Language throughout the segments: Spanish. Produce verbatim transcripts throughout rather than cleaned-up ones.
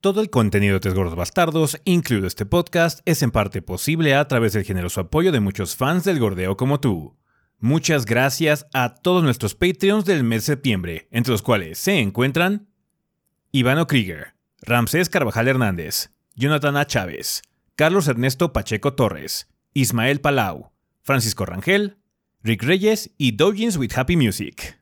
Todo el contenido de Tres Gordos Bastardos, incluido este podcast, es en parte posible a través del generoso apoyo de muchos fans del gordeo como tú. Muchas gracias a todos nuestros Patreons del mes de septiembre, entre los cuales se encuentran Ivano Krieger, Ramsés Carvajal Hernández, Jonathan A. Chávez, Carlos Ernesto Pacheco Torres, Ismael Palau, Francisco Rangel, Rick Reyes y Dojins with Happy Music.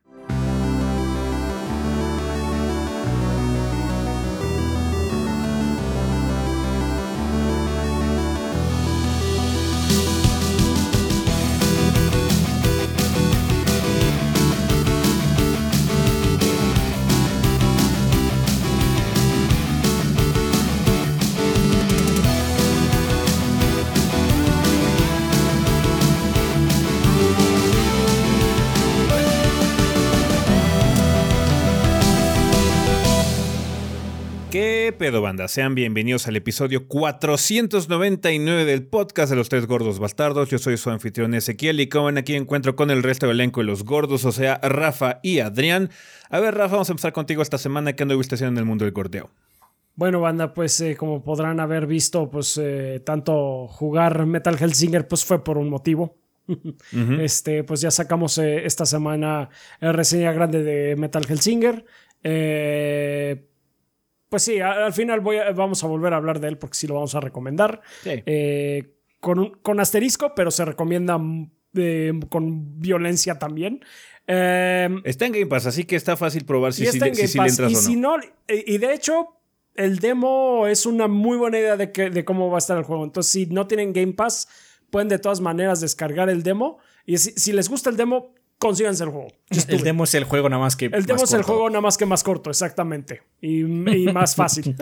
¿Qué pedo, banda? Sean bienvenidos al episodio cuatrocientos noventa y nueve del podcast de los Tres Gordos Bastardos. Yo soy su anfitrión Ezequiel y como ven aquí encuentro con el resto del elenco de los gordos, o sea, Rafa y Adrián. A ver, Rafa, vamos a empezar contigo esta semana. ¿Qué anduviste haciendo en el mundo del gordeo? Bueno, banda, pues eh, como podrán haber visto, pues eh, tanto jugar Metal Hellsinger pues fue por un motivo. Uh-huh. Este, pues ya sacamos eh, esta semana la reseña grande de Metal Hellsinger. Eh... Pues sí, al final voy a, vamos a volver a hablar de él porque sí lo vamos a recomendar. Sí. Eh, con, un, con asterisco, pero se recomienda eh, con violencia también. Eh, está en Game Pass, así que está fácil probar si, si, si, si, si le entras y o no. Si no. Y de hecho, el demo es una muy buena idea de, que, de cómo va a estar el juego. Entonces, si no tienen Game Pass, pueden de todas maneras descargar el demo. Y si, si les gusta el demo, consíganse el juego. El demo es el juego nada más que El demo más es corto. el juego nada más que más corto, exactamente. Y, y más fácil.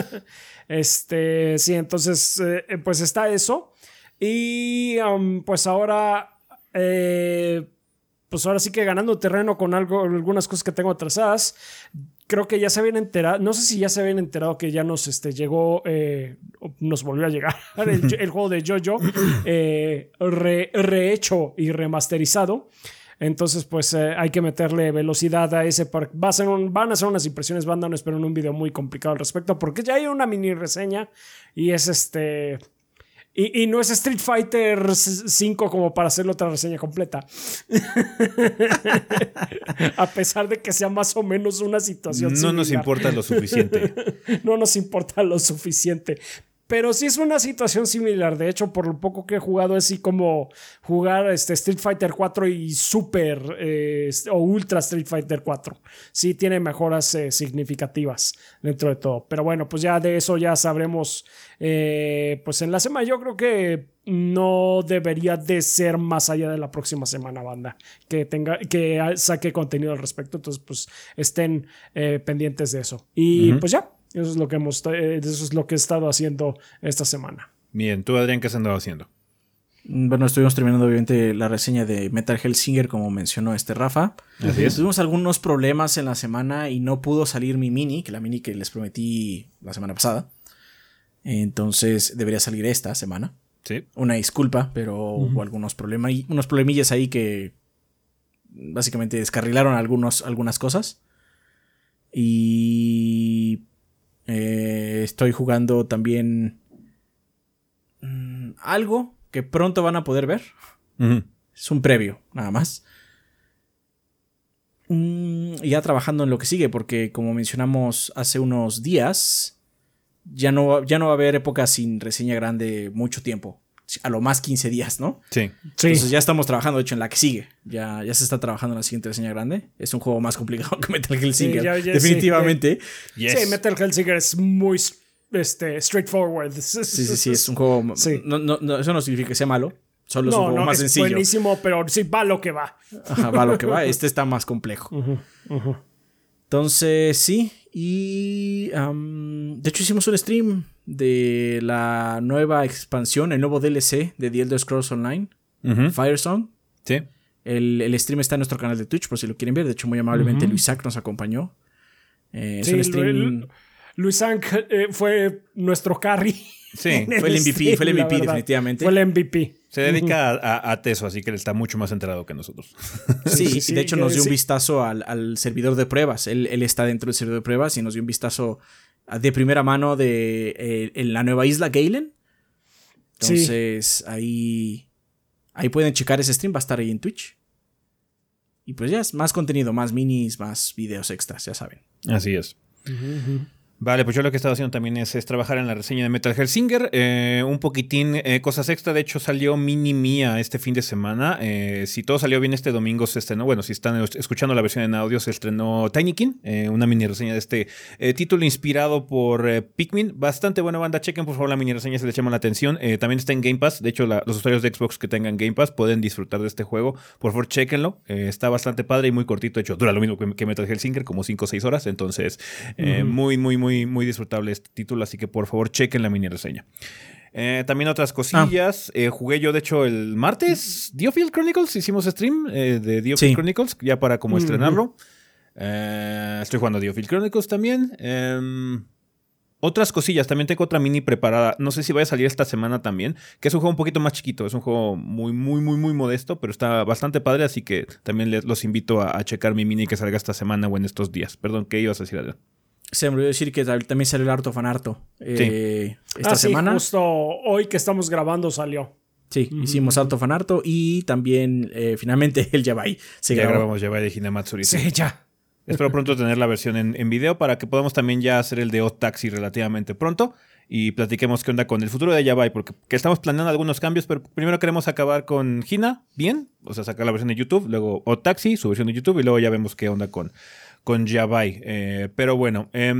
este, sí, entonces, eh, pues está eso. Y um, pues ahora, eh, pues ahora sí que ganando terreno con algo, algunas cosas que tengo atrasadas. Creo que ya se habían enterado, no sé si ya se habían enterado que ya nos este, llegó, eh, nos volvió a llegar el, el juego de JoJo, eh, re, rehecho y remasterizado. Entonces, pues eh, hay que meterle velocidad a ese. Par- Va a ser un, van a ser unas impresiones, banda. No esperen un video muy complicado al respecto, porque ya hay una mini reseña y es este. Y, y no es Street Fighter cinco como para hacerle otra reseña completa. A pesar de que sea más o menos una situación No similar. nos importa lo suficiente. No nos importa lo suficiente. Pero sí es una situación similar. De hecho, por lo poco que he jugado, es así como jugar este Street Fighter cuatro y Super eh, o Ultra Street Fighter cuatro. Sí tiene mejoras eh, significativas dentro de todo. Pero bueno, pues ya de eso ya sabremos eh, pues en la semana. Yo creo que no debería de ser más allá de la próxima semana, banda, que tenga que saque contenido al respecto. Entonces, pues estén eh, pendientes de eso. Y uh-huh. pues ya. Eso es lo que hemos, eh, eso es lo que he estado haciendo esta semana. Bien, tú, Adrián, ¿qué has andado haciendo? Bueno, estuvimos terminando obviamente la reseña de Metal Hellsinger, como mencionó este Rafa. Así es. Tuvimos algunos problemas en la semana y no pudo salir mi mini, que la mini que les prometí la semana pasada. Entonces debería salir esta semana. Sí. Una disculpa, pero uh-huh. hubo algunos problemas, unos problemillas ahí que básicamente descarrilaron algunos, algunas cosas. Y Eh, estoy jugando también mmm, algo que pronto van a poder ver. Uh-huh. Es un previo, nada más. Mm, y ya trabajando en lo que sigue, porque como mencionamos hace unos días, ya no, ya no va a haber época sin reseña grande mucho tiempo. A lo más quince días, ¿no? Sí. Entonces sí. Ya estamos trabajando, de hecho, en la que sigue. Ya, ya se está trabajando en la siguiente reseña grande. Es un juego más complicado que Metal Hellsinger. Sí, ya, ya, definitivamente. Sí, yes. Sí, Metal Hellsinger es muy este, straightforward. Sí, sí, sí. Es un juego... Sí. No, no, no, eso no significa que sea malo. Solo es no, un juego no, más es sencillo. Buenísimo, pero sí va lo que va. Ajá, va lo que va. Este está más complejo. Uh-huh, uh-huh. Entonces, sí. Y... Um, de hecho, hicimos un stream de la nueva expansión, el nuevo D L C de The Elder Scrolls Online, uh-huh. Firesong. Sí. El, el stream está en nuestro canal de Twitch, por si lo quieren ver. De hecho, muy amablemente uh-huh. Luisac nos acompañó. Eh, sí, es un stream... Luisac eh, fue nuestro carry. Sí, fue el M V P, stream, fue el M V P definitivamente. Fue el M V P. Se dedica uh-huh. a, a, a Teso, así que él está mucho más enterado que nosotros. Sí, sí, sí, de hecho nos dio sí. un vistazo al, al servidor de pruebas. Él, él está dentro del servidor de pruebas y nos dio un vistazo de primera mano de eh, en la nueva isla Galen. Entonces, sí. ahí, ahí pueden checar ese stream, va a estar ahí en Twitch. Y pues ya es más contenido, más minis, más videos extras, ya saben. Así es. Uh-huh, uh-huh. Vale, pues yo lo que he estado haciendo también es, es trabajar en la reseña de Metal Hellsinger, eh, un poquitín eh, cosas extra. De hecho salió Mini Mía este fin de semana. Eh, si todo salió bien este domingo se estrenó, bueno, si están escuchando la versión en audio, se estrenó Tinykin, eh, una mini reseña de este eh, título inspirado por eh, Pikmin. Bastante buena banda, chequen por favor la mini reseña si les llama la atención. Eh, también está en Game Pass, de hecho la, los usuarios de Xbox que tengan Game Pass pueden disfrutar de este juego. Por favor chequenlo, eh, está bastante padre y muy cortito. De hecho dura lo mismo que, que Metal Hellsinger, como cinco o seis horas, entonces eh, uh-huh. muy, muy, muy, muy disfrutable este título, así que por favor chequen la mini reseña. Eh, también otras cosillas. Ah. Eh, jugué yo, de hecho, el martes Diofield Chronicles. Hicimos stream eh, de Diofield sí. Chronicles, ya para como uh-huh. estrenarlo. Eh, estoy jugando Diofield Chronicles también. Eh, otras cosillas. También tengo otra mini preparada. No sé si vaya a salir esta semana también. Que es un juego un poquito más chiquito. Es un juego muy, muy, muy, muy modesto, pero está bastante padre. Así que también les, los invito a, a checar mi mini que salga esta semana o en estos días. Perdón, ¿qué ibas a decir, Adrián? Se me olvidó decir que también salió el Art of Anarto eh, sí. esta ah, semana. Sí, justo hoy que estamos grabando salió. Sí, uh-huh. hicimos Art of Anarto y también eh, finalmente el Yabai. Se ya grabó. grabamos Yabai de Hinamatsuri. Sí, ya. Espero pronto tener la versión en, en video para que podamos también ya hacer el de Odd Taxi relativamente pronto y platiquemos qué onda con el futuro de Yabai, porque que estamos planeando algunos cambios, pero primero queremos acabar con Hina bien, o sea, sacar la versión de YouTube, luego Odd Taxi, su versión de YouTube y luego ya vemos qué onda con... con Yabai, eh, pero bueno, eh,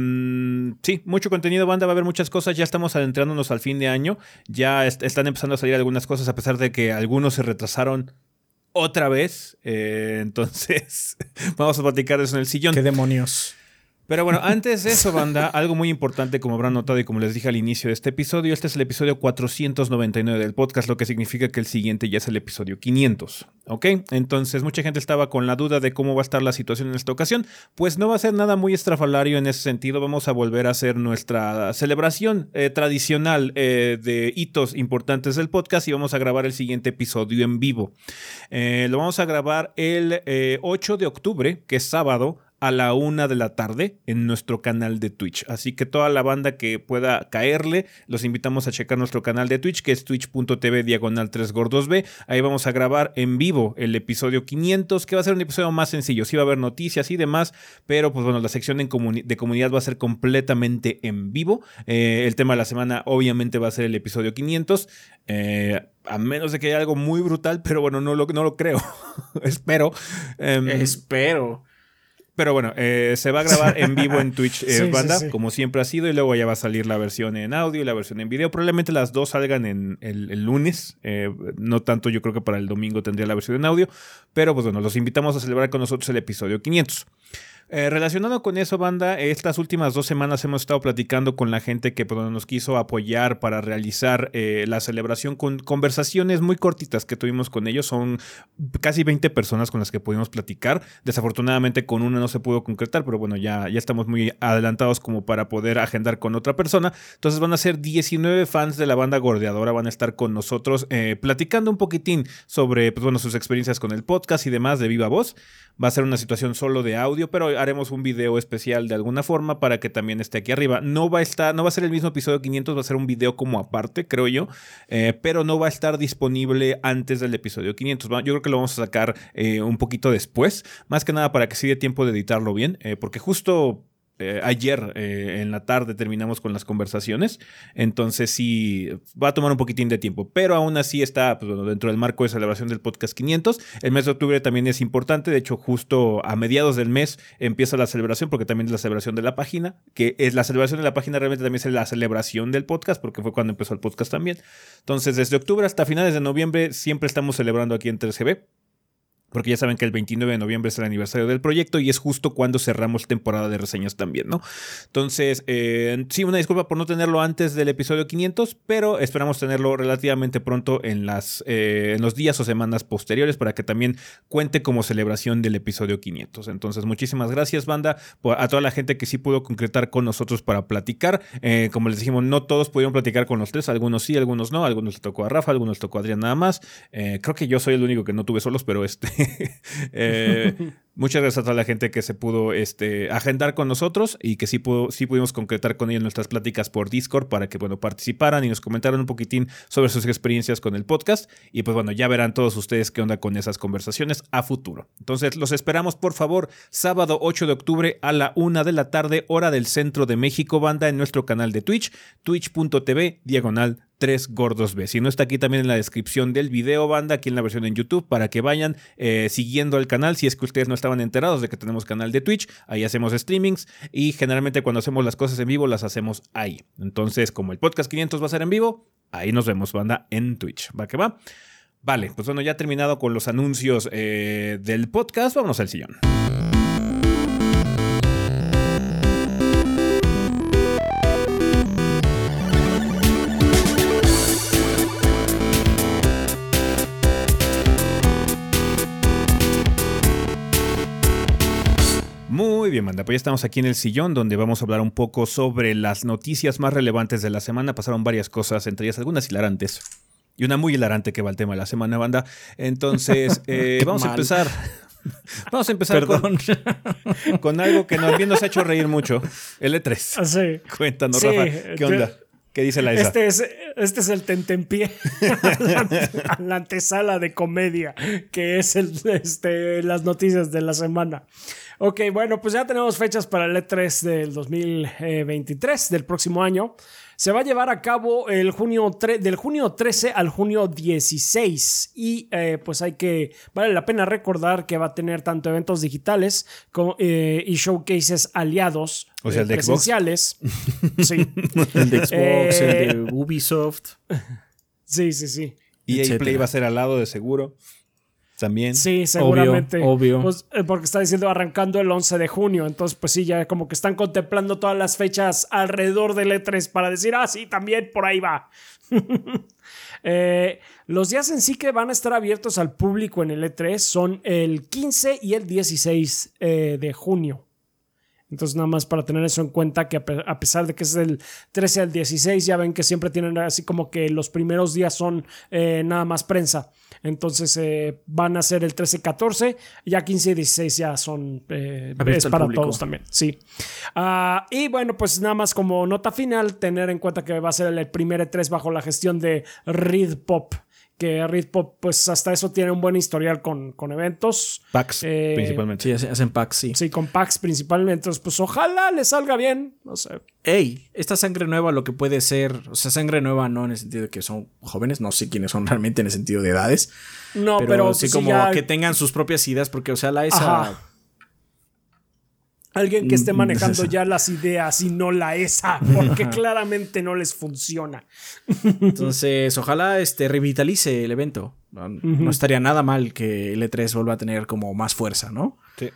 sí, mucho contenido, banda, va a haber muchas cosas, ya estamos adentrándonos al fin de año, ya est- están empezando a salir algunas cosas a pesar de que algunos se retrasaron otra vez, eh, entonces vamos a platicar de eso en el sillón. ¡Qué demonios! Pero bueno, antes de eso, banda, algo muy importante, como habrán notado y como les dije al inicio de este episodio, este es el episodio cuatrocientos noventa y nueve del podcast, lo que significa que el siguiente ya es el episodio quinientos, ¿ok? Entonces, mucha gente estaba con la duda de cómo va a estar la situación en esta ocasión. Pues no va a ser nada muy estrafalario en ese sentido, vamos a volver a hacer nuestra celebración eh, tradicional eh, de hitos importantes del podcast y vamos a grabar el siguiente episodio en vivo. Eh, lo vamos a grabar el eh, ocho de octubre, que es sábado, a la una de la tarde en nuestro canal de Twitch. Así que toda la banda que pueda caerle, los invitamos a checar nuestro canal de Twitch, que es twitch.tv diagonal 3gordos B. Ahí vamos a grabar en vivo el episodio quinientos, que va a ser un episodio más sencillo. Sí va a haber noticias y demás, pero pues bueno, la sección en comuni- de comunidad va a ser completamente en vivo. Eh, el tema de la semana obviamente va a ser el episodio quinientos. Eh, a menos de que haya algo muy brutal, pero bueno, no lo, no lo creo. Espero. Um, Espero. Pero bueno, eh, se va a grabar en vivo en Twitch, eh, sí, banda, sí, sí. como siempre ha sido, y luego ya va a salir la versión en audio y la versión en video. Probablemente las dos salgan en el, el lunes, eh, no tanto, yo creo que para el domingo tendría la versión en audio, pero pues bueno, los invitamos a celebrar con nosotros el episodio quinientos. Eh, relacionado con eso, banda, estas últimas dos semanas hemos estado platicando con la gente que pues, nos quiso apoyar para realizar eh, la celebración con conversaciones muy cortitas que tuvimos con ellos. Son casi veinte personas con las que pudimos platicar. Desafortunadamente con una no se pudo concretar, pero bueno, ya, ya estamos muy adelantados como para poder agendar con otra persona. Entonces van a ser diecinueve fans de la banda Gordeadora, van a estar con nosotros eh, platicando un poquitín sobre pues, bueno, sus experiencias con el podcast y demás de viva voz. Va a ser una situación solo de audio, pero haremos un video especial de alguna forma para que también esté aquí arriba. No va a estar, no va a ser el mismo episodio quinientos, va a ser un video como aparte, creo yo, eh, pero no va a estar disponible antes del episodio quinientos. Yo creo que lo vamos a sacar eh, un poquito después, más que nada para que sí dé tiempo de editarlo bien, eh, porque justo... Eh, ayer eh, en la tarde terminamos con las conversaciones, entonces sí va a tomar un poquitín de tiempo, pero aún así está pues, bueno, dentro del marco de celebración del podcast quinientos. El mes de octubre también es importante, de hecho justo a mediados del mes empieza la celebración, porque también es la celebración de la página, que es la celebración de la página, realmente también es la celebración del podcast, porque fue cuando empezó el podcast también. Entonces desde octubre hasta finales de noviembre siempre estamos celebrando aquí en tres G B. Porque ya saben que el veintinueve de noviembre es el aniversario del proyecto y es justo cuando cerramos temporada de reseñas también, ¿no? Entonces, eh, sí, una disculpa por no tenerlo antes del episodio quinientos, pero esperamos tenerlo relativamente pronto en, las, eh, en los días o semanas posteriores para que también cuente como celebración del episodio quinientos. Entonces, muchísimas gracias, banda, a toda la gente que sí pudo concretar con nosotros para platicar. Eh, como les dijimos, no todos pudieron platicar con los tres, algunos sí, algunos no, algunos le tocó a Rafa, algunos le tocó a Adrián nada más. Eh, creo que yo soy el único que no tuve solos, pero este... eh, Muchas gracias a toda la gente que se pudo este, agendar con nosotros y que sí, pudo, sí pudimos concretar con ellos nuestras pláticas por Discord para que, bueno, participaran y nos comentaran un poquitín sobre sus experiencias con el podcast. Y pues bueno, ya verán todos ustedes qué onda con esas conversaciones a futuro. Entonces los esperamos, por favor, sábado ocho de octubre a la una de la tarde, hora del centro de México, banda, en nuestro canal de Twitch, twitch.tv diagonal tres gordos B. Si no, está aquí también en la descripción del video, banda, aquí en la versión en YouTube, para que vayan eh, siguiendo el canal. Si es que ustedes no estaban enterados de que tenemos canal de Twitch, ahí hacemos streamings y generalmente cuando hacemos las cosas en vivo las hacemos ahí. Entonces, como el podcast quinientos va a ser en vivo, ahí nos vemos, banda, en Twitch. ¿Va que va? Vale, pues bueno, ya terminado con los anuncios eh, del podcast, vámonos al sillón. Muy bien, banda, pues ya estamos aquí en el sillón donde vamos a hablar un poco sobre las noticias más relevantes de la semana. Pasaron varias cosas, entre ellas algunas hilarantes y una muy hilarante que va al tema de la semana, banda. Entonces, eh, vamos mal. a empezar. Vamos a empezar con, con algo que nos, bien nos ha hecho reír mucho, el E tres. Ah, sí. Cuéntanos, sí, Rafa, ¿qué onda? ¿Qué dice la E S A? Este es, este es el tentempié a la antesala de comedia, que es el, este, las noticias de la semana. Ok, bueno, pues ya tenemos fechas para el E tres del dos mil veintitrés, del próximo año. Se va a llevar a cabo el junio tre- del junio trece al junio dieciséis y eh, pues hay que, vale la pena recordar que va a tener tanto eventos digitales como, eh, y showcases aliados, o sea, eh, el de presenciales. Xbox. Sí. El de Xbox, eh, el de Ubisoft. Sí, sí, sí. Y E A Play va a ser al lado de seguro. También. Sí, seguramente. Obvio, obvio. Pues, eh, porque está diciendo arrancando el once de junio. Entonces, pues sí, ya como que están contemplando todas las fechas alrededor del E tres para decir, ah, sí, también por ahí va. eh, los días en sí que van a estar abiertos al público en el E tres son el quince y el dieciséis eh, de junio. Entonces, nada más para tener eso en cuenta, que a pesar de que es del trece al dieciséis, ya ven que siempre tienen así como que los primeros días son eh, nada más prensa. Entonces eh, van a ser el trece catorce, ya quince y dieciséis ya son eh, es para público. Todos también, sí. Uh, y bueno, pues nada más como nota final, tener en cuenta que va a ser el primer E tres bajo la gestión de ReedPop, que ReedPop pues hasta eso tiene un buen historial con, con eventos. PAX eh, principalmente. Sí, hacen PAX, sí. Sí, con PAX principalmente. Entonces pues ojalá les salga bien, no sé. Ey, esta sangre nueva lo que puede ser, o sea, sangre nueva no en el sentido de que son jóvenes, no sé quiénes son realmente en el sentido de edades. No, pero, pero sí pues, como ya... que tengan sus propias ideas, porque o sea, la E S A... Ajá. Alguien que esté manejando ya las ideas y no la E S A, porque claramente no les funciona. Entonces, ojalá este revitalice el evento. No, uh-huh. no estaría nada mal que el E tres vuelva a tener como más fuerza, ¿no? Sí.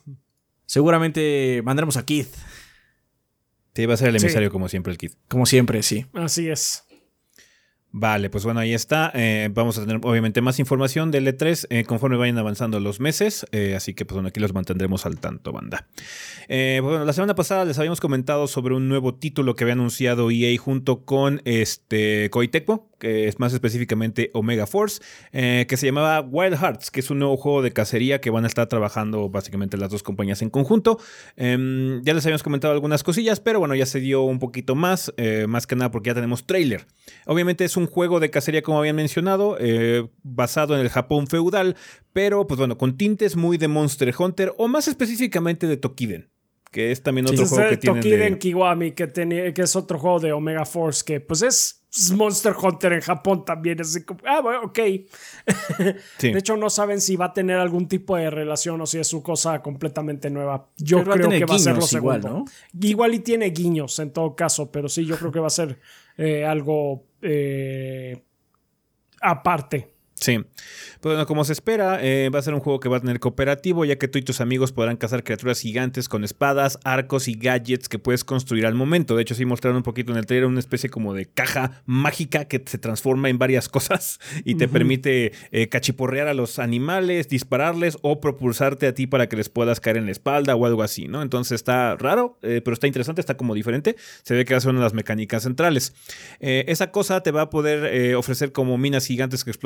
Seguramente mandaremos a Keith. Sí, va a ser el emisario sí. como siempre el Keith. Como siempre, sí. Así es. Vale, pues bueno, ahí está. Eh, vamos a tener obviamente más información del E tres eh, conforme vayan avanzando los meses. Eh, así que pues bueno, aquí los mantendremos al tanto, banda. Eh, bueno, la semana pasada les habíamos comentado sobre un nuevo título que había anunciado E A junto con este Koei Tecmo, que es más específicamente Omega Force, eh, que se llamaba Wild Hearts, que es un nuevo juego de cacería que van a estar trabajando básicamente las dos compañías en conjunto. Eh, ya les habíamos comentado algunas cosillas, pero bueno, ya se dio un poquito más, eh, más que nada porque ya tenemos tráiler. Obviamente es un juego de cacería, como habían mencionado, eh, basado en el Japón feudal, pero pues bueno, con tintes muy de Monster Hunter o más específicamente de Tokiden, que es también otro sí, juego que tienen Tokiden de... Kiwami, que, tenía, que es otro juego de Omega Force, que pues es Monster Hunter en Japón también. Es como, ah, bueno, ok. Sí. De hecho, no saben si va a tener algún tipo de relación o si es su cosa completamente nueva. Yo pero creo va que va a ser lo segundo. Igual, ¿no? Igual y tiene guiños en todo caso, pero sí, yo creo que va a ser eh, algo eh, aparte. Sí, pues bueno, como se espera, eh, va a ser un juego que va a tener cooperativo, ya que tú y tus amigos podrán cazar criaturas gigantes con espadas, arcos y gadgets que puedes construir al momento. De hecho, sí mostraron un poquito en el trailer una especie como de caja mágica que se transforma en varias cosas y te uh-huh. permite eh, cachiporrear a los animales, dispararles o propulsarte a ti para que les puedas caer en la espalda o algo así, ¿no? Entonces está raro, eh, pero está interesante, está como diferente. Se ve que va a ser una de las mecánicas centrales. Eh, esa cosa te va a poder eh, ofrecer como minas gigantes que explotan cuando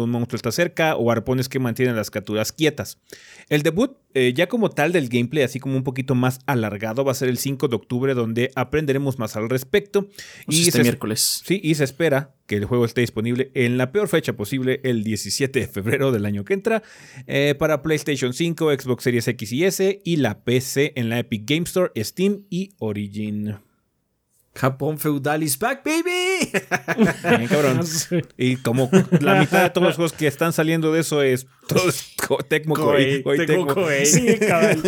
cuando un monstruo está cerca o arpones que mantienen las criaturas quietas. El debut eh, ya como tal del gameplay, así como un poquito más alargado, va a ser el cinco de octubre, donde aprenderemos más al respecto. Pues y este se, miércoles. Sí, y se espera que el juego esté disponible en la peor fecha posible, el diecisiete de febrero del año que entra, eh, para PlayStation cinco, Xbox Series X y S y la P C en la Epic Game Store, Steam y Origin. Japón feudal is back, baby. Bien, cabrón. Sí. Y como la mitad de todos los juegos que están saliendo de eso es todo es Tecmo Koei. Koei, Tecmo Koei. Sí, cabrón.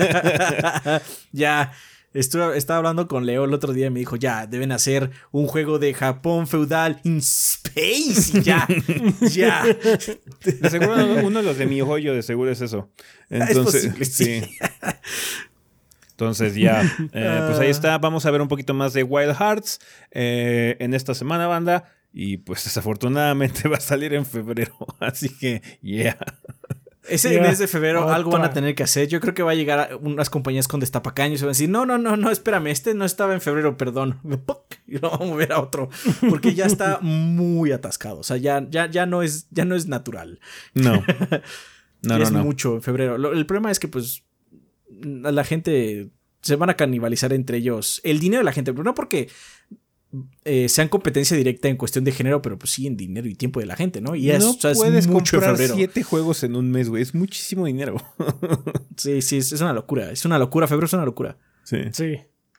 Ya, estuve, estaba hablando con Leo el otro día y me dijo, ya, deben hacer un juego de Japón feudal in space. Y ya, ya. De seguro uno de los de mi joyo de seguro es eso. Entonces, es posible, sí. sí. Entonces ya, eh, pues ahí está. Vamos a ver un poquito más de Wild Hearts eh, en esta semana, banda. Y pues desafortunadamente va a salir en febrero. Así que, yeah. Ese Yeah. mes de febrero Otra. algo van a tener que hacer. Yo creo que va a llegar a unas compañías con destapacaños y van a decir, no, no, no, no, espérame, este no estaba en febrero, perdón. Y lo vamos a mover a otro. Porque ya está muy atascado. O sea, ya, ya, ya, no, es, ya no es natural. No. No, Ya no, es no. mucho en febrero. Lo- el problema es que, pues, la gente se van a canibalizar entre ellos. El dinero de la gente, pero no porque eh, sean competencia directa en cuestión de género, pero pues sí en dinero y tiempo de la gente, ¿no? Y eso, No o sea, puedes es mucho en comprar febrero. siete juegos en un mes, güey. Es muchísimo dinero. Sí, sí, es, es una locura. Es una locura. Febrero es una locura. Sí. Sí.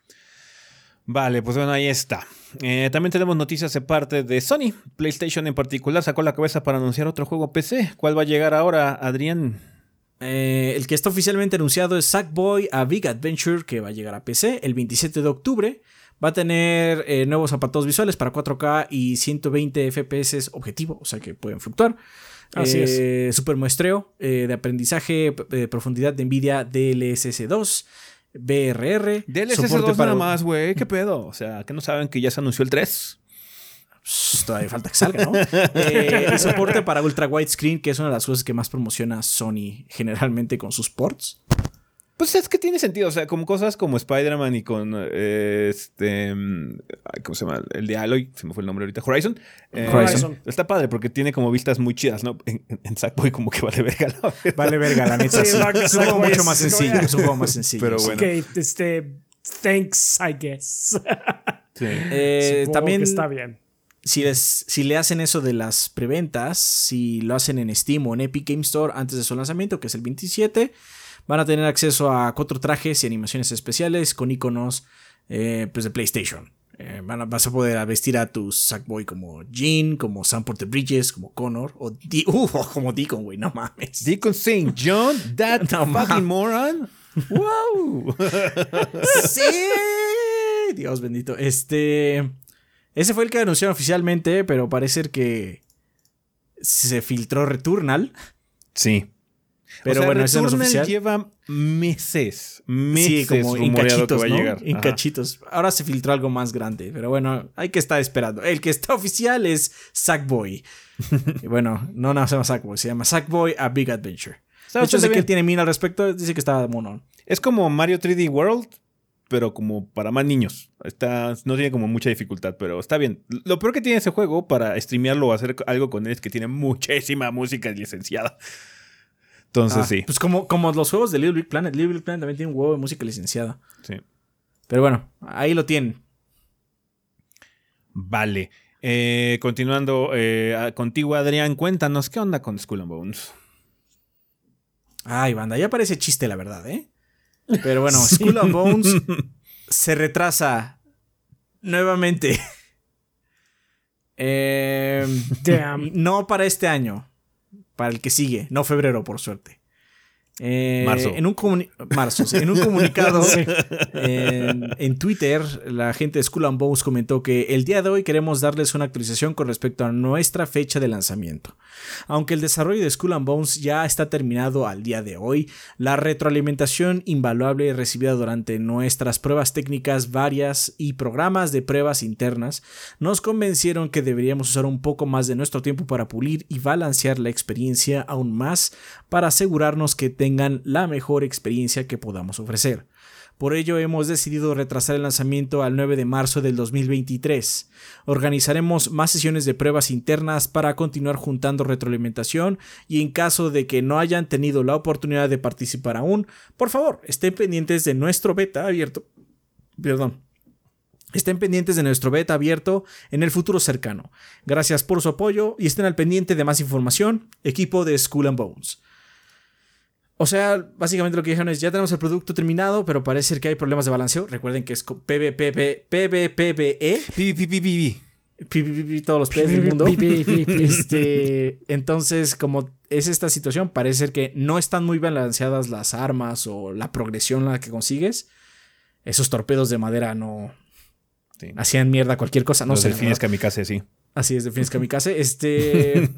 Vale, pues bueno, ahí está. Eh, también tenemos noticias de parte de Sony. PlayStation en particular sacó la cabeza para anunciar otro juego P C. ¿Cuál va a llegar ahora, Adrián? Eh, el que está oficialmente anunciado es Sackboy: A Big Adventure, que va a llegar a P C el veintisiete de octubre. Va a tener eh, nuevos apartados visuales para cuatro K y ciento veinte F P S objetivo, o sea que pueden fluctuar. Así eh, es. Super muestreo eh, de aprendizaje de profundidad de NVIDIA D L S S dos, V R R. D L S S dos nada más, güey. ¿Qué pedo? O sea, ¿que no saben que ya se anunció el tres? Pss, todavía falta que salga, ¿no? eh, y soporte para ultra widescreen, que es una de las cosas que más promociona Sony generalmente con sus ports. Pues es que tiene sentido, o sea, como cosas como Spider-Man y con eh, este, mm, ay, ¿cómo se llama? El de Aloy, se me fue el nombre ahorita, Horizon. Eh, Horizon. Está padre porque tiene como vistas muy chidas, ¿no? En, en, en Sackboy como que vale verga la verdad. Vale verga, la neta. Sí, Sí, no, que es un juego Sackboy mucho es- más sencillo. Es un juego más sencillo. Pero sí. bueno. Ok, este. Thanks, I guess. Sí. Eh, Supongo también, que está bien. si, les, si le hacen eso de las preventas, si lo hacen en Steam o en Epic Game Store antes de su lanzamiento, que es el veintisiete, van a tener acceso a cuatro trajes y animaciones especiales con iconos eh, pues de PlayStation. Eh, van a, vas a poder vestir a tu Sackboy como Jean, como Sam Porter Bridges, como Connor, o Di- uh, como Deacon, güey, no mames. Deacon Saint John, that No, fucking ma. moron. Wow. ¡Sí! Dios bendito. Este. Ese fue el que anunciaron oficialmente, pero parece que se filtró Returnal. Sí. Pero O sea, bueno, ese no es Returnal oficial. lleva meses, meses Sí, como en rumoreado que cachitos, va a ¿no? llegar. En Ajá. cachitos. Ahora se filtró algo más grande, pero bueno, hay que estar esperando. El que está oficial es Sackboy. Y bueno, no, no se llama Sackboy, se llama Sackboy: A Big Adventure. Está De hecho, bastante sé que bien. él tiene mil al respecto, dice que está mono. Es como Mario tres D World, pero como para más niños. Está, no tiene como mucha dificultad, pero está bien. Lo peor que tiene ese juego para streamearlo o hacer algo con él es que tiene muchísima música licenciada. Entonces Ah, sí. Pues como, como los juegos de Little Big Planet. Little Big Planet también tiene un huevo de música licenciada. Sí. Pero bueno, ahí lo tienen. Vale. Eh, continuando eh, a- contigo, Adrián, cuéntanos qué onda con Skull and Bones. Ay, banda, ya parece chiste, la verdad, ¿eh? Pero bueno, Skull and Bones se retrasa nuevamente. Eh, Damn. no para este año, para el que sigue, no febrero, por suerte. Eh, Marzo. En un, comuni- Marzo, sí. En un comunicado en, en Twitter, la gente de Skull and Bones comentó que el día de hoy queremos darles una actualización con respecto a nuestra fecha de lanzamiento. Aunque el desarrollo de Skull and Bones ya está terminado al día de hoy, la retroalimentación invaluable recibida durante nuestras pruebas técnicas varias y programas de pruebas internas nos convencieron que deberíamos usar un poco más de nuestro tiempo para pulir y balancear la experiencia aún más para asegurarnos que tengan la mejor experiencia que podamos ofrecer. Por ello hemos decidido retrasar el lanzamiento al nueve de marzo del dos mil veintitrés. Organizaremos más sesiones de pruebas internas para continuar juntando retroalimentación y en caso de que no hayan tenido la oportunidad de participar aún, por favor, estén pendientes de nuestro beta abierto. Perdón. Estén pendientes de nuestro beta abierto en el futuro cercano. Gracias por su apoyo y estén al pendiente de más información. Equipo de Skull and Bones. O sea, básicamente lo que dijeron es, ya tenemos el producto terminado, pero parece ser que hay problemas de balanceo. Recuerden que es P B P B E. Todos los P del mundo. Este, entonces, como es esta situación, parece ser que no están muy balanceadas las armas o la progresión la que consigues. Esos torpedos de madera no... Sí. Hacían mierda cualquier cosa, no Los sé. Los delfines kamikaze, sí. Así es, delfines kamikaze. Este.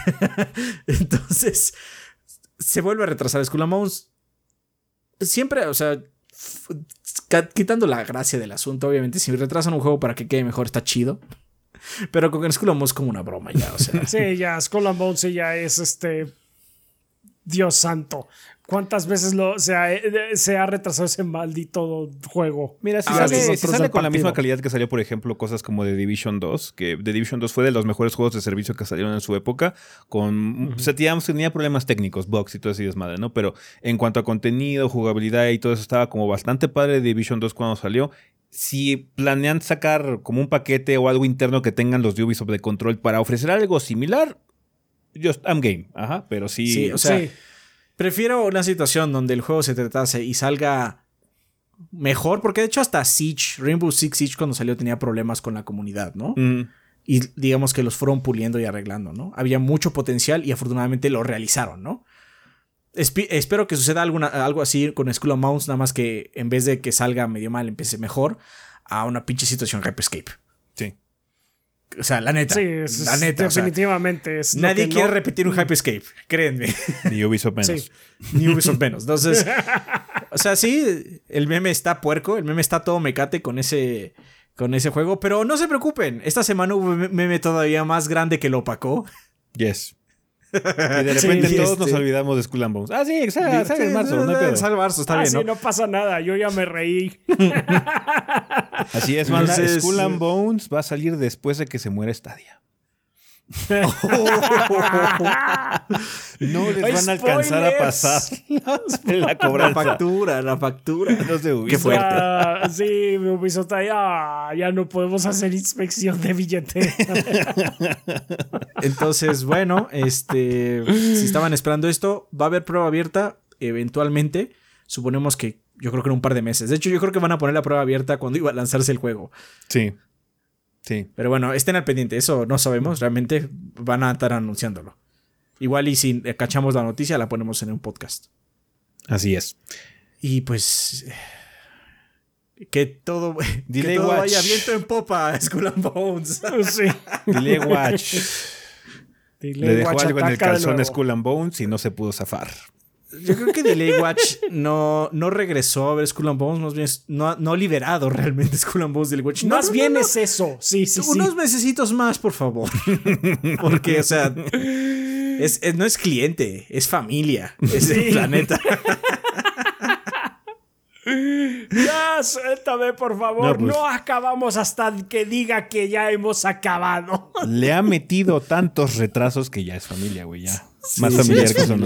Entonces, se vuelve a retrasar Skull and Bones. Siempre, o sea, f- quitando la gracia del asunto, obviamente, si retrasan un juego para que quede mejor, está chido. Pero con Skull and Bones es como una broma ya, o sea. Sí, ya, Skull and Bones ya es este. Dios santo. ¿Cuántas veces lo, se, ha, se ha retrasado ese maldito juego? Mira, si Ah, sale, sí, si sale con la partido. misma calidad que salió, por ejemplo, cosas como The Division dos, que The Division dos fue de los mejores juegos de servicio que salieron en su época, con uh-huh. se digamos, tenía problemas técnicos, bugs y todo ese desmadre, ¿no? Pero en cuanto a contenido, jugabilidad y todo eso, estaba como bastante padre The Division dos cuando salió. Si planean sacar como un paquete o algo interno que tengan los de Ubisoft de Control para ofrecer algo similar, just I'm game, ajá, pero sí... Sí, o sea... Sí. Prefiero una situación donde el juego se tratase y salga mejor, porque de hecho hasta Siege, Rainbow Six Siege cuando salió tenía problemas con la comunidad, ¿no? Mm. Y digamos que los fueron puliendo y arreglando, ¿no? Había mucho potencial y afortunadamente lo realizaron, ¿no? Esp- espero que suceda alguna, algo así con Skull and Bones, nada más que en vez de que salga medio mal, empiece mejor a una pinche situación Hyperscape. Sí. O sea, la neta. Sí, es, la neta. Definitivamente. O sea, es nadie quiere no... repetir un Hyperscape, créanme. Ni Ubisoft menos. Sí. Ni Ubisoft menos. Entonces, o sea, sí, el meme está puerco, el meme está todo mecate con ese, con ese juego, pero no se preocupen. Esta semana hubo un meme todavía más grande que lo opacó. Yes. Y de repente Sí, todos este... nos olvidamos de Skull and Bones. Ah, sí, sale, sale en marzo, no hay pedo. Sale en marzo, está ah, bien, sí, ¿no? no pasa nada, yo ya me reí. Así es, manda. Entonces, Skull and Bones va a salir después de que se muera Stadia. No les van a alcanzar a pasar la La cobranza. factura, la factura. No sé, Qué fuerte. Ya, sí, Ubisoft ya, ya no podemos hacer inspección de billetera. Entonces, bueno, este, si estaban esperando esto, va a haber prueba abierta eventualmente. Suponemos que yo creo que en un par de meses. De hecho, yo creo que van a poner la prueba abierta cuando iba a lanzarse el juego. Sí. Sí. Pero bueno, estén al pendiente. Eso no sabemos. Realmente van a estar anunciándolo. Igual y si cachamos la noticia, la ponemos en un podcast. Así es. Y pues... Que todo, Delay que todo watch. vaya viento en popa, Skull and Bones. Sí. Delay Watch. Delay Le dejó Watch algo en el ataca de calzón a nuevo. Skull and Bones y no se pudo zafar. Yo creo que Delay Watch no, no regresó a ver Skull and Bones, más bien no, no ha liberado realmente Skull and Bones Delay Watch. Más no, bien no, no. es eso, sí, sí, sí. Unos mesecitos más, por favor. Porque, o sea, es, es, no es cliente, es familia, es Sí. el planeta. Ya, suéltame, por favor. No, pues. No acabamos hasta que diga que ya hemos acabado. Le ha metido tantos retrasos que ya es familia, güey. Ya. Sí, Más sí, familiar es que eso, ¿no?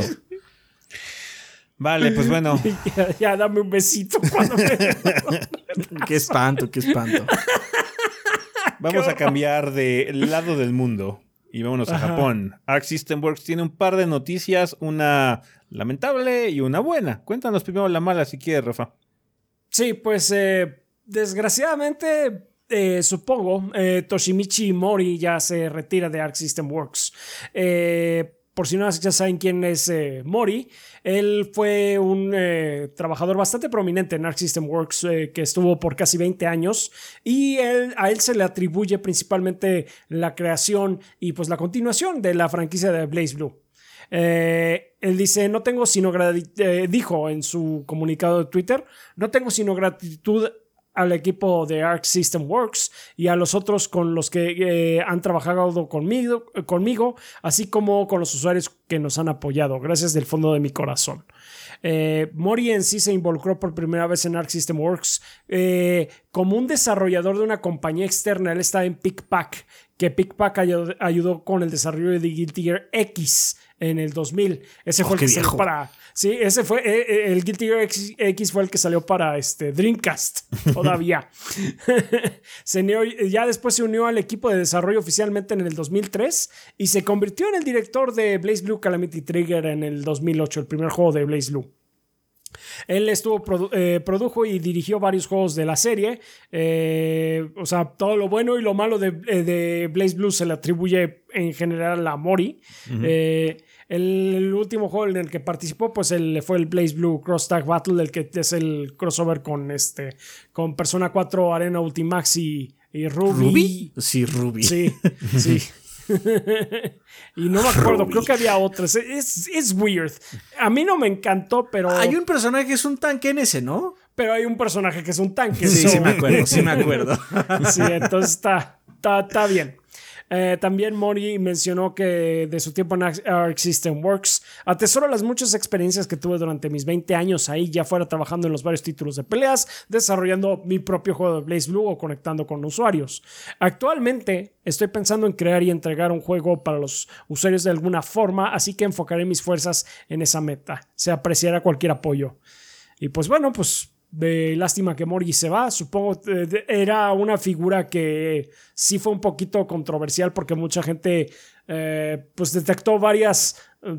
Vale, pues bueno. Ya, ya dame un besito cuando me... Qué espanto, qué espanto. Vamos a cambiar de lado del mundo y vámonos a Ajá. Japón. Arc System Works tiene un par de noticias, una lamentable y una buena. Cuéntanos primero la mala si quieres, Rafa. Sí, pues eh, desgraciadamente, eh, supongo, eh, Toshimichi Mori ya se retira de Arc System Works. Eh, por si no ya saben quién es eh, Mori, él fue un eh, trabajador bastante prominente en Arc System Works eh, que estuvo por casi veinte años y él, a él se le atribuye principalmente la creación y pues la continuación de la franquicia de BlazBlue. Eh, él dice, no tengo sino gratitud, eh, dijo en su comunicado de Twitter, no tengo sino gratitud al equipo de Arc System Works y a los otros con los que eh, han trabajado conmigo, conmigo, así como con los usuarios que nos han apoyado. Gracias del fondo de mi corazón. Eh, Mori en sí se involucró por primera vez en Arc System Works eh, como un desarrollador de una compañía externa. Él estaba en PicPac, que PicPac ayudó, ayudó con el desarrollo de Guilty Gear X en el dos mil. Ese oh, fue el que viejo. salió para... Sí, ese fue... Eh, el Guilty Gear X, X fue el que salió para este, Dreamcast todavía. se unió, ya después se unió al equipo de desarrollo oficialmente en el dos mil tres y se convirtió en el director de BlazBlue Calamity Trigger en el dos mil ocho, el primer juego de BlazBlue. Él estuvo produ eh, produjo y dirigió varios juegos de la serie. Eh, o sea, todo lo bueno y lo malo de, eh, de BlazBlue se le atribuye en general a Mori. Uh-huh. eh, el, el último juego en el que participó, pues el, fue el BlazBlue Cross Tag Battle, el que es el crossover con este con Persona cuatro Arena Ultimax y, y Ruby. ¿Ruby? Sí, Ruby. Sí, sí. Y no me acuerdo, Ruby. Creo que había otros. Es, es weird. A mí no me encantó, pero... Hay un personaje que es un tanque en ese, ¿no? Pero hay un personaje que es un tanque. Sí, so... sí me acuerdo, sí me acuerdo. Sí, entonces está, está, está bien. Eh, también Mori mencionó que de su tiempo en Arc System Works atesoro las muchas experiencias que tuve durante mis veinte años ahí, ya fuera trabajando en los varios títulos de peleas, desarrollando mi propio juego de BlazBlue o conectando con usuarios. Actualmente estoy pensando en crear y entregar un juego para los usuarios de alguna forma, así que enfocaré mis fuerzas en esa meta. Se apreciará cualquier apoyo. Y pues bueno, pues de lástima que Mori se va. Supongo que era una figura que sí fue un poquito controversial porque mucha gente eh, pues detectó varias eh,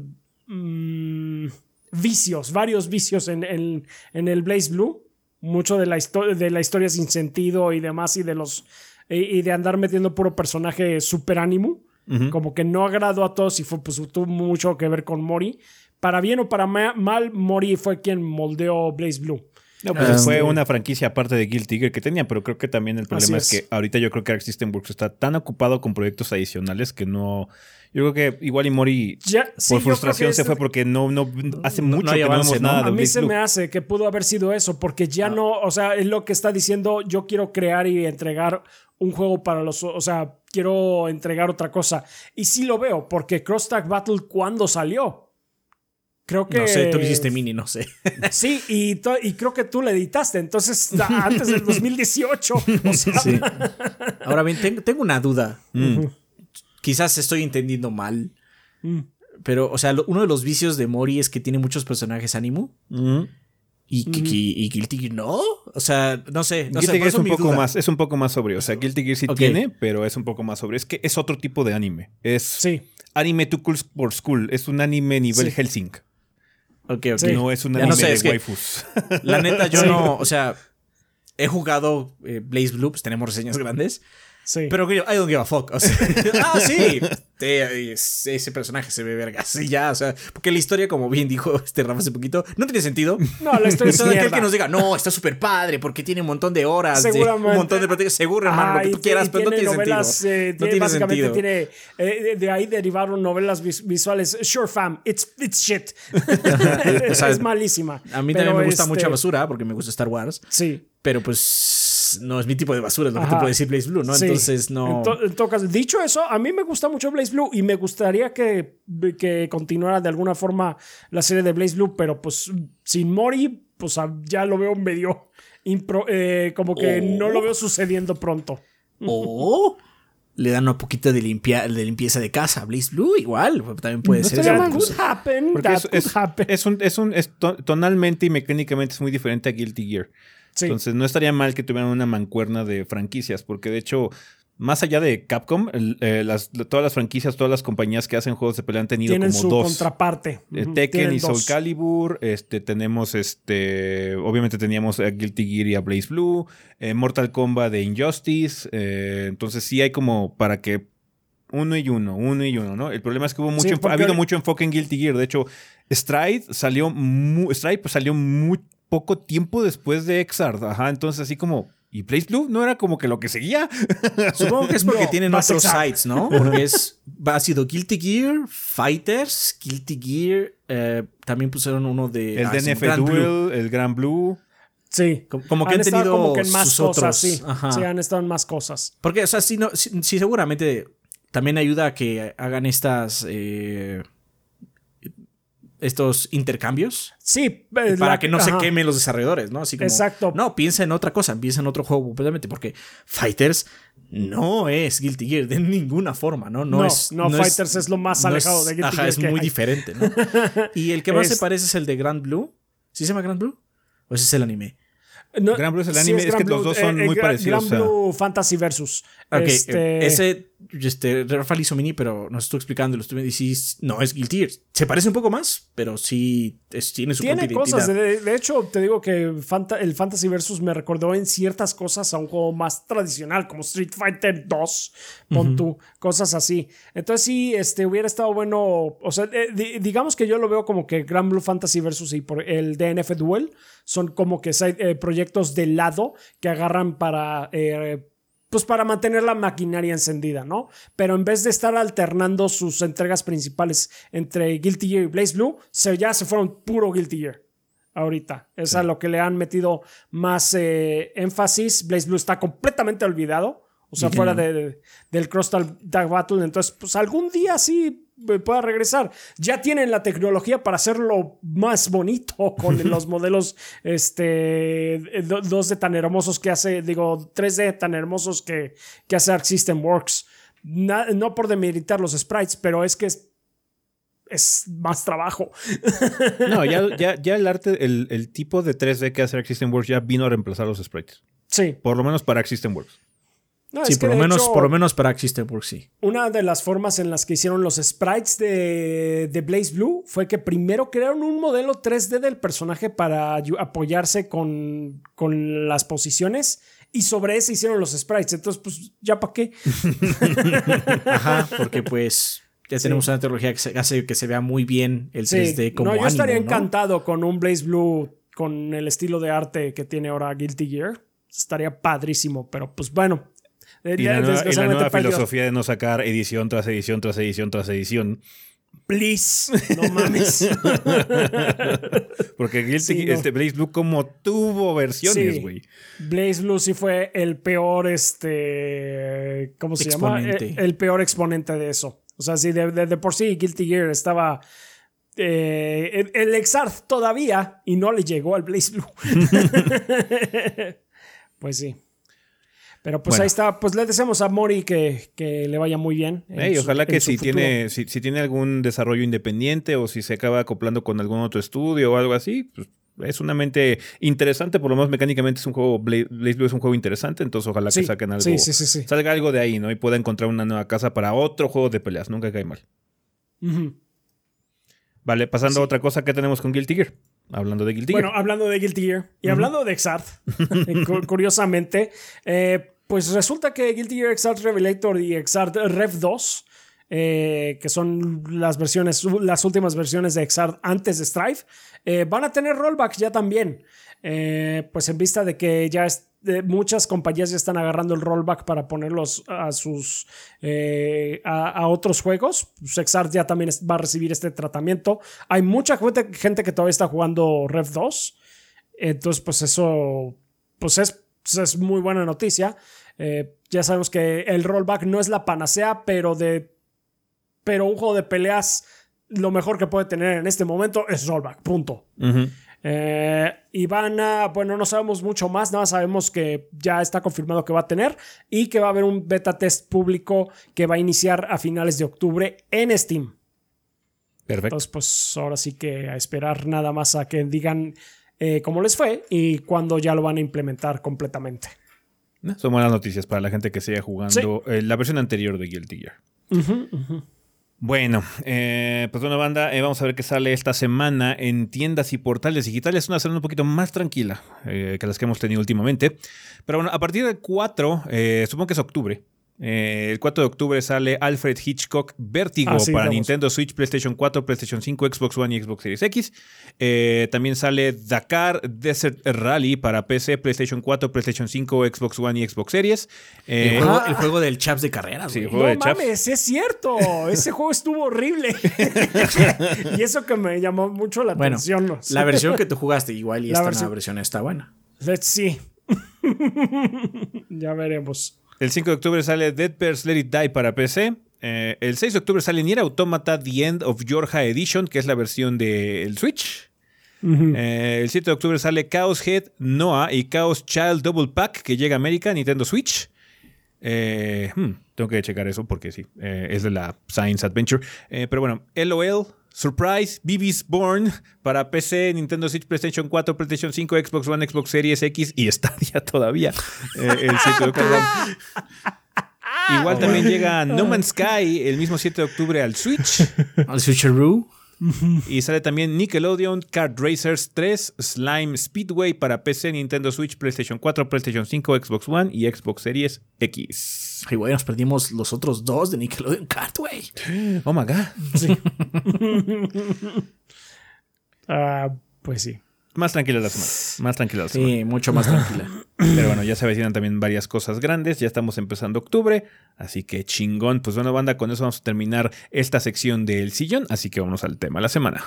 mm, vicios, varios vicios en, en, en el BlazBlue. Mucho de la, de la historia sin sentido y demás, y de los y, y de andar metiendo puro personaje super ánimo. Uh-huh. Como que no agradó a todos y fue, pues, tuvo mucho que ver con Mori. Para bien o para ma- mal, Mori fue quien moldeó BlazBlue. No, pues um, fue una franquicia aparte de Guilty Gear que tenía, pero creo que también el problema es. es que ahorita yo creo que Arc System Works está tan ocupado con proyectos adicionales que no... Yo creo que igual y Mori ya, sí, por frustración se fue porque no, no hace mucho no que no vemos nada de A mí BlazBlue. Se me hace que pudo haber sido eso, porque ya ah. no... O sea, es lo que está diciendo, yo quiero crear y entregar un juego para los... O sea, quiero entregar otra cosa. Y sí lo veo, porque Cross Tag Battle, ¿cuándo salió? Creo que... No sé, tú lo hiciste mini, no sé. Sí, y, to- y creo que tú lo editaste, entonces antes del dos mil dieciocho. O sea. Sí. Ahora bien, ten- tengo una duda. Mm. Uh-huh. Quizás estoy entendiendo mal. Mm. Pero, o sea, lo, uno de los vicios de Mori es que tiene muchos personajes ánimo. Mm. Y, mm. y, y Guilty Gear no. O sea, no sé. No Guilty sé, Gear es un, poco duda. más, es un poco más sobrio. O sea, Guilty Gear sí okay. tiene, pero es un poco más sobrio. Es que es otro tipo de anime. Es sí. anime too cool for school. Es un anime nivel sí. Hellsing. Ok, ok. Sí. No es un anime no sé, de es waifus. La neta, yo sí. no... O sea, he jugado eh, BlazBlue, pues tenemos reseñas grandes. Sí. Pero I don't give a fuck. O sea, ah, sí. Te, ese personaje se ve verga. Sí, ya, o sea, porque la historia, como bien dijo este Rafa hace poquito, no tiene sentido. No, la historia es mierda. Aquel que nos diga, no, está súper padre porque tiene un montón de horas, de, un montón de prácticas. Seguro, hermano, ah, lo que tú quieras, pero no tiene novelas, sentido. Eh, no tiene básicamente sentido. Tiene, eh, de ahí derivaron novelas vis- visuales. Sure, fam, it's, it's shit. O sea, es malísima. A mí también me gusta este... mucha basura porque me gusta Star Wars. Sí. Pero pues... no es mi tipo de basura, es lo Ajá. que te puedo decir BlazBlue, ¿no? Sí. Entonces no... En to- en dicho eso, a mí me gusta mucho BlazBlue y me gustaría que, que continuara de alguna forma la serie de BlazBlue, pero pues sin Mori, pues ya lo veo medio impro, eh, como que oh. no lo veo sucediendo pronto. O oh. le dan un poquito de, limpia, de limpieza de casa a BlazBlue, igual, también puede no ser. That could happen, Porque that es, could es, happen. Es un, es un, es to- tonalmente y mecánicamente es muy diferente a Guilty Gear. Sí. Entonces no estaría mal que tuvieran una mancuerna de franquicias, porque de hecho, más allá de Capcom, eh, las, todas las franquicias, todas las compañías que hacen juegos de pelea han tenido Tienen como su dos. contraparte. Eh, Tekken y Soul Calibur, este, tenemos este, obviamente teníamos a Guilty Gear y a BlazBlue, eh, Mortal Kombat de Injustice, eh, entonces sí hay como para que uno y uno, uno y uno, ¿no? El problema es que hubo mucho, sí, enfo- ha habido mucho enfoque en Guilty Gear. De hecho, Stride salió, mu- Stride pues salió muy poco tiempo después de Exard, ajá, entonces así como, ¿y BlazBlue? No era como que lo que seguía. Supongo que es porque no, tienen otros sites, ¿no? Porque es, ha sido Guilty Gear, Fighters, Guilty Gear, eh, también pusieron uno de... El ah, D N F Duel, el Gran Blue. Sí. Como, como que han, han tenido como que en más sus cosas, otros. Sí. sí, han estado en más cosas. Porque, o sea, sí, no, sí, sí seguramente también ayuda a que hagan estas... Eh, estos intercambios. Sí. Eh, para la, que no ajá. se quemen los desarrolladores, ¿no? Así como, exacto. No, piensa en otra cosa, piensa en otro juego completamente, porque Fighters no es Guilty Gear de ninguna forma, ¿no? No, no, es, no, no Fighters es, es lo más alejado es, de Guilty ajá, Gear. es que muy hay. diferente, ¿no? Y el que más es, se parece es el de Grand Blue. ¿Sí se llama Grand Blue? ¿O ese es el anime? No, Grand Blue es el anime, sí es, es que Blue, los dos son eh, muy eh, parecidos. Grand Blue o sea. Fantasy Versus. Okay, este... Ese, este, Rafael hizo mini, pero no estoy explicando, lo estuve diciendo, no es Guilty Gear. Se parece un poco más, pero sí es, tiene su Tiene propia cosas, identidad. de, de hecho, te digo que Fanta, el Fantasy Versus me recordó en ciertas cosas a un juego más tradicional, como Street Fighter dos, pon uh-huh. tú, cosas así. Entonces sí, este, hubiera estado bueno, o sea, eh, di, digamos que yo lo veo como que Grand Blue Fantasy Versus y por el D N F Duel son como que eh, proyectos de lado que agarran para... Eh, pues para mantener la maquinaria encendida, ¿no? Pero en vez de estar alternando sus entregas principales entre Guilty Gear y Blaze Blue, se, ya se fueron puro Guilty Gear ahorita. Es sí. a lo que le han metido más eh, énfasis. Blaze Blue está completamente olvidado, o sea, fuera de, de, del Cross Tag Battle. Entonces, pues algún día sí pueda regresar. Ya tienen la tecnología para hacerlo más bonito con los modelos este, dos D tan hermosos que hace, digo, tres D tan hermosos que, que hace Arc System Works. Na, no por demeritar los sprites, pero es que es, es más trabajo. No, ya, ya, ya el arte, el, el tipo de tres D que hace Arc System Works ya vino a reemplazar los sprites. Sí. Por lo menos para Arc System Works. No, sí, es por, que lo menos, hecho, por lo menos para System Works, sí. Una de las formas en las que hicieron los sprites de, de Blaze Blue fue que primero crearon un modelo tres D del personaje para apoyarse con, con las posiciones y sobre ese hicieron los sprites. Entonces, pues, ¿ya para qué? Ajá, porque pues ya tenemos sí. una tecnología que hace que se vea muy bien el sí. tres D como No, yo ánimo, estaría ¿no? encantado con un Blaze Blue con el estilo de arte que tiene ahora Guilty Gear. Estaría padrísimo, pero pues bueno. Y la nueva, y la nueva filosofía de no sacar edición tras edición tras edición tras edición. Please, no mames. Porque Guilty, sí, no. este Blaze Blue como tuvo versiones, güey. Sí. Blaze Blue sí fue el peor, este, ¿cómo se exponente. llama? El, el peor exponente de eso. O sea, sí, de, de, de por sí Guilty Gear estaba... Eh, el, el Exarth todavía y no le llegó al Blaze Blue. Pues sí. Pero pues bueno. Ahí está, pues le deseamos a Mori que, que le vaya muy bien. Hey, su, ojalá que si tiene, si, si tiene algún desarrollo independiente o si se acaba acoplando con algún otro estudio o algo así, pues es una mente interesante, por lo menos mecánicamente es un juego, Blaze Blue es un juego interesante, entonces ojalá sí, que saquen algo, sí, sí, sí, sí. salga algo de ahí, ¿no? Y pueda encontrar una nueva casa para otro juego de peleas, nunca cae mal. Uh-huh. Vale, pasando sí. a otra cosa que tenemos con Guilty Gear. Hablando de Guilty Gear. Bueno, hablando de Guilty Gear y uh-huh. hablando de Exarth, curiosamente, eh, pues resulta que Guilty Gear Exarth Revelator y Exarth Rev dos, eh, que son las versiones, las últimas versiones de Exarth antes de Strife, eh, van a tener rollback ya también. Eh, pues en vista de que ya es, eh, muchas compañías ya están agarrando el rollback para ponerlos a sus eh, a, a otros juegos, pues Exarth ya también va a recibir este tratamiento. Hay mucha gente, gente que todavía está jugando Rev dos, entonces pues eso pues es, es muy buena noticia. Eh, ya sabemos que el rollback no es la panacea, pero de pero un juego de peleas lo mejor que puede tener en este momento es rollback, punto. Uh-huh. Eh, y van a, bueno, no sabemos mucho más, nada más sabemos que ya está confirmado que va a tener y que va a haber un beta test público que va a iniciar a finales de octubre en Steam. Perfecto. Entonces, pues ahora sí que a esperar nada más a que digan eh, cómo les fue y cuándo ya lo van a implementar completamente. Son buenas noticias para la gente que siga jugando sí. eh, la versión anterior de Guilty Gear. Uh-huh, uh-huh. Bueno, eh, pues bueno, banda, eh, vamos a ver qué sale esta semana en tiendas y portales digitales. Una semana un poquito más tranquila eh, que las que hemos tenido últimamente. Pero bueno, a partir del cuatro, eh, supongo que es octubre. Eh, el cuatro de octubre sale Alfred Hitchcock Vértigo ah, sí, para vamos. Nintendo Switch, PlayStation cuatro, PlayStation cinco, Xbox One y Xbox Series X. Eh, también sale Dakar Desert Rally para P C, PlayStation cuatro, PlayStation cinco, Xbox One y Xbox Series. Eh, el, juego, el juego del Chaps de carreras. Sí, el juego no de mames, Chaps. Es cierto. Ese juego estuvo horrible. Y eso que me llamó mucho la bueno, atención. ¿No? La versión que tú jugaste igual y la esta versión, versión está buena. Let's see. Ya veremos. El cinco de octubre sale Dead Bears Let It Die para P C. Eh, el seis de octubre sale Nier Automata The End of Yorha Edition, que es la versión del Switch. Uh-huh. Eh, el siete de octubre sale Chaos Head Noah y Chaos Child Double Pack, que llega a América, Nintendo Switch. Eh, hmm, tengo que checar eso porque sí, eh, es de la Science Adventure. Eh, pero bueno, LOL, Surprise, B B's Born para P C, Nintendo Switch, PlayStation cuatro, PlayStation cinco, Xbox One, Xbox Series X y Stadia todavía. Eh, el siete de octubre. Igual también llega No Man's Sky el mismo siete de octubre al Switch. Al Switcheroo. Y sale también Nickelodeon Kart Racers tres, Slime Speedway para P C, Nintendo Switch, PlayStation cuatro, PlayStation cinco, Xbox One y Xbox Series X. Ay, güey, nos perdimos los otros dos de Nickelodeon Kart, güey. Oh my god. Sí. uh, pues sí. Más tranquila la semana. Más tranquila la semana. Sí, mucho más tranquila. Pero bueno, ya se avecinan también varias cosas grandes. Ya estamos empezando octubre. Así que chingón. Pues bueno, banda, con eso vamos a terminar esta sección del sillón. Así que vamos al tema de la semana.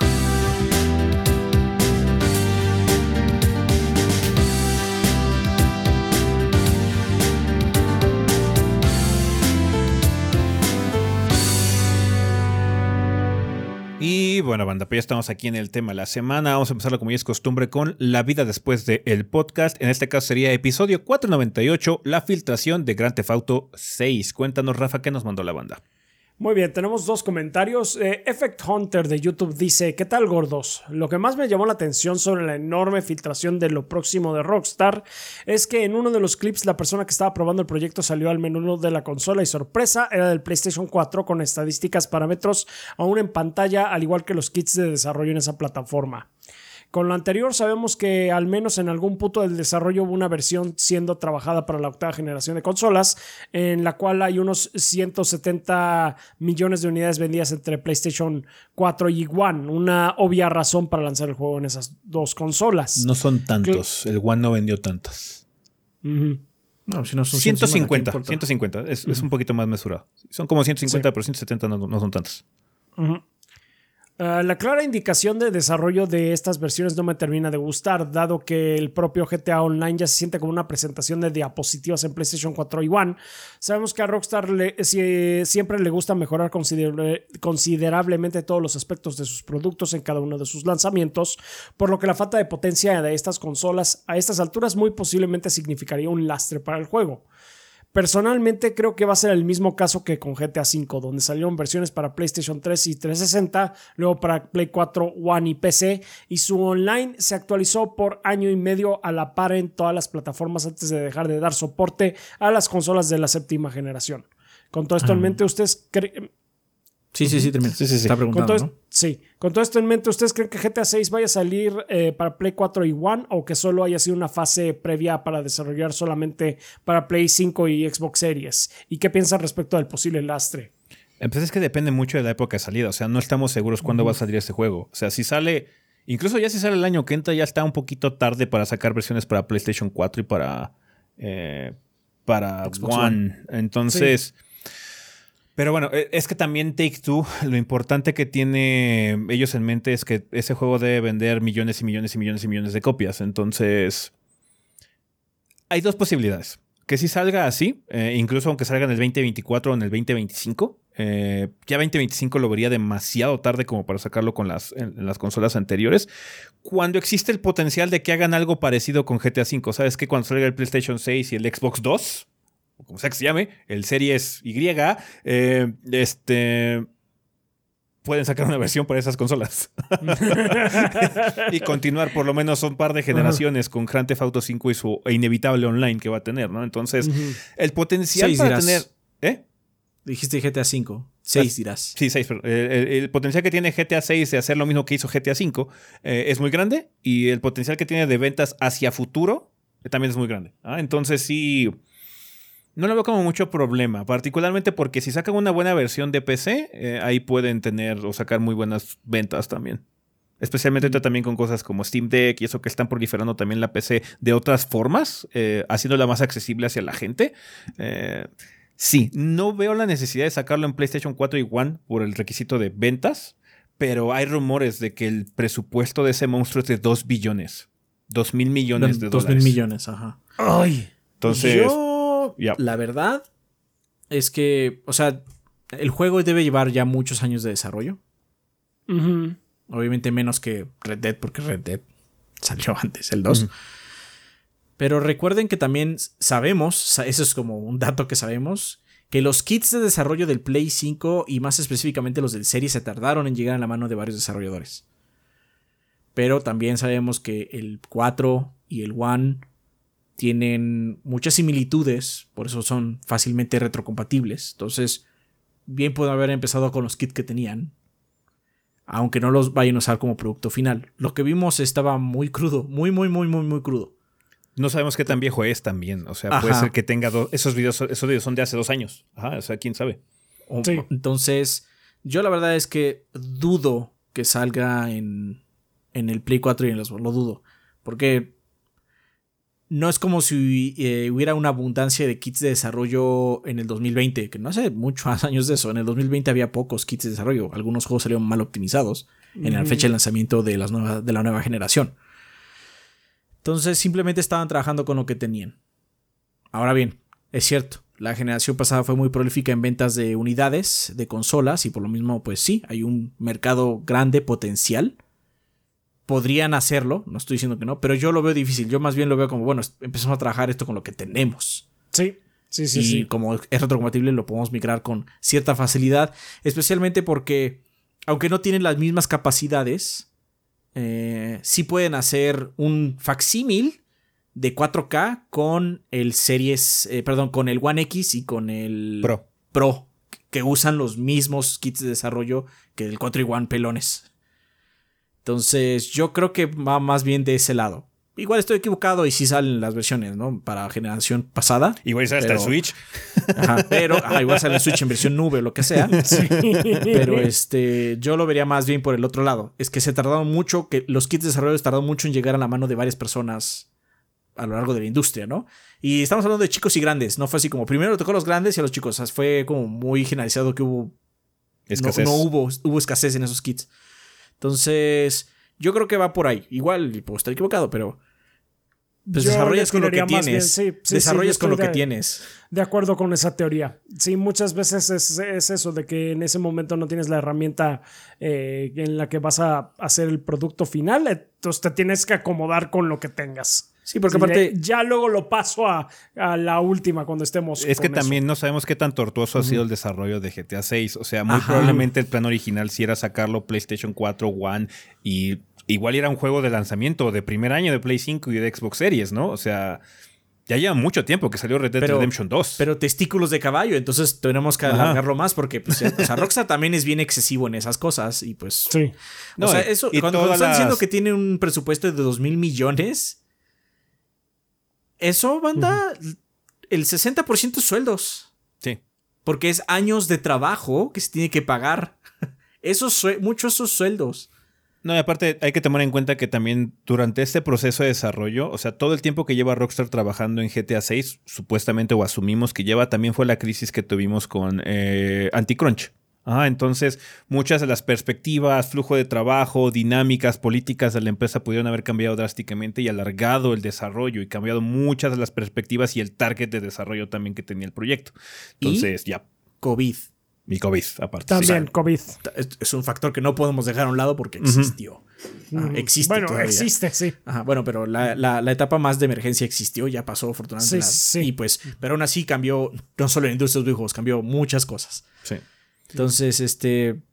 Y bueno, banda, pues ya estamos aquí en el tema de la semana. Vamos a empezarlo como ya es costumbre con la vida después del podcast. En este caso sería episodio cuatrocientos noventa y ocho, la filtración de Grand Theft Auto seis. Cuéntanos, Rafa, ¿qué nos mandó la banda? Muy bien, tenemos dos comentarios. Eh, Effect Hunter de YouTube dice: ¿qué tal, gordos? Lo que más me llamó la atención sobre la enorme filtración de lo próximo de Rockstar es que en uno de los clips la persona que estaba probando el proyecto salió al menú de la consola y sorpresa, era del PlayStation cuatro con estadísticas, parámetros aún en pantalla, al igual que los kits de desarrollo en esa plataforma. Con lo anterior sabemos que al menos en algún punto del desarrollo hubo una versión siendo trabajada para la octava generación de consolas, en la cual hay unos ciento setenta millones de unidades vendidas entre PlayStation cuatro y One, una obvia razón para lanzar el juego en esas dos consolas. No son tantos, el One no vendió tantas. Uh-huh. No, si no son ciento cincuenta, ciento cincuenta, es, uh-huh. es un poquito más mesurado. Son como ciento cincuenta, sí. Pero ciento setenta no, no son tantos. Uh-huh. Uh, la clara indicación de desarrollo de estas versiones no me termina de gustar, dado que el propio G T A Online ya se siente como una presentación de diapositivas en PlayStation cuatro y One. Sabemos que a Rockstar le, si, siempre le gusta mejorar consider- considerablemente todos los aspectos de sus productos en cada uno de sus lanzamientos, por lo que la falta de potencia de estas consolas a estas alturas muy posiblemente significaría un lastre para el juego. Personalmente creo que va a ser el mismo caso que con G T A cinco, donde salieron versiones para PlayStation tres y trescientos sesenta, luego para Play cuatro, One y P C, y su online se actualizó por año y medio a la par en todas las plataformas antes de dejar de dar soporte a las consolas de la séptima generación. Con todo esto ah. en mente, ¿ustedes creen? Sí, sí, sí, termina. Sí, sí, sí. Está preguntando, con todo ¿no? esto, sí. Con todo esto en mente, ¿ustedes creen que G T A seis vaya a salir eh, para Play cuatro y One o que solo haya sido una fase previa para desarrollar solamente para Play cinco y Xbox Series? ¿Y qué piensan respecto del posible lastre? Pues es que depende mucho de la época de salida. O sea, no estamos seguros cuándo uh-huh. va a salir este juego. O sea, si sale... Incluso ya si sale el año que entra, ya está un poquito tarde para sacar versiones para PlayStation cuatro y para... Eh, para Xbox One. One. Entonces... Sí. Pero bueno, es que también Take-Two, lo importante que tiene ellos en mente es que ese juego debe vender millones y millones y millones y millones de copias. Entonces, hay dos posibilidades. Que si salga así, eh, incluso aunque salga en el veinte veinticuatro o en el veinte veinticinco, eh, ya veinte veinticinco lo vería demasiado tarde como para sacarlo con las, en, en las consolas anteriores, cuando existe el potencial de que hagan algo parecido con G T A cinco. ¿Sabes qué? Cuando salga el PlayStation seis y el Xbox dos... como sea que se llame, el Series Y, eh, este, pueden sacar una versión para esas consolas. Y continuar por lo menos un par de generaciones uh-huh. con Grand Theft Auto cinco y su inevitable online que va a tener, ¿no? Entonces, uh-huh. el potencial seis para dirás. tener... ¿Eh? Dijiste G T A cinco. seis dirás. Sí, seis. Pero el, el, el potencial que tiene G T A seis de hacer lo mismo que hizo G T A cinco eh, es muy grande, y el potencial que tiene de ventas hacia futuro eh, también es muy grande. ¿Ah? Entonces, sí... No lo veo como mucho problema, particularmente porque si sacan una buena versión de P C, eh, ahí pueden tener o sacar muy buenas ventas también. Especialmente mm. también con cosas como Steam Deck y eso que están proliferando también la P C de otras formas, eh, haciéndola más accesible hacia la gente. Eh, sí, no veo la necesidad de sacarlo en PlayStation cuatro y One por el requisito de ventas, pero hay rumores de que el presupuesto de ese monstruo es de dos billones. dos mil millones de, de dólares. dos mil millones, ajá. Ay, entonces... Yo... Yep. La verdad es que, o sea, el juego debe llevar ya muchos años de desarrollo. Uh-huh. Obviamente menos que Red Dead, porque Red Dead salió antes, el dos. Uh-huh. Pero recuerden que también sabemos, eso es como un dato que sabemos, que los kits de desarrollo del Play cinco y más específicamente los del Series se tardaron en llegar a la mano de varios desarrolladores. Pero también sabemos que el cuatro y el One tienen muchas similitudes, por eso son fácilmente retrocompatibles. Entonces, bien pueden haber empezado con los kits que tenían, aunque no los vayan a usar como producto final. Lo que vimos estaba muy crudo, muy, muy, muy, muy, muy crudo. No sabemos qué tan viejo es también. O sea, Ajá. puede ser que tenga dos. Esos videos, esos videos son de hace dos años. Ajá, o sea, quién sabe. Sí. Entonces, yo la verdad es que dudo que salga en, en el Play cuatro y en los. Lo dudo. Porque no es como si eh, hubiera una abundancia de kits de desarrollo en el dos mil veinte, que no hace muchos años de eso. En el dos mil veinte había pocos kits de desarrollo. Algunos juegos salieron mal optimizados mm. en la fecha de lanzamiento de, las nuevas, de la nueva generación. Entonces simplemente estaban trabajando con lo que tenían. Ahora bien, es cierto, la generación pasada fue muy prolífica en ventas de unidades de consolas y por lo mismo pues sí, hay un mercado grande potencial. Podrían hacerlo, no estoy diciendo que no, pero yo lo veo difícil. Yo más bien lo veo como, bueno, empezamos a trabajar esto con lo que tenemos. Sí, sí, sí. Y sí. como es retrocompatible lo podemos migrar con cierta facilidad, especialmente porque aunque no tienen las mismas capacidades... Eh, sí pueden hacer un facsímil de cuatro K con el Series, eh, perdón, con el One X y con el Pro. Pro, que usan los mismos kits de desarrollo que el cuatro y One pelones. Entonces, yo creo que va más bien de ese lado. Igual estoy equivocado y sí salen las versiones, ¿no? Para generación pasada. Igual sale hasta el Switch. Ajá, pero ajá, igual sale el Switch en versión nube o lo que sea. Sí. Pero este, yo lo vería más bien por el otro lado. Es que se tardaron mucho, que los kits de desarrollo tardaron mucho en llegar a la mano de varias personas a lo largo de la industria, ¿no? Y estamos hablando de chicos y grandes. No fue así como primero tocó a los grandes y a los chicos. O sea, fue como muy generalizado que hubo escasez. No, no hubo, hubo escasez en esos kits. Entonces, yo creo que va por ahí. Igual puedo estar equivocado, pero pues desarrollas con lo que tienes. Bien, sí, sí, desarrollas sí, con lo que de, tienes. De acuerdo con esa teoría. Sí, muchas veces es, es eso, de que en ese momento no tienes la herramienta eh, en la que vas a hacer el producto final, entonces te tienes que acomodar con lo que tengas. Sí, porque sí, aparte... Ya luego lo paso a, a la última cuando estemos Es con que eso. También no sabemos qué tan tortuoso uh-huh. ha sido el desarrollo de G T A seis. O sea, muy Ajá. probablemente el plan original sí era sacarlo PlayStation cuatro, One y... Igual era un juego de lanzamiento de primer año de Play cinco y de Xbox Series, ¿no? O sea, ya lleva mucho tiempo que salió Red Dead pero, Redemption dos. Pero testículos de caballo, entonces tenemos que alargarlo más porque pues, o sea, Rockstar también es bien excesivo en esas cosas y pues... Sí. No, o sea, eso, y cuando, cuando están las... diciendo que tiene un presupuesto de dos mil millones, eso, banda, uh-huh. el sesenta por ciento es sueldos. Sí. Porque es años de trabajo que se tiene que pagar. Esos, muchos esos sueldos. No, y aparte hay que tomar en cuenta que también durante este proceso de desarrollo, o sea, todo el tiempo que lleva Rockstar trabajando en G T A seis, supuestamente o asumimos que lleva, también fue la crisis que tuvimos con eh, Anti-Crunch. Ah, entonces muchas de las perspectivas, flujo de trabajo, dinámicas, políticas de la empresa pudieron haber cambiado drásticamente y alargado el desarrollo y cambiado muchas de las perspectivas y el target de desarrollo también que tenía el proyecto. Entonces, ¿Y? ya. COVID. Y COVID, aparte. También, sí. COVID. Es un factor que no podemos dejar a un lado porque existió. Uh-huh. Ah, existe Bueno, todavía. existe, sí. Ajá, bueno, pero la, la, la etapa más de emergencia existió, ya pasó afortunadamente. Sí, la, sí. Y pues, pero aún así cambió, no solo en la industria de los videojuegos, cambió muchas cosas. Sí. Entonces, este...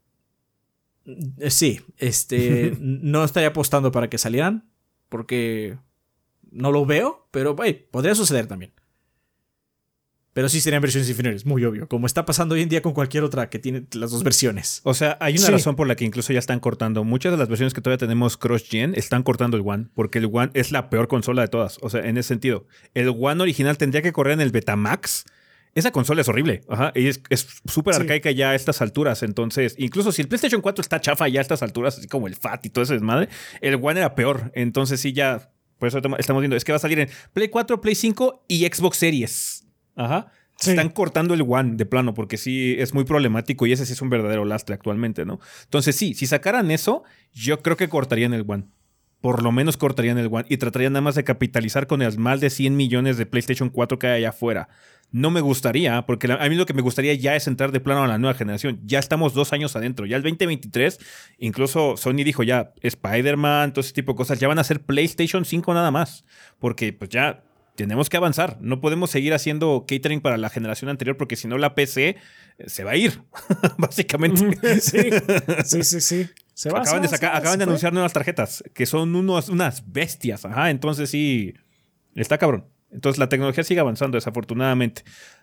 Sí, este... no estaría apostando para que salieran, porque no lo veo, pero hey, podría suceder también. Pero sí serían versiones inferiores, muy obvio. Como está pasando hoy en día con cualquier otra que tiene las dos versiones. O sea, hay una sí. razón por la que incluso ya están cortando. Muchas de las versiones que todavía tenemos cross-gen están cortando el One. Porque el One es la peor consola de todas. O sea, en ese sentido. El One original tendría que correr en el Betamax. Esa consola es horrible. Ajá. Y es súper sí. arcaica ya a estas alturas. Entonces, incluso si el PlayStation cuatro está chafa ya a estas alturas, así como el F A T y todo ese desmadre, el One era peor. Entonces sí ya... Por eso estamos viendo. Es que va a salir en Play cuatro, Play cinco y Xbox Series. Ajá. Sí. Están cortando el One de plano porque sí es muy problemático y ese sí es un verdadero lastre actualmente, ¿no? Entonces sí, si sacaran eso, yo creo que cortarían el One. Por lo menos cortarían el One y tratarían nada más de capitalizar con las más de cien millones de PlayStation cuatro que hay allá afuera. No me gustaría, porque la, a mí lo que me gustaría ya es entrar de plano a la nueva generación. Ya estamos dos años adentro. Ya el veinte veintitrés, incluso Sony dijo ya Spider-Man, todo ese tipo de cosas, ya van a ser PlayStation cinco nada más. Porque pues ya tenemos que avanzar. No podemos seguir haciendo catering para la generación anterior, porque si no la P C se va a ir, básicamente. Sí, sí, sí, sí. Se va, acaban se de, va, sacar, se acaban de fue. anunciar nuevas tarjetas, que son unos, unas bestias. Ajá, entonces sí, está cabrón. Entonces la tecnología sigue avanzando, desafortunadamente.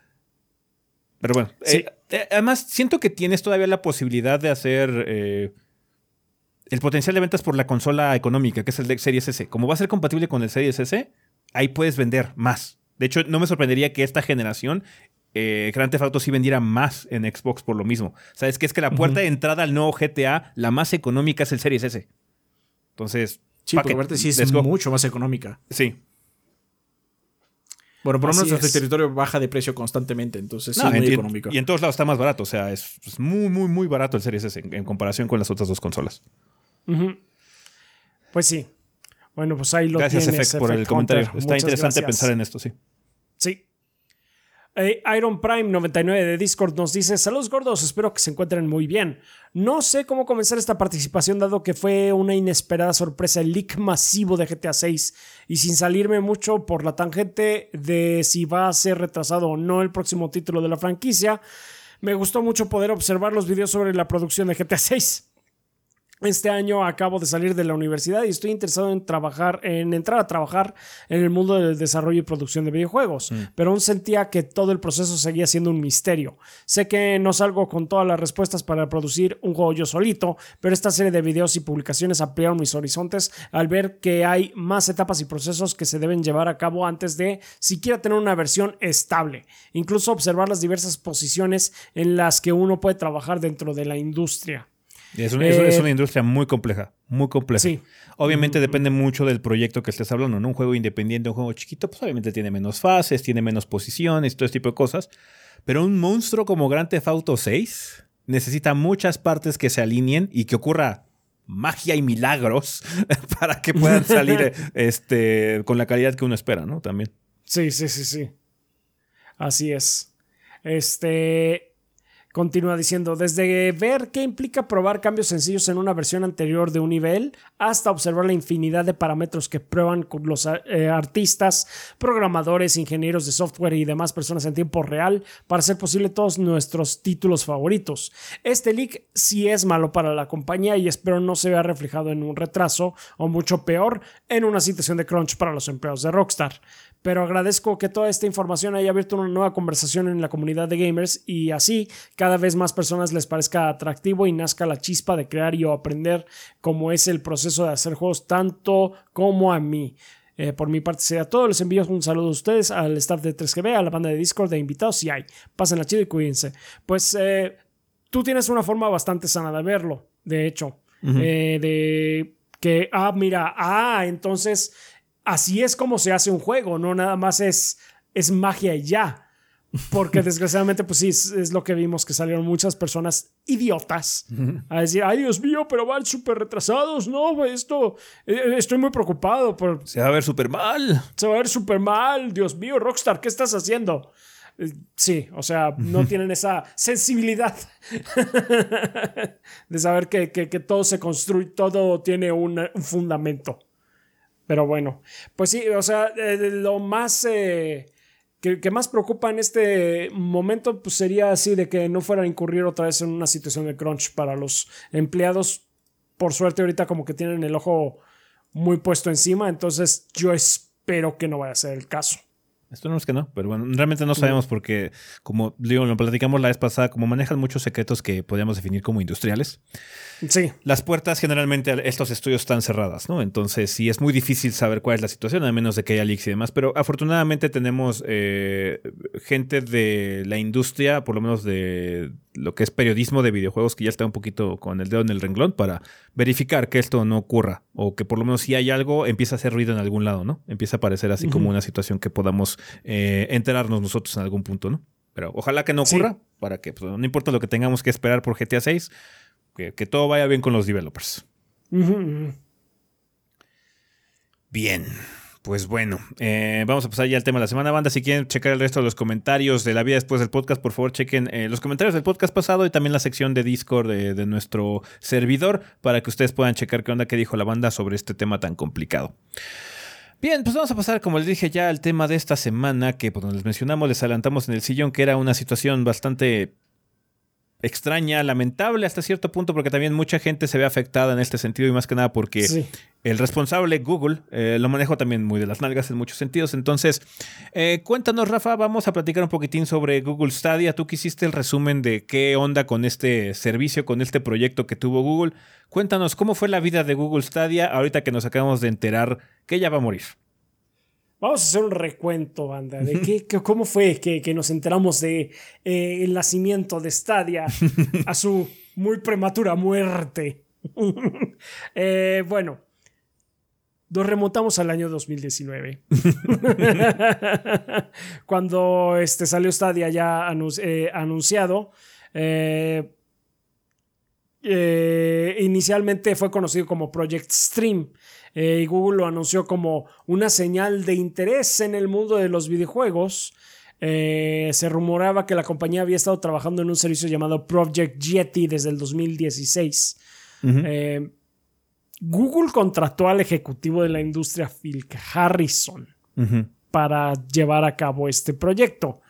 Pero bueno, Sí. eh, además siento que tienes todavía la posibilidad de hacer eh, el potencial de ventas por la consola económica, que es el de Series S. Como va a ser compatible con el Series S, ahí puedes vender más. De hecho, no me sorprendería que esta generación eh, Grand Theft Auto sí vendiera más en Xbox por lo mismo. ¿Sabes? Que es que la puerta uh-huh. de entrada al nuevo G T A, la más económica es el Series S. Entonces, sí, porque aparte sí es mucho más económica. Sí. Bueno, por lo menos nuestro territorio baja de precio constantemente, entonces sí no, es muy en, económico. Y en todos lados está más barato, o sea, es, es muy, muy, muy barato el Series S en, en comparación con las otras dos consolas. Uh-huh. Pues sí. Bueno, pues ahí lo gracias, tienes. Gracias, Efect, por el comentario. Hunter. Está Muchas interesante gracias. pensar en esto, sí. Sí. Eh, Iron Prime noventa y nueve de Discord nos dice: saludos gordos, espero que se encuentren muy bien. No sé cómo comenzar esta participación dado que fue una inesperada sorpresa el leak masivo de G T A seis y sin salirme mucho por la tangente de si va a ser retrasado o no el próximo título de la franquicia. Me gustó mucho poder observar los videos sobre la producción de G T A seis. Este año acabo de salir de la universidad y estoy interesado en trabajar, en entrar a trabajar en el mundo del desarrollo y producción de videojuegos, mm. pero aún sentía que todo el proceso seguía siendo un misterio. Sé que no salgo con todas las respuestas para producir un juego yo solito, pero esta serie de videos y publicaciones ampliaron mis horizontes al ver que hay más etapas y procesos que se deben llevar a cabo antes de siquiera tener una versión estable. Incluso observar las diversas posiciones en las que uno puede trabajar dentro de la industria. Es una, eh, es una industria muy compleja, muy compleja. Sí. Obviamente mm-hmm. depende mucho del proyecto que estés hablando, ¿no? Un juego independiente, un juego chiquito, pues obviamente tiene menos fases, tiene menos posiciones, todo ese tipo de cosas. Pero un monstruo como Grand Theft Auto seis necesita muchas partes que se alineen y que ocurra magia y milagros para que puedan salir este, con la calidad que uno espera, ¿no? También. Sí, sí, sí, sí. Así es. Este... Continúa diciendo, desde ver qué implica probar cambios sencillos en una versión anterior de un nivel, hasta observar la infinidad de parámetros que prueban con los eh, artistas, programadores, ingenieros de software y demás personas en tiempo real para hacer posible todos nuestros títulos favoritos. Este leak sí es malo para la compañía y espero no se vea reflejado en un retraso o mucho peor en una situación de crunch para los empleados de Rockstar. Pero agradezco que toda esta información haya abierto una nueva conversación en la comunidad de gamers y así cada vez más personas les parezca atractivo y nazca la chispa de crear y o aprender cómo es el proceso de hacer juegos tanto como a mí. Eh, por mi parte sería todo. Les envío un saludo a ustedes, al staff de tres G B, a la banda de Discord, de invitados si hay. Pásenla chido y cuídense. Pues eh, tú tienes una forma bastante sana de verlo, de hecho. Uh-huh. Eh, de que, ah, mira, ah, entonces... Así es como se hace un juego, no nada más es, es magia y ya. Porque desgraciadamente, pues sí, es, es lo que vimos, que salieron muchas personas idiotas a decir, ay Dios mío, pero van súper retrasados, no, esto, eh, estoy muy preocupado. Por, se va a ver súper mal. Se va a ver súper mal, Dios mío, Rockstar, ¿qué estás haciendo? Eh, sí, o sea, no tienen esa sensibilidad de saber que, que, que todo se construye, todo tiene un, un fundamento. Pero bueno, pues sí, o sea, eh, lo más eh, que, que más preocupa en este momento pues sería así de que no fuera a incurrir otra vez en una situación de crunch para los empleados. Por suerte ahorita como que tienen el ojo muy puesto encima, entonces yo espero que no vaya a ser el caso. Esto no es que no, pero bueno, realmente no sabemos porque, como digo, lo platicamos la vez pasada, como manejan muchos secretos que podríamos definir como industriales. Sí. Las puertas generalmente a estos estudios están cerradas, ¿no? Entonces sí es muy difícil saber cuál es la situación, a menos de que haya leaks y demás. Pero afortunadamente tenemos eh, gente de la industria, por lo menos de lo que es periodismo de videojuegos, que ya está un poquito con el dedo en el renglón para verificar que esto no ocurra. O que por lo menos si hay algo, empieza a hacer ruido en algún lado, ¿no? Empieza a parecer así uh-huh. como una situación que podamos eh, enterarnos nosotros en algún punto, ¿no? Pero ojalá que no ocurra, sí. para que pues, no importa lo que tengamos que esperar por G T A seis, que, que todo vaya bien con los developers. Uh-huh. Bien. Pues bueno, eh, vamos a pasar ya al tema de la semana, banda. Si quieren checar el resto de los comentarios de la vida después del podcast, por favor chequen eh, los comentarios del podcast pasado y también la sección de Discord de, de nuestro servidor para que ustedes puedan checar qué onda que dijo la banda sobre este tema tan complicado. Bien, pues vamos a pasar, como les dije ya, al tema de esta semana que, pues, les mencionamos, les adelantamos en el sillón que era una situación bastante extraña, lamentable hasta cierto punto, porque también mucha gente se ve afectada en este sentido y más que nada porque sí. el responsable, Google, eh, lo manejó también muy de las nalgas en muchos sentidos. Entonces, eh, cuéntanos, Rafa, vamos a platicar un poquitín sobre Google Stadia. Tú que hiciste el resumen de qué onda con este servicio, con este proyecto que tuvo Google. Cuéntanos, ¿cómo fue la vida de Google Stadia ahorita que nos acabamos de enterar que ya va a morir? Vamos a hacer un recuento, banda, de qué, qué, cómo fue que, que nos enteramos de eh, el nacimiento de Stadia a su muy prematura muerte. eh, bueno, nos remontamos al año dos mil diecinueve. Cuando este, salió Stadia ya anunci- eh, anunciado. Eh, eh, inicialmente fue conocido como Project Stream. Eh, y Google lo anunció como una señal de interés en el mundo de los videojuegos. Eh, se rumoraba que la compañía había estado trabajando en un servicio llamado Project Yeti desde el dos mil dieciséis. Uh-huh. Eh, Google contrató al ejecutivo de la industria, Phil Harrison, uh-huh. para llevar a cabo este proyecto.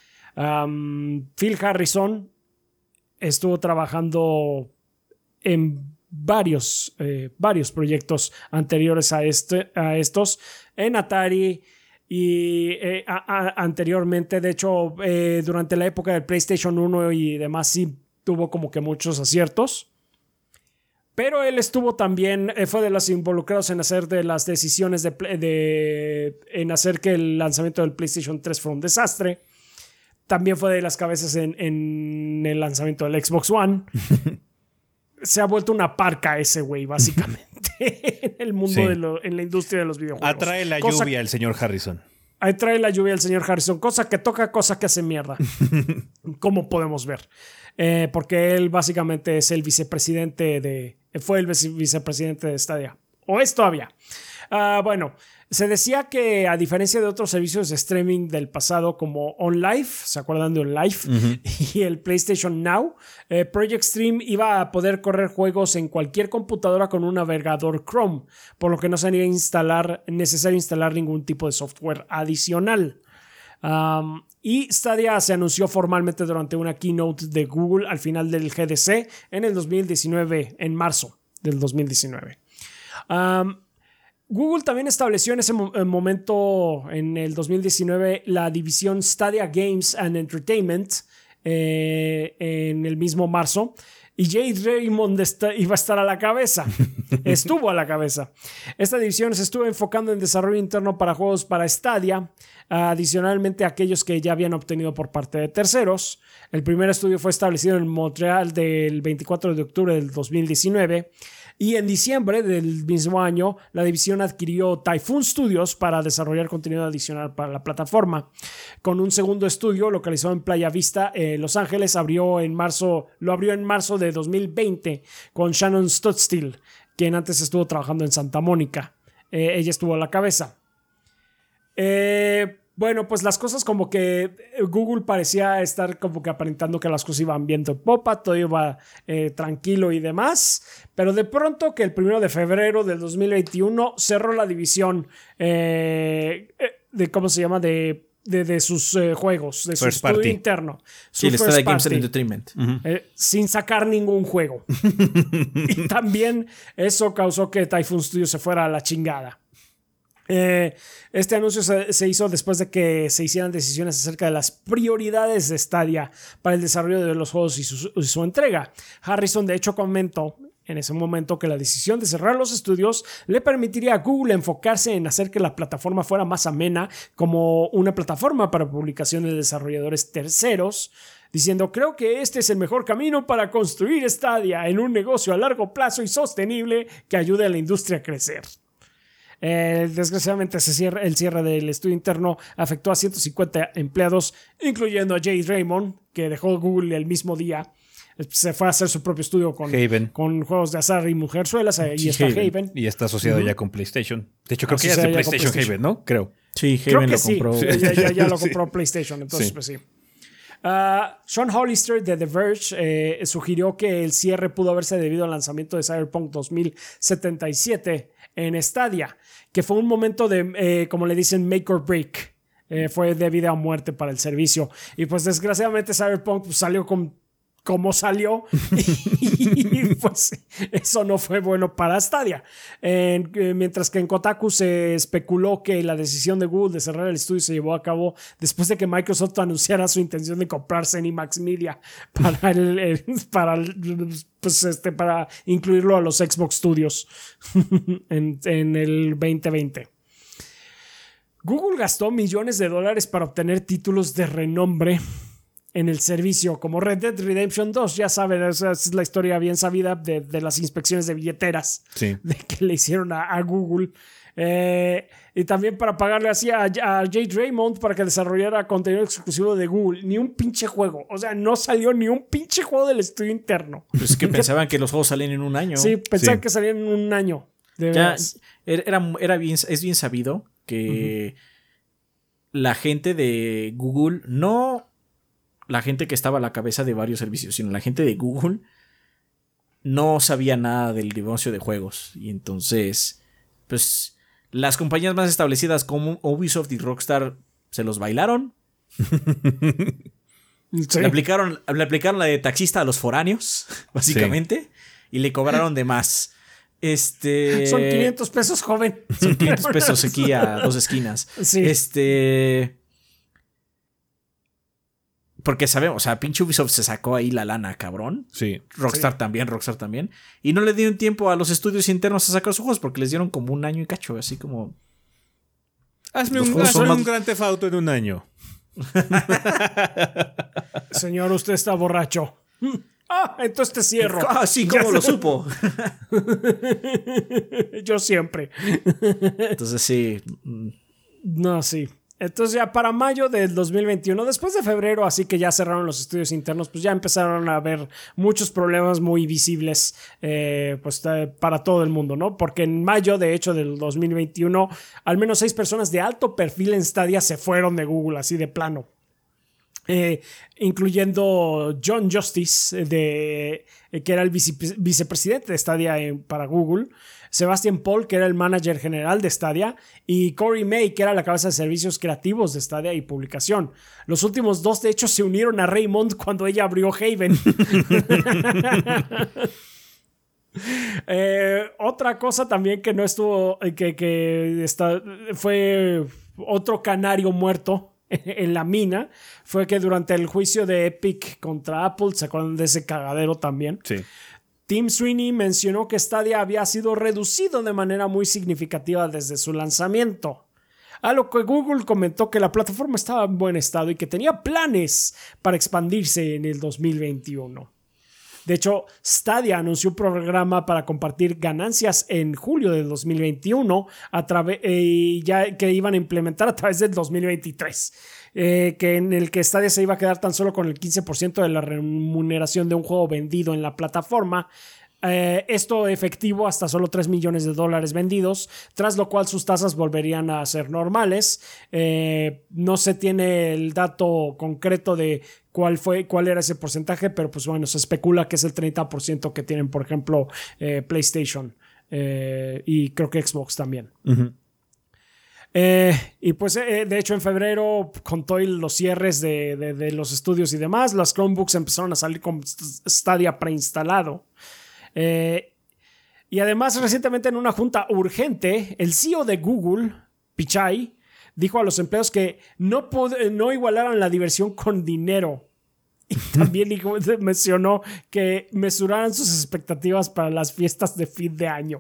Um, Phil Harrison estuvo trabajando en varios, eh, varios proyectos anteriores a, este, a estos en Atari y eh, a, a, anteriormente, de hecho, eh, durante la época del PlayStation uno y demás sí tuvo como que muchos aciertos. Pero él estuvo también, eh, fue de los involucrados en hacer de las decisiones de, de en hacer que el lanzamiento del PlayStation tres fuera un desastre. También fue de las cabezas en, en el lanzamiento del Xbox One. Se ha vuelto una parca ese güey, básicamente, en el mundo, sí. de lo, en la industria de los videojuegos. Atrae la cosa lluvia el señor Harrison. Atrae la lluvia el señor Harrison, cosa que toca, cosa que hace mierda. Como podemos ver. Eh, porque él básicamente es el vicepresidente de... Fue el vicepresidente de Stadia. O es todavía. Uh, bueno, se decía que a diferencia de otros servicios de streaming del pasado como OnLive, ¿se acuerdan de OnLive? Uh-huh. Y el PlayStation Now, eh, Project Stream iba a poder correr juegos en cualquier computadora con un navegador Chrome, por lo que no sería instalar, necesario instalar ningún tipo de software adicional. Um, y Stadia se anunció formalmente durante una keynote de Google al final del G D C en el dos mil diecinueve, en marzo del dos mil diecinueve. Um, Google también estableció en ese mo- momento, en el dos mil diecinueve, la división Stadia Games and Entertainment eh, en el mismo marzo. Y Jade Raymond está, iba a estar a la cabeza. Estuvo a la cabeza. Esta división se estuvo enfocando en desarrollo interno para juegos para Stadia, adicionalmente a aquellos que ya habían obtenido por parte de terceros. El primer estudio fue establecido en Montreal del veinticuatro de octubre del dos mil diecinueve. Y en diciembre del mismo año, la división adquirió Typhoon Studios para desarrollar contenido adicional para la plataforma. Con un segundo estudio localizado en Playa Vista, eh, Los Ángeles, abrió en marzo, lo abrió en marzo de dos mil veinte con Shannon Studstill, quien antes estuvo trabajando en Santa Mónica. Eh, ella estuvo a la cabeza. Eh... Bueno, pues las cosas como que Google parecía estar como que aparentando que las cosas iban viento en popa, todo iba eh, tranquilo y demás, pero de pronto que el primero de febrero del dos mil veintiuno cerró la división eh, de, ¿cómo se llama? De, de, de sus eh, juegos, de su estudio interno. Sí, el Stadia Games and Entertainment. Uh-huh. Eh, sin sacar ningún juego. Y también eso causó que Typhoon Studios se fuera a la chingada. Eh, este anuncio se, se hizo después de que se hicieran decisiones acerca de las prioridades de Stadia para el desarrollo de los juegos y su, y su entrega. Harrison de hecho comentó en ese momento que la decisión de cerrar los estudios le permitiría a Google enfocarse en hacer que la plataforma fuera más amena como una plataforma para publicación de desarrolladores terceros, diciendo: creo que este es el mejor camino para construir Stadia en un negocio a largo plazo y sostenible que ayude a la industria a crecer. Eh, desgraciadamente ese cierre, el cierre del estudio interno afectó a ciento cincuenta empleados, incluyendo a Jade Raymond, que dejó Google el mismo día. se fue a hacer su propio estudio con, con juegos de azar y mujerzuelas. Eh, y está Haven. Haven. Y está asociado uh-huh. ya con PlayStation. De hecho, creo que ya es de PlayStation, PlayStation Haven, ¿no? Creo. Sí, Creo Haven que lo compró. Sí. ya, ya, ya lo compró sí. PlayStation, entonces sí. pues sí. Uh, Sean Hollister de The Verge eh, sugirió que el cierre pudo haberse debido al lanzamiento de Cyberpunk dos mil setenta y siete en Stadia, que fue un momento de, eh, como le dicen, make or break. Eh, fue de vida o muerte para el servicio. Y pues desgraciadamente Cyberpunk pues, salió con como salió y pues eso no fue bueno para Stadia. En, eh, mientras que en Kotaku se especuló que la decisión de Google de cerrar el estudio se llevó a cabo después de que Microsoft anunciara su intención de comprar ZeniMax Media para, el, el, para, el, pues este, para incluirlo a los Xbox Studios en, en el veinte veinte. Google gastó millones de dólares para obtener títulos de renombre en el servicio, como Red Dead Redemption dos, ya saben, esa es la historia bien sabida de, de las inspecciones de billeteras sí. de que le hicieron a, a Google. Eh, y también para pagarle así a, a Jade Raymond para que desarrollara contenido exclusivo de Google. Ni un pinche juego. O sea, no salió ni un pinche juego del estudio interno. Pues es que pensaban que los juegos salían en un año. Sí, pensaban sí. que salían en un año. De ya, era, era bien, es bien sabido que uh-huh. la gente de Google no... la gente que estaba a la cabeza de varios servicios, sino la gente de Google no sabía nada del negocio de juegos. Y entonces, pues, las compañías más establecidas como Ubisoft y Rockstar se los bailaron. Sí. Le aplicaron, le aplicaron la de taxista a los foráneos, básicamente, sí. y le cobraron de más. Este... Son quinientos pesos, joven. Son quinientos pesos aquí a dos esquinas. Sí. Este... Porque sabemos, o sea, pinche Ubisoft se sacó ahí la lana, cabrón. Sí. Rockstar sí. también, Rockstar también. Y no le dieron tiempo a los estudios internos a sacar sus juegos porque les dieron como un año y cacho, así como... Hazme un, hazme un Grand Theft Auto en un año. Señor, usted está borracho. Ah, entonces te cierro. Ah, sí, ¿cómo lo supo? Yo siempre. Entonces sí. No, sí. Entonces ya para mayo del dos mil veintiuno, después de febrero, así que ya cerraron los estudios internos, pues ya empezaron a haber muchos problemas muy visibles eh, pues, eh, para todo el mundo, ¿no? Porque en mayo, de hecho, del dos mil veintiuno, al menos seis personas de alto perfil en Stadia se fueron de Google, así de plano. Eh, incluyendo John Justice, de, eh, que era el vice, vicepresidente de Stadia en, para Google, Sebastian Paul, que era el manager general de Stadia, y Corey May, que era la cabeza de servicios creativos de Stadia y publicación. Los últimos dos, de hecho, se unieron a Raymond cuando ella abrió Haven. eh, otra cosa también que no estuvo, que, que está, fue otro canario muerto en la mina, fue que durante el juicio de Epic contra Apple, ¿se acuerdan de ese cagadero también? Sí. Tim Sweeney mencionó que Stadia había sido reducido de manera muy significativa desde su lanzamiento, a lo que Google comentó que la plataforma estaba en buen estado y que tenía planes para expandirse en el dos mil veintiuno. De hecho, Stadia anunció un programa para compartir ganancias en julio del dos mil veintiuno a través, eh, ya que iban a implementar a través del dos mil veintitrés. Eh, que en el que Stadia se iba a quedar tan solo con el quince por ciento de la remuneración de un juego vendido en la plataforma. Eh, esto efectivo hasta solo tres millones de dólares vendidos, tras lo cual sus tasas volverían a ser normales. Eh, no se tiene el dato concreto de cuál fue, cuál era ese porcentaje, pero pues bueno, se especula que es el treinta por ciento que tienen, por ejemplo, eh, PlayStation eh, y creo que Xbox también. Uh-huh. Eh, y pues eh, de hecho en febrero, con todos los cierres de, de, de los estudios y demás, las Chromebooks empezaron a salir con Stadia preinstalado. Eh, y además recientemente en una junta urgente, el C E O de Google, Pichai, dijo a los empleados que no, pod- no igualaran la diversión con dinero. Y también dijo, mencionó que mesuraran sus expectativas para las fiestas de fin de año.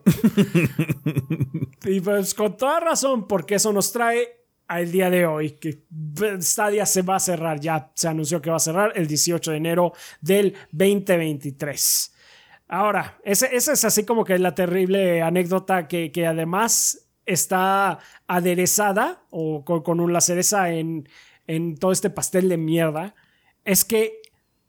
Y pues con toda razón, porque eso nos trae al día de hoy, que Stadia se va a cerrar, ya se anunció que va a cerrar el dieciocho de enero del veinte veintitrés. Ahora, esa ese es así como que la terrible anécdota que, que además está aderezada o con, con la cereza en, en todo este pastel de mierda. Es que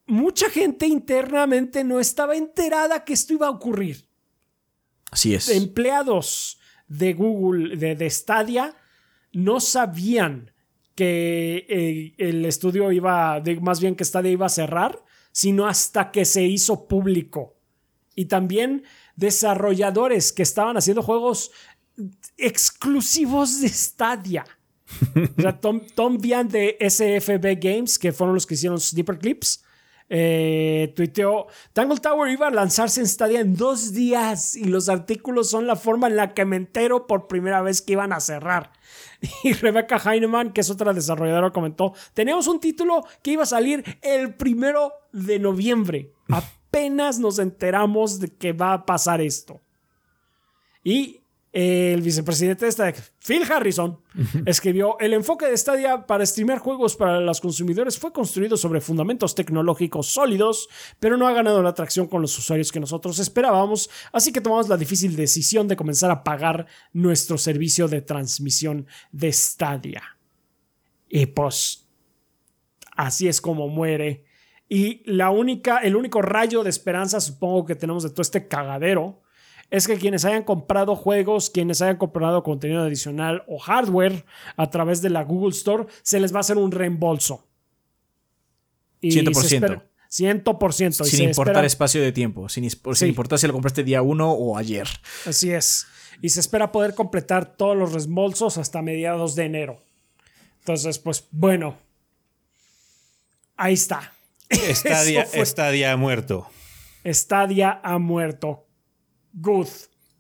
mucha gente internamente no estaba enterada que esto iba a ocurrir. Así es. Empleados de Google, de, de Stadia, no sabían que eh, el estudio iba, de, más bien que Stadia iba a cerrar, sino hasta que se hizo público. Y también desarrolladores que estaban haciendo juegos exclusivos de Stadia. O sea, Tom, Tom Bian de S F B Games, que fueron los que hicieron Sniper Clips, Eh, tuiteó: Tangle Tower iba a lanzarse en Stadia en dos días y los artículos son la forma en la que me entero por primera vez que iban a cerrar. Y Rebecca Heinemann, que es otra desarrolladora, comentó: teníamos un título que iba a salir el primero de noviembre. Apenas nos enteramos de que va a pasar esto. Y el vicepresidente de Stadia, Phil Harrison, escribió: el enfoque de Stadia para streamear juegos para los consumidores fue construido sobre fundamentos tecnológicos sólidos, pero no ha ganado la atracción con los usuarios que nosotros esperábamos, así que tomamos la difícil decisión de comenzar a pagar nuestro servicio de transmisión de Stadia. Y pues así es como muere. Y la única, el único rayo de esperanza, supongo, que tenemos de todo este cagadero es que quienes hayan comprado juegos, quienes hayan comprado contenido adicional o hardware a través de la Google Store, se les va a hacer un reembolso. Y cien por ciento. espera, cien por ciento. Sin y importar espera, espacio de tiempo. Sin, sin sí. importar si lo compraste día uno o ayer. Así es. Y se espera poder completar todos los reembolsos hasta mediados de enero. Entonces, pues bueno. Ahí está. Stadia, Stadia ha muerto. Stadia ha muerto. Good.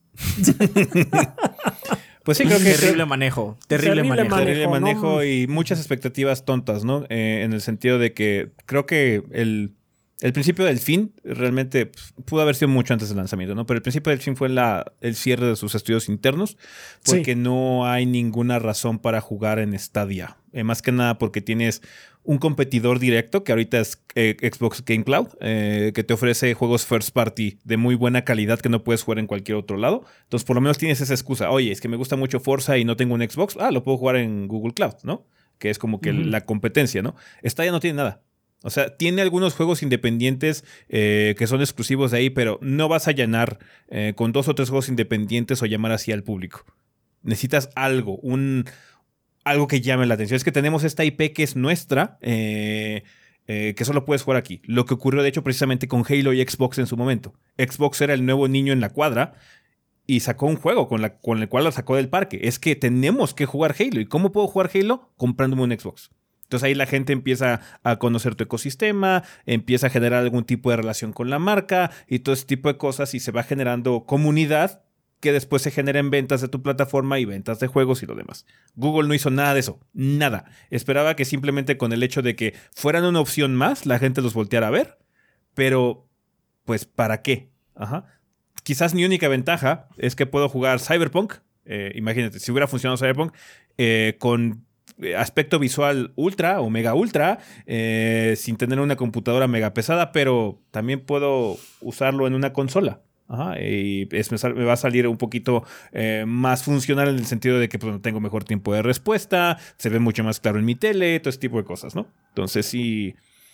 Pues sí, creo que terrible manejo. Terrible, Terrible manejo. manejo. terrible manejo ¿no? y muchas expectativas tontas, ¿no? Eh, en el sentido de que creo que el, el principio del fin realmente pues, pudo haber sido mucho antes del lanzamiento, ¿no? Pero el principio del fin fue la, el cierre de sus estudios internos, porque sí. no hay ninguna razón para jugar en Stadia. Eh, más que nada porque tienes un competidor directo, que ahorita es eh, Xbox Game Cloud, eh, que te ofrece juegos first party de muy buena calidad que no puedes jugar en cualquier otro lado. Entonces, por lo menos tienes esa excusa. Oye, es que me gusta mucho Forza y no tengo un Xbox. Ah, lo puedo jugar en Google Cloud, ¿no? Que es como que uh-huh. la competencia, ¿no? Stadia no tiene nada. O sea, tiene algunos juegos independientes eh, que son exclusivos de ahí, pero no vas a llenar eh, con dos o tres juegos independientes o llamar así al público. Necesitas algo, un... algo que llame la atención. Es que tenemos esta I P que es nuestra, eh, eh, que solo puedes jugar aquí. Lo que ocurrió, de hecho, precisamente con Halo y Xbox en su momento. Xbox era el nuevo niño en la cuadra y sacó un juego con, la, con el cual la sacó del parque. Es que tenemos que jugar Halo. ¿Y cómo puedo jugar Halo? Comprándome un Xbox. Entonces ahí la gente empieza a conocer tu ecosistema, empieza a generar algún tipo de relación con la marca y todo ese tipo de cosas y se va generando comunidad que después se genera en ventas de tu plataforma y ventas de juegos y lo demás. Google no hizo nada de eso, nada. Esperaba que simplemente con el hecho de que fueran una opción más, la gente los volteara a ver, pero pues ¿para qué? Ajá. Quizás mi única ventaja es que puedo jugar Cyberpunk, eh, imagínate, si hubiera funcionado Cyberpunk, eh, con aspecto visual ultra o mega ultra, eh, sin tener una computadora mega pesada, pero también puedo usarlo en una consola. Ajá, y es, me va a salir un poquito eh, más funcional en el sentido de que pues, tengo mejor tiempo de respuesta, se ve mucho más claro en mi tele, todo ese tipo de cosas, ¿no? Entonces sí,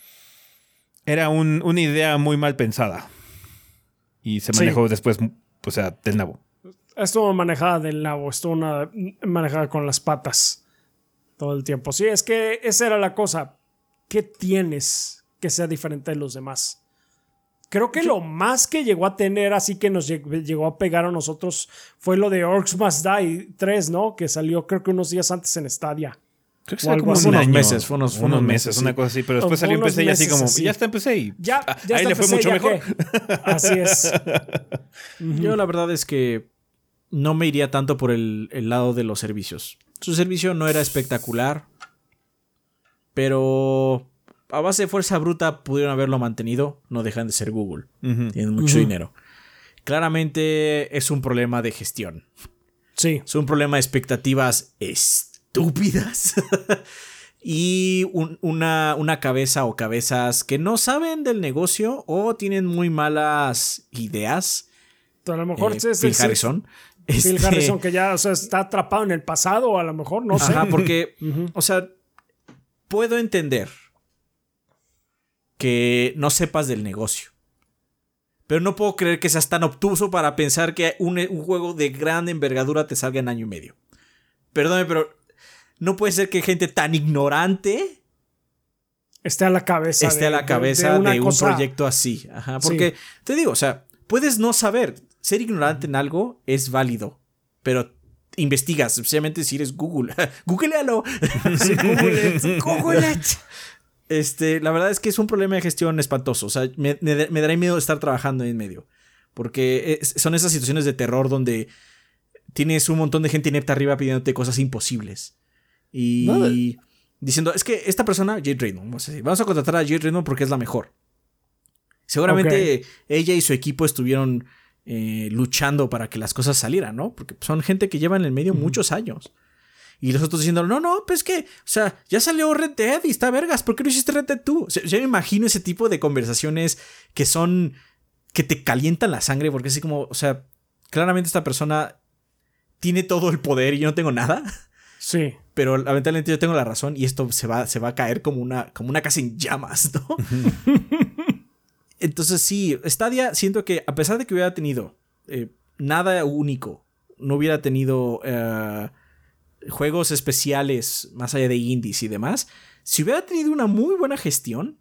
era un, una idea muy mal pensada y se manejó sí. después, o sea, del nabo. Estuvo manejada del nabo, estuvo una, manejada con las patas todo el tiempo. Sí, es que esa era la cosa. ¿Qué tienes que sea diferente de los demás? Creo que sí. lo más que llegó a tener, así que nos llegó a pegar a nosotros, fue lo de Orcs Must Die tres, ¿no? Que salió creo que unos días antes en Stadia. Creo que fue como unos año, meses, fue unos, unos, unos meses, meses sí. una cosa así, pero después salió en P C y así como, sí. ya está en P C y ya, ya ahí le fue mucho mejor. Así es. uh-huh. Yo la verdad es que no me iría tanto por el, el lado de los servicios. Su servicio no era espectacular, pero a base de fuerza bruta pudieron haberlo mantenido. No dejan de ser Google. Uh-huh. Tienen mucho uh-huh. dinero. Claramente es un problema de gestión. Sí. Es un problema de expectativas estúpidas. Y un, una, una cabeza o cabezas que no saben del negocio o tienen muy malas ideas. A lo mejor eh, es Phil Harrison. Phil este... Harrison que ya o sea, está atrapado en el pasado o a lo mejor, no sé. Ajá, porque, uh-huh. o sea, puedo entender que no sepas del negocio. Pero no puedo creer que seas tan obtuso para pensar que un, un juego de gran envergadura te salga en año y medio. Perdóname, pero no puede ser que gente tan ignorante esté a la cabeza, esté de, a la cabeza de, de, de un cosa... proyecto así. Ajá, porque sí. Te digo, o sea, puedes no saber. Ser ignorante en algo es válido, pero investigas, especialmente si eres Google. Googlealo. Sí, Google, Google. Este, la verdad es que es un problema de gestión espantoso. O sea, me, me, me dará miedo estar trabajando en medio. Porque es, son esas situaciones de terror donde tienes un montón de gente inepta arriba pidiéndote cosas imposibles. Y no, diciendo, es que esta persona, Jade Raymond, vamos a decir, vamos a contratar a Jade Raymond porque es la mejor. Seguramente okay. Ella y su equipo estuvieron eh, luchando para que las cosas salieran, ¿no? Porque son gente que lleva en el medio mm. muchos años. Y los otros diciendo, no, no, pues que, o sea, ya salió Red Dead y está vergas, ¿por qué no hiciste Red Dead tú? O sea, yo me imagino ese tipo de conversaciones que son, que te calientan la sangre, porque así como, o sea, claramente esta persona tiene todo el poder y yo no tengo nada. Sí. Pero lamentablemente yo tengo la razón y esto se va, se va a caer como una, como una casa en llamas, ¿no? Entonces sí, Stadia siento que a pesar de que hubiera tenido eh, nada único, no hubiera tenido... Uh, juegos especiales más allá de indies y demás, si hubiera tenido una muy buena gestión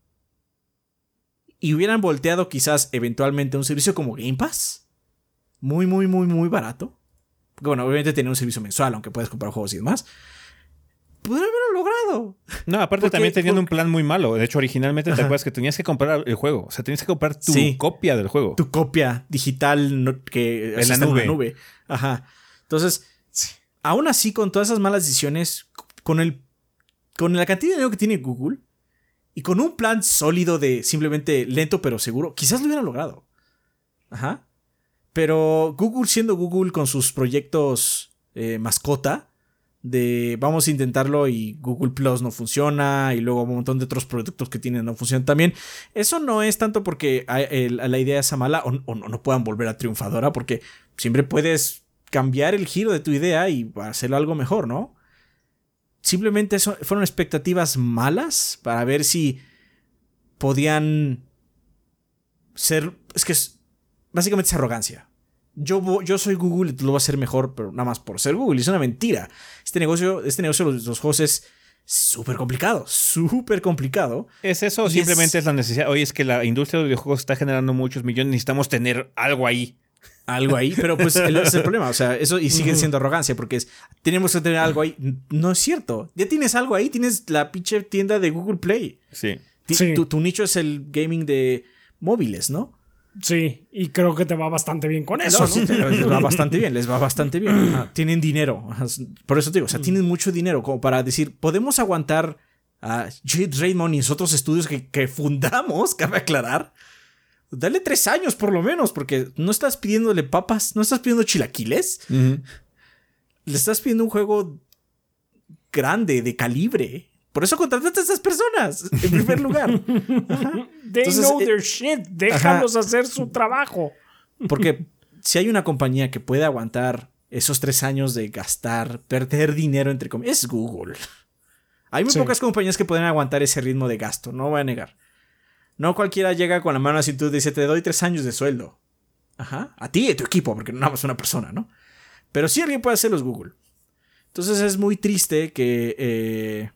y hubieran volteado quizás eventualmente un servicio como Game Pass, muy muy muy muy barato, porque bueno, obviamente tenía un servicio mensual aunque puedes comprar juegos y demás, pudieron haberlo logrado. No, aparte porque, también teniendo porque... un plan muy malo. De hecho, originalmente Ajá. te acuerdas que tenías que comprar el juego, o sea, tenías que comprar tu sí, copia del juego, tu copia digital no, que en la nube. en la nube. Ajá. Entonces aún así, con todas esas malas decisiones, con el con la cantidad de dinero que tiene Google y con un plan sólido de simplemente lento pero seguro, quizás lo hubieran logrado. Ajá. Pero Google siendo Google con sus proyectos eh, mascota de vamos a intentarlo y Google Plus no funciona y luego un montón de otros productos que tienen no funcionan también. Eso no es tanto porque la idea sea mala o, o no, no puedan volver a triunfadora, porque siempre puedes cambiar el giro de tu idea y hacerlo algo mejor, ¿no? Simplemente eso, fueron expectativas malas para ver si podían ser... Es que es, básicamente es arrogancia. Yo, yo soy Google y tú lo vas a hacer mejor, pero nada más por ser Google. Y es una mentira. Este negocio, este negocio de los, los juegos es súper complicado, súper complicado. ¿Es eso o simplemente es... es la necesidad? Oye, es que la industria de los videojuegos está generando muchos millones, necesitamos tener algo ahí. Algo ahí, pero pues ese es el problema, o sea, eso y sigue siendo arrogancia porque es, tenemos que tener algo ahí. No es cierto, ya tienes algo ahí, tienes la pinche tienda de Google Play. Sí. T- sí. Tu, tu nicho es el gaming de móviles, ¿no? Sí, y creo que te va bastante bien con eso, ¿no? ¿no? Les va bastante bien, les va bastante bien. Ah, tienen dinero, por eso te digo, o sea, tienen mucho dinero como para decir, podemos aguantar a Jade Raymond y esos otros estudios que, que fundamos, cabe aclarar. Dale tres años por lo menos, porque no estás pidiéndole papas, no estás pidiendo chilaquiles. Uh-huh. Le estás pidiendo un juego grande, de calibre. Por eso contrataste a estas personas, en primer lugar. Ajá. They Entonces, know eh, their shit. Déjalos ajá. hacer su trabajo. Porque si hay una compañía que puede aguantar esos tres años de gastar, perder dinero, entre comillas, es Google. Hay muy sí. pocas compañías que pueden aguantar ese ritmo de gasto, no voy a negar. No cualquiera llega con la mano así y tú dices, te doy tres años de sueldo. Ajá. A ti y a tu equipo, porque no nada más una persona, ¿no? Pero sí alguien puede hacerlo es Google. Entonces es muy triste que, eh,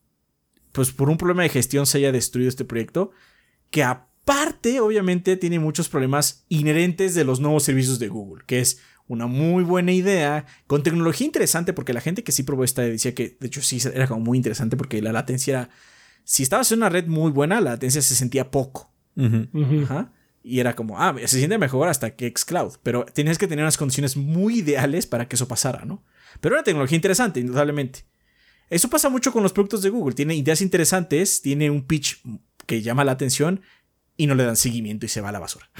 pues por un problema de gestión se haya destruido este proyecto, que aparte, obviamente, tiene muchos problemas inherentes de los nuevos servicios de Google, que es una muy buena idea, con tecnología interesante, porque la gente que sí probó esta decía que, de hecho, sí era como muy interesante, porque la latencia era... Si estabas en una red muy buena, la latencia se sentía poco. Uh-huh. Uh-huh. Ajá. Y era como, ah, se siente mejor hasta que xCloud. Pero tenías que tener unas condiciones muy ideales para que eso pasara, ¿no? Pero era una tecnología interesante, indudablemente. Eso pasa mucho con los productos de Google. Tiene ideas interesantes, tiene un pitch que llama la atención y no le dan seguimiento y se va a la basura.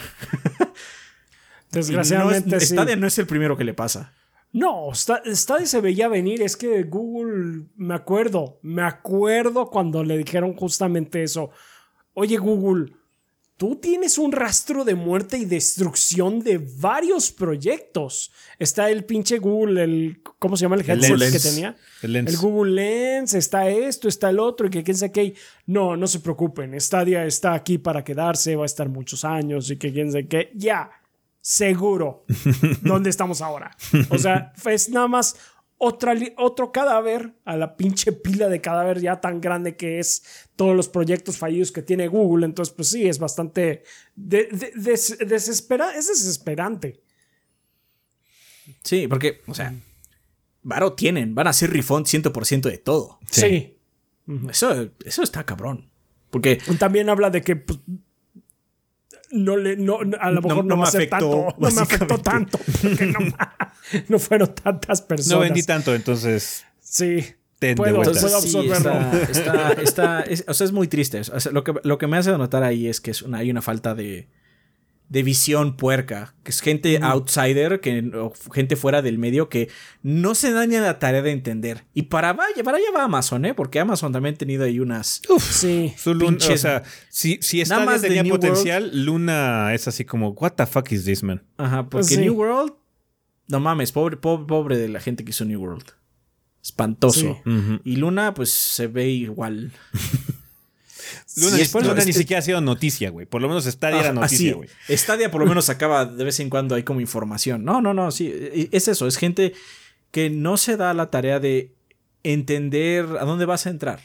Desgraciadamente, no es, sí. Stadia no es el primero que le pasa. No, Stadia se veía venir. Es que Google, me acuerdo, me acuerdo cuando le dijeron justamente eso. Oye, Google, tú tienes un rastro de muerte y destrucción de varios proyectos. Está el pinche Google, el ¿cómo se llama el headset El que tenía? El Lens. El Google Lens, está esto, está el otro, y que quién sabe qué. No, no se preocupen, Stadia está aquí para quedarse, va a estar muchos años y que quién sabe qué. Ya, seguro. ¿Dónde estamos ahora? O sea, es nada más otra, otro cadáver a la pinche pila de cadáver ya tan grande que es todos los proyectos fallidos que tiene Google. Entonces, pues sí, es bastante de, de, des, desespera, es desesperante. Sí, porque, o sea, varo tienen, van a hacer refund cien por ciento de todo. Sí. sí. Eso, eso está cabrón. Porque también habla de que pues, no le, no, a lo mejor no, no, no me afectó, tanto, no me afectó tanto, porque no, no fueron tantas personas. No vendí tanto, entonces. Sí. Ten puedo, entonces, puedo absorberlo. Sí, está, está, está, es, o sea, es muy triste. O sea, lo, que, lo que me hace notar ahí es que es una, hay una falta de, de visión puerca. Que es gente mm. outsider, que, o gente fuera del medio que no se da ni a la tarea de entender. Y para, vaya, para allá va Amazon, ¿eh? Porque Amazon también ha tenido ahí unas. Uf, sí. Su Luna, o sea, si, si Stadia tenía potencial, World, Luna es así como, ¿what the fuck is this, man? Ajá, porque sí. New World. No mames, pobre, pobre, pobre de la gente que hizo New World. Espantoso. Sí. Uh-huh. Y Luna, pues se ve igual. Luna, sí, Luna no, ni que... siquiera ha sido noticia, güey. Por lo menos Stadia ah, era noticia, güey. Stadia por lo menos sacaba de vez en cuando ahí como información. No, no, no, sí. Es eso, es gente que no se da la tarea de entender a dónde vas a entrar.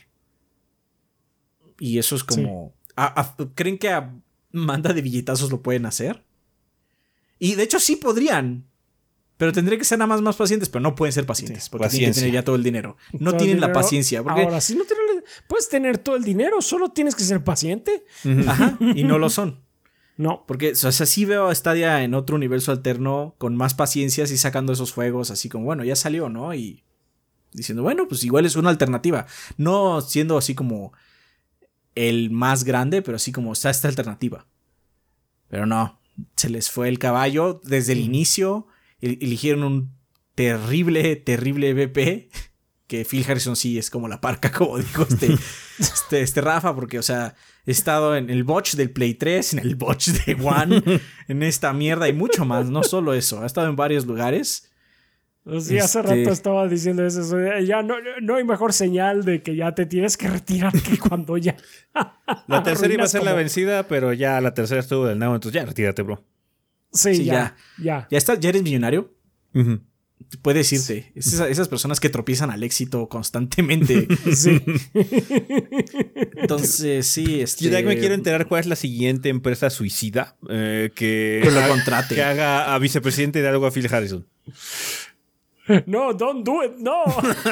Y eso es como... Sí. A, a, ¿Creen que a manda de billetazos lo pueden hacer? Y de hecho sí podrían. Pero tendría que ser nada más más pacientes, pero no pueden ser pacientes, sí, porque paciencia. Tienen que tener ya todo el dinero. No todo tienen dinero, la paciencia. Porque... Ahora, si no tienes, puedes tener todo el dinero, solo tienes que ser paciente. Uh-huh. Ajá, y no lo son. No. Porque, o sea, sí veo a Stadia en otro universo alterno, con más paciencia, y sacando esos juegos así como, bueno, ya salió, ¿no? Y diciendo, bueno, pues igual es una alternativa. No siendo así como el más grande, pero así como está esta alternativa. Pero no, se les fue el caballo desde el uh-huh. inicio. Eligieron un terrible, terrible V P. Que Phil Harrison sí es como la parca, como dijo este, este, este Rafa. Porque, o sea, he estado en el botch del Play tres, en el botch de One, en esta mierda y mucho más. No solo eso, ha estado en varios lugares. Sí, hace este... rato estaba diciendo eso. Ya no, no hay mejor señal de que ya te tienes que retirar que cuando ya. La tercera iba a ser como... la vencida, pero ya la tercera estuvo del nabo. Entonces ya, retírate, bro. Sí, sí, ya, ya. Ya. Ya, está, ya eres millonario. Uh-huh. Puedes irte. Es esa, esas personas que tropiezan al éxito constantemente. Sí. Entonces, sí. Este... Yo me quiero enterar cuál es la siguiente empresa suicida eh, que, que lo contrate. Que haga a vicepresidente de algo a Phil Harrison. No, don't do it, no.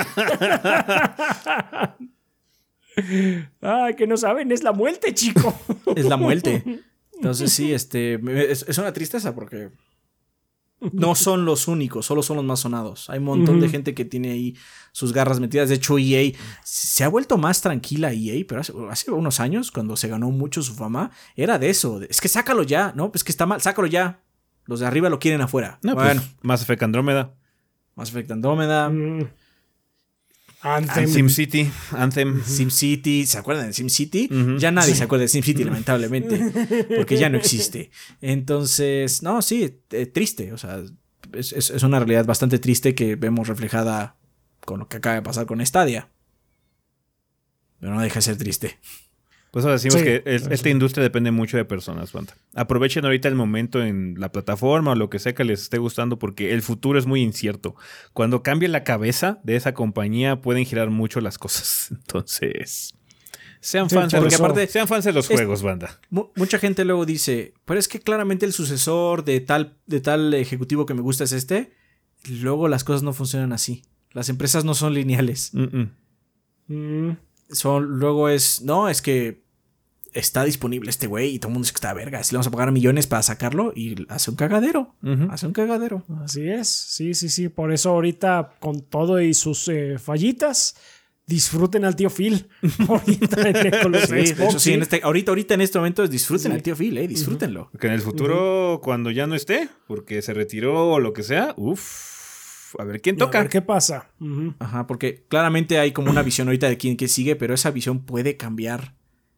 Ah, que no saben, es la muerte, chico. Es la muerte. Entonces sí, este es, es una tristeza porque no son los únicos, solo son los más sonados. Hay un montón uh-huh. de gente que tiene ahí sus garras metidas. De hecho, E A se ha vuelto más tranquila E A, pero hace, hace unos años, cuando se ganó mucho su fama, era de eso. Es que sácalo ya, ¿no? Es que está mal, sácalo ya. Los de arriba lo quieren afuera. No, bueno, pues, Mass Effect Andrómeda. Mass Effect Andrómeda. Mm. Anthem. SimCity. Anthem. SimCity. ¿Se acuerdan de SimCity? Uh-huh. Ya nadie sí. se acuerda de SimCity, lamentablemente. Porque ya no existe. Entonces, no, sí, eh, triste. O sea, es, es, es una realidad bastante triste que vemos reflejada con lo que acaba de pasar con Stadia. Pero no deja de ser triste. Pues ahora decimos sí, que es, esta industria depende mucho de personas, banda. Aprovechen ahorita el momento en la plataforma o lo que sea que les esté gustando porque el futuro es muy incierto. Cuando cambie la cabeza de esa compañía pueden girar mucho las cosas. Entonces, sean sí, fans, de los, aparte, sean fans de los es, juegos, banda. Mu- mucha gente luego dice, pero es que claramente el sucesor de tal, de tal ejecutivo que me gusta es este. Luego las cosas no funcionan así. Las empresas no son lineales. Mm. Son, luego es, no, es que está disponible este güey y todo el mundo dice que está verga. Si le vamos a pagar millones para sacarlo y hace un cagadero. Uh-huh. Hace un cagadero. Así es. Sí, sí, sí. Por eso ahorita con todo y sus eh, fallitas, disfruten al tío Phil. Ahorita en, con los sí, Xbox, de hecho, sí, en este, ahorita, ahorita en este momento disfruten sí. al tío Phil, eh, disfrútenlo. Porque en el futuro, uh-huh. cuando ya no esté, porque se retiró o lo que sea, uff. A ver quién toca. A ver qué pasa. Uh-huh. Ajá, porque claramente hay como una visión ahorita de quién que sigue, pero esa visión puede cambiar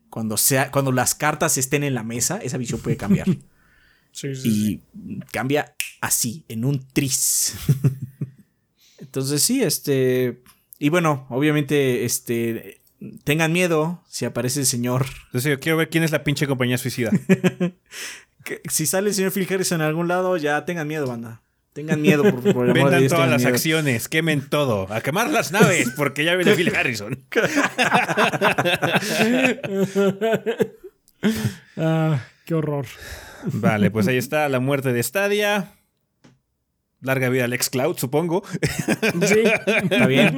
Cuando, sea, cuando las cartas estén en la mesa, esa visión puede cambiar. Sí, sí, y sí. cambia así, en un tris. Entonces sí, este... Y bueno, obviamente, este... tengan miedo si aparece el señor. Entonces yo quiero ver quién es la pinche compañía suicida. Que, si sale el señor Phil Harrison en algún lado, ya tengan miedo, banda. Tengan miedo, por, por el amor Vendan de Dios, todas tengan las miedo. acciones, quemen todo, a quemar las naves, porque ya viene Phil Harrison. Ah, qué horror. Vale, pues ahí está la muerte de Stadia. Larga vida al xCloud, supongo. Sí. Está bien.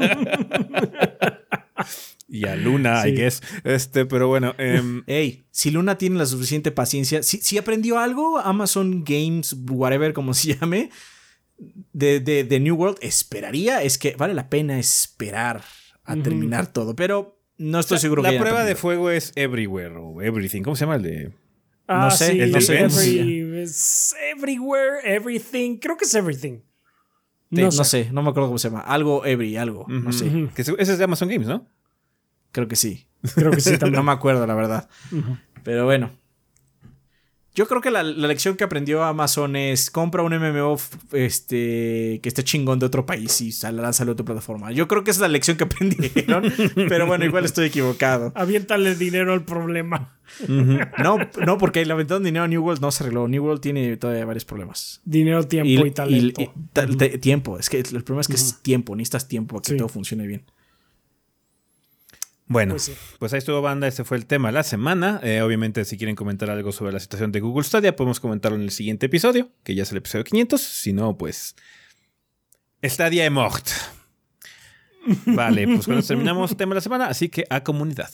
Y a Luna, Sí. I guess. Este, pero bueno. Um, Ey, si Luna tiene la suficiente paciencia, si, si aprendió algo, Amazon Games, whatever, como se llame, de, de, de New World, esperaría, es que vale la pena esperar a Ujú. terminar todo, pero no estoy seguro la que hayan prueba de aprendido. fuego es Everywhere o Everything. ¿Cómo se llama el de...? Ah, No sé, sí, el de every, es everywhere, everything. Creo que es everything. No, No, no sé. sé, no me acuerdo cómo se llama. Algo Every, algo, no Ujú. sé. Ujú. Que ese es de Amazon Games, ¿no? Creo que sí. Creo que sí también. No me acuerdo, la verdad. Ujú. Pero bueno. Yo creo que la, la lección que aprendió Amazon es compra un M M O este, que esté chingón de otro país y sal, lánzalo a tu plataforma. Yo creo que esa es la lección que aprendieron. Pero bueno, igual estoy equivocado. Aviéntale dinero al problema. No, no, porque le aventaron dinero a New World no se arregló. New World tiene todavía varios problemas. Dinero, tiempo y, talento. y- ta- te- tiempo. Es que el problema es que es tiempo. Necesitas tiempo para que Sí. todo funcione bien. Bueno, Pues pues, sí. ahí estuvo, banda. Este fue el tema de la semana. Eh, obviamente, si quieren comentar algo sobre la situación de Google Stadia, podemos comentarlo en el siguiente episodio, que ya es el episodio quinientos. Si no, pues... Stadia est mort. Vale, pues con esto terminamos el tema de la semana, así que a comunidad.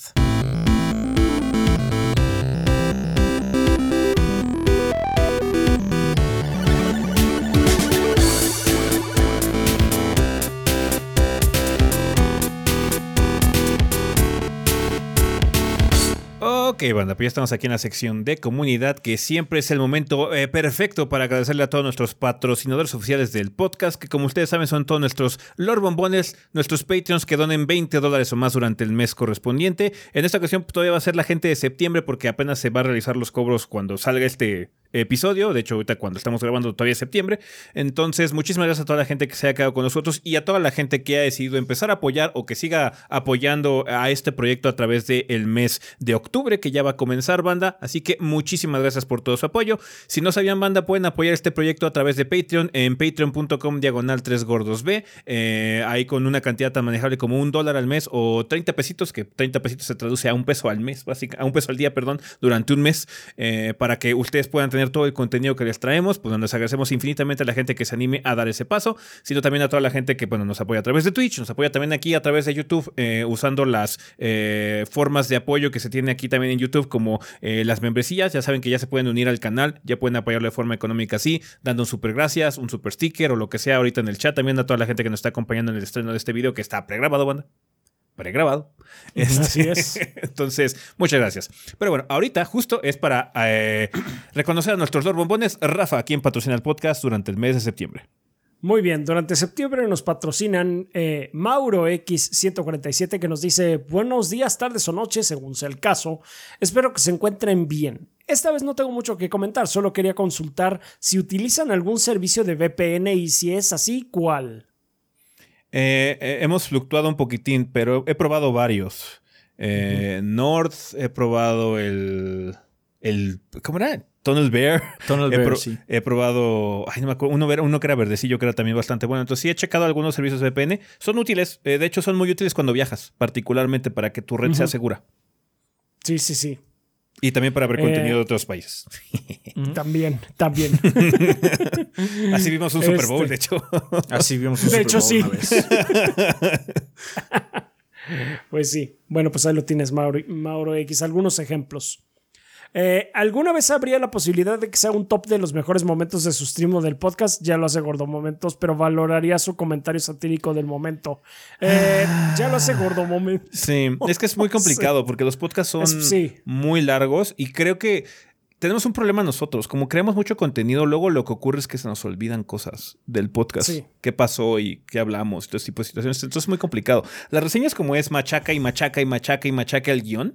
Ok, banda, pues ya estamos aquí en la sección de comunidad, que siempre es el momento eh, perfecto para agradecerle a todos nuestros patrocinadores oficiales del podcast, que como ustedes saben son todos nuestros Lord Bombones, nuestros Patreons que donen veinte dólares o más durante el mes correspondiente. En esta ocasión todavía va a ser la gente de septiembre porque apenas se va a realizar los cobros cuando salga este episodio. De hecho, ahorita cuando estamos grabando todavía es septiembre. Entonces, muchísimas gracias a toda la gente que se ha quedado con nosotros y a toda la gente que ha decidido empezar a apoyar o que siga apoyando a este proyecto a través del mes de octubre, que ya va a comenzar, banda. Así que muchísimas gracias por todo su apoyo. Si no sabían, banda, pueden apoyar este proyecto a través de Patreon en patreon.com diagonal 3gordosb. Eh, ahí con una cantidad tan manejable como un dólar al mes o treinta pesitos, que treinta pesitos se traduce a un peso al mes, básicamente, a un peso al día, perdón, durante un mes, eh, para que ustedes puedan tener todo el contenido que les traemos. Pues nos agradecemos infinitamente a la gente que se anime a dar ese paso, sino también a toda la gente que, bueno, nos apoya a través de Twitch, nos apoya también aquí a través de YouTube, eh, usando las eh, formas de apoyo que se tiene aquí también en YouTube, como eh, las membresías. Ya saben que ya se pueden unir al canal, ya pueden apoyarlo de forma económica así, dando un super gracias, un super sticker o lo que sea ahorita en el chat. También a toda la gente que nos está acompañando en el estreno de este video, que está pregrabado, banda. Pregrabado. Este, Así es. Entonces, muchas gracias. Pero bueno, ahorita justo es para eh, reconocer a nuestros Lord Bombones. Rafa, quien patrocina el podcast durante el mes de septiembre. Muy bien, durante septiembre nos patrocinan eh, Mauro X ciento cuarenta y siete, que nos dice: buenos días, tardes o noches, según sea el caso. Espero que se encuentren bien. Esta vez no tengo mucho que comentar, solo quería consultar si utilizan algún servicio de V P N y si es así, ¿cuál? Eh, eh, hemos fluctuado un poquitín, pero he probado varios. Eh, uh-huh. North, he probado el, el... ¿Cómo era? Tunnel Bear. Tunnel he Bear, pro- sí. He probado... Ay, no me acuerdo. Uno, uno que era verdecillo, que era también bastante bueno. Entonces sí he checado algunos servicios de V P N. Son útiles. Eh, de hecho, son muy útiles cuando viajas. Particularmente para que tu red uh-huh. sea segura. Sí, sí, sí. Y también para ver eh, contenido de otros países. También, también. Así vimos un Super Bowl, este. de hecho. Así vimos un de Super hecho, Bowl sí. una vez. Pues sí. Bueno, pues ahí lo tienes, Mauro, Mauro X. Algunos ejemplos. Eh, ¿Alguna vez habría la posibilidad de que sea un top de los mejores momentos de su stream o del podcast? Ya lo hace Gordo Momentos, pero valoraría su comentario satírico del momento. Eh, ya lo hace Gordo Momentos. Sí, es que es muy complicado sí. porque los podcasts son es, sí. muy largos y creo que tenemos un problema nosotros. Como creamos mucho contenido, luego lo que ocurre es que se nos olvidan cosas del podcast. Sí. ¿Qué pasó y qué hablamos? Y todo tipo de situaciones. Entonces es muy complicado. Las reseñas como es machaca y machaca y machaca y machaca el guión.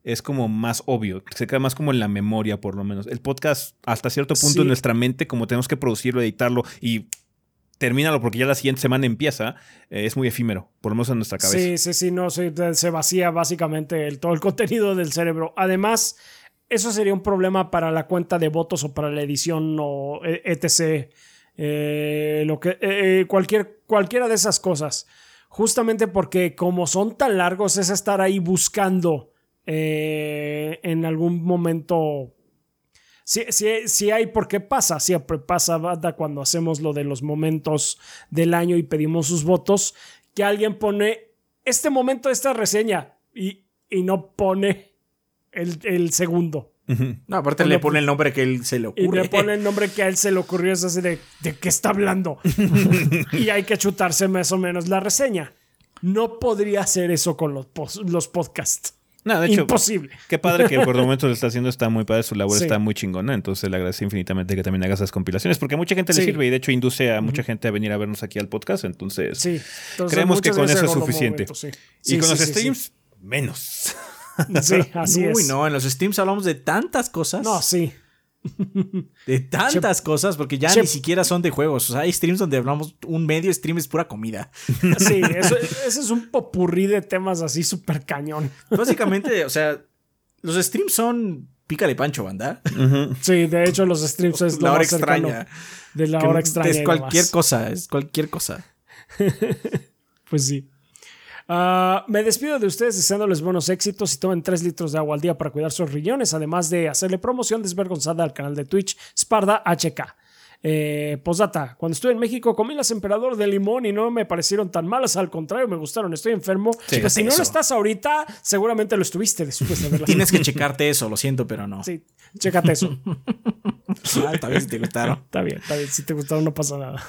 es como más obvio. Se queda más como en la memoria, por lo menos. El podcast, hasta cierto punto, sí. en nuestra mente, como tenemos que producirlo, editarlo y termínalo porque ya la siguiente semana empieza, eh, es muy efímero, por lo menos en nuestra cabeza. Sí, sí, sí, no, sí, se vacía básicamente el, todo el contenido del cerebro. Además, eso sería un problema para la cuenta de votos o para la edición o etcétera. Eh, lo que, eh, cualquier, cualquiera de esas cosas. Justamente porque como son tan largos, es estar ahí buscando eh, en algún momento... Sí, sí, sí hay, porque pasa, siempre pasa, banda, cuando hacemos lo de los momentos del año y pedimos sus votos, que alguien pone este momento de esta reseña y, y no pone el, el segundo. Uh-huh. No, aparte le pone el nombre que él se le ocurre. Y le pone el nombre que a él se le ocurrió, es así de, ¿de qué está hablando? Y hay que chutarse más o menos la reseña. No podría hacer eso con los, los podcasts. No, de hecho, imposible. Qué padre que por el momento lo está haciendo, está muy padre, su labor sí. está muy chingona, entonces le agradezco infinitamente que también hagas esas compilaciones, porque a mucha gente le sí. sirve y de hecho induce a uh-huh. mucha gente a venir a vernos aquí al podcast, entonces, sí. entonces creemos que con eso es suficiente. Momento, sí. Y sí, con sí, los sí, streams, sí. menos. Sí, así es. Uy, no, en los streams hablamos de tantas cosas. No, sí. De tantas che, cosas, porque ya che, ni siquiera son de juegos. O sea, hay streams donde hablamos, un medio stream es pura comida. Sí, eso, eso es un popurrí de temas así súper cañón. Básicamente, o sea, los streams son pícale pancho, banda. Uh-huh. Sí, de hecho los streams es la lo hora más extraña. De la hora extraña. Es cualquier cosa, es cualquier cosa. Pues sí. Uh, me despido de ustedes deseándoles buenos éxitos y tomen tres litros de agua al día para cuidar sus riñones, además de hacerle promoción desvergonzada al canal de Twitch Sparda H K. Eh, postdata, cuando estuve en México comí las emperador de limón y no me parecieron tan malas, al contrario me gustaron, estoy enfermo. Sí, pues si eso. No lo estás ahorita, seguramente lo estuviste después de verlas. Tienes que checarte eso, lo siento, pero no. Sí, chécate eso. Ah, está bien si te gustaron. Está bien, está bien, si te gustaron no pasa nada.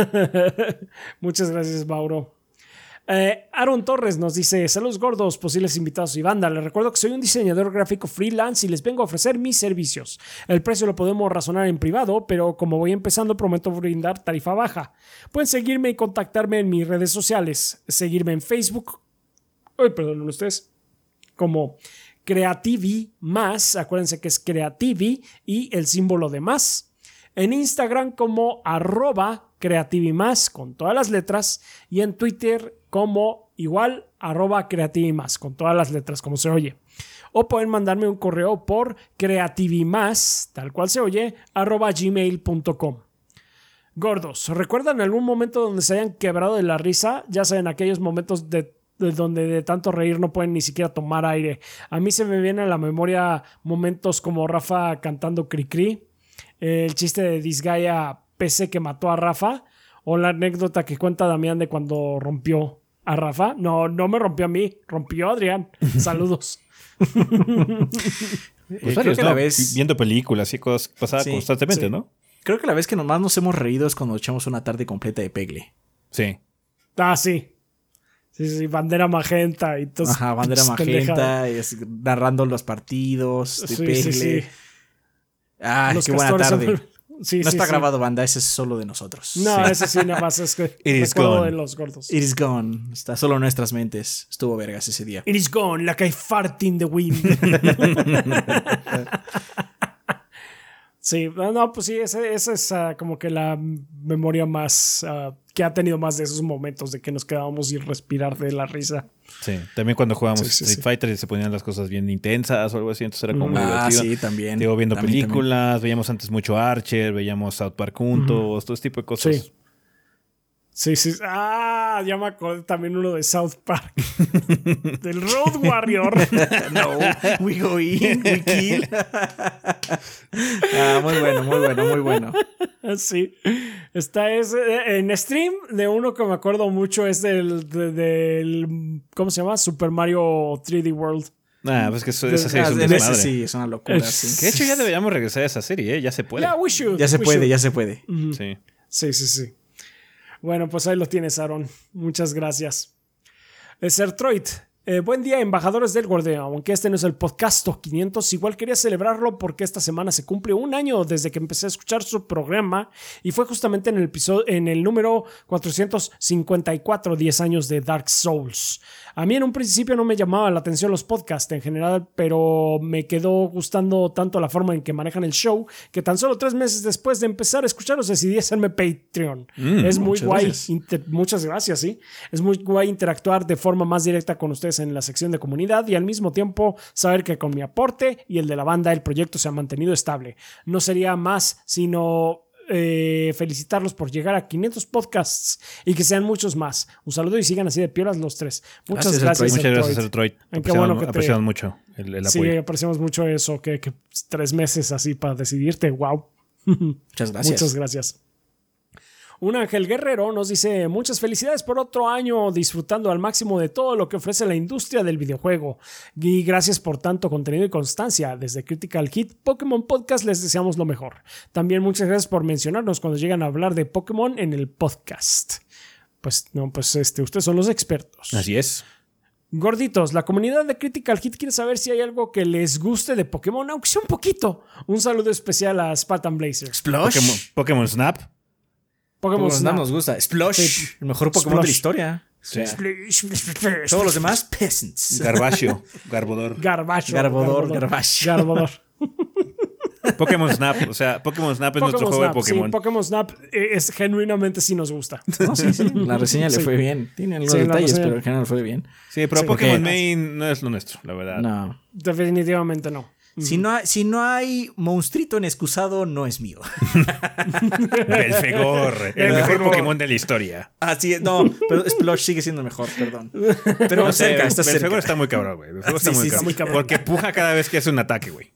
Muchas gracias, Mauro. Eh, Aaron Torres nos dice: saludos gordos, posibles invitados y banda. Les recuerdo que soy un diseñador gráfico freelance y les vengo a ofrecer mis servicios. El precio lo podemos razonar en privado, pero como voy empezando prometo brindar tarifa baja. Pueden seguirme y contactarme en mis redes sociales. Seguirme en Facebook, ay, perdón, ustedes, como Creativi más, acuérdense que es Creativi y el símbolo de más. En Instagram como arroba creativimás con todas las letras y en Twitter como igual arroba creativimás con todas las letras como se oye. O pueden mandarme un correo por creativimás, tal cual se oye, arroba gmail punto com. Gordos, ¿recuerdan algún momento donde se hayan quebrado de la risa? Ya saben, aquellos momentos de, de donde de tanto reír no pueden ni siquiera tomar aire. A mí se me vienen a la memoria momentos como Rafa cantando Cricri, el chiste de Disgaea P C que mató a Rafa, o la anécdota que cuenta Damián de cuando rompió a Rafa. No, no me rompió a mí, rompió a Adrián. Saludos. Pues creo que no, la vez viendo películas y cosas pasadas sí, constantemente, sí. ¿no? Creo que la vez que nomás nos hemos reído es cuando echamos una tarde completa de Pegle. Sí. Ah, sí. Sí, sí, bandera magenta y todo. Ajá, bandera magenta, y narrando los partidos de sí, Pegle. Sí, sí. Ah, qué buena tarde. Son... Sí, no sí, está sí. grabado, banda, ese es solo de nosotros. No, sí. ese sí, nada más es que It is gone. De los gordos. It is gone. Está solo en nuestras mentes. Estuvo vergas ese día. It is gone, like I fart in the wind. Sí, no, pues sí, esa ese es uh, como que la memoria más uh, que ha tenido más de esos momentos de que nos quedábamos sin respirar de la risa. Sí, también cuando jugábamos sí, sí, Street sí. Fighter y se ponían las cosas bien intensas o algo así, entonces era como muy ah, divertido. sí, también. Digo, viendo también, películas, también. veíamos antes mucho Archer, veíamos South Park juntos, uh-huh. todo ese tipo de cosas. Sí. Sí, sí. Ah, ya me acordé también uno de South Park. Del Road Warrior. No, we go in, we kill. Ah, muy bueno, muy bueno, muy bueno. Sí. Está ese, en stream de uno que me acuerdo mucho es del, de, del ¿cómo se llama? Super Mario tres D World. Ah, pues que eso, esa serie ah, es un desmadre. Sí, es una locura. Sí. Que de hecho ya deberíamos regresar a esa serie, ¿eh? Ya se puede. Yeah, we should, ya se we puede, should. ya se puede. Mm-hmm. Sí. Sí, sí, sí. Bueno, pues ahí lo tienes, Aaron. Muchas gracias. Sertroid. Eh, buen día, embajadores del gordeo. Aunque este no es el podcast quinientos, igual quería celebrarlo porque esta semana se cumple un año desde que empecé a escuchar su programa y fue justamente en el episodio, en el número cuatrocientos cincuenta y cuatro, diez años de Dark Souls. A mí en un principio no me llamaba la atención los podcasts en general, pero me quedó gustando tanto la forma en que manejan el show que tan solo tres meses después de empezar a escucharlos decidí hacerme Patreon. Mm, es muy guay. Gracias. Inter- muchas gracias, sí. Es muy guay interactuar de forma más directa con ustedes en la sección de comunidad y al mismo tiempo saber que con mi aporte y el de la banda el proyecto se ha mantenido estable. No sería más sino eh, felicitarlos por llegar a quinientos podcasts y que sean muchos más. Un saludo y sigan así de piolas los tres. Muchas gracias, gracias Muchas gracias, Ertroid. Qué bueno que te... apreciamos mucho el, el apoyo. Sí, apreciamos mucho eso, que, que tres meses así para decidirte. Wow. Muchas gracias. Muchas gracias. Un Ángel Guerrero nos dice: muchas felicidades por otro año disfrutando al máximo de todo lo que ofrece la industria del videojuego y gracias por tanto contenido y constancia. Desde Critical Hit Pokémon Podcast les deseamos lo mejor. También muchas gracias por mencionarnos cuando llegan a hablar de Pokémon en el podcast. Pues no, pues este, ustedes son los expertos. Así es. Gorditos, la comunidad de Critical Hit quiere saber si hay algo que les guste de Pokémon, aunque sea un poquito. Un saludo especial a Spartan Blazer. Splosh. Pokémon, Pokémon Snap. Pokémon Snap nos gusta. Splosh, sí. El mejor Pokémon Splosh. De la historia. Sí. Splash. Todos los demás, peasants. Garbacho, Garbodor. Garbacho. Garbodor, Garbacho. Garbodor. Pokémon Snap, o sea, Pokémon Snap es Pokémon nuestro juego Snap, de Pokémon. Sí, Pokémon Snap es genuinamente sí nos gusta. No, sí, sí. La reseña sí. le fue bien. Tiene algunos sí, detalles, pero en general fue bien. Sí, pero sí, Pokémon Main no es lo nuestro, la verdad. No. Definitivamente no. Si no, hay, si no hay monstruito en excusado, no es mío. Belfegor, el mejor Pokémon de la historia. Así es, no, pero Splosh sigue siendo el mejor, perdón. Pero no sé, cerca, está cerca. Belfegor está muy cabrón, güey. Belfegor está sí, muy, sí, cabrón. muy cabrón. Porque puja cada vez que hace un ataque, güey.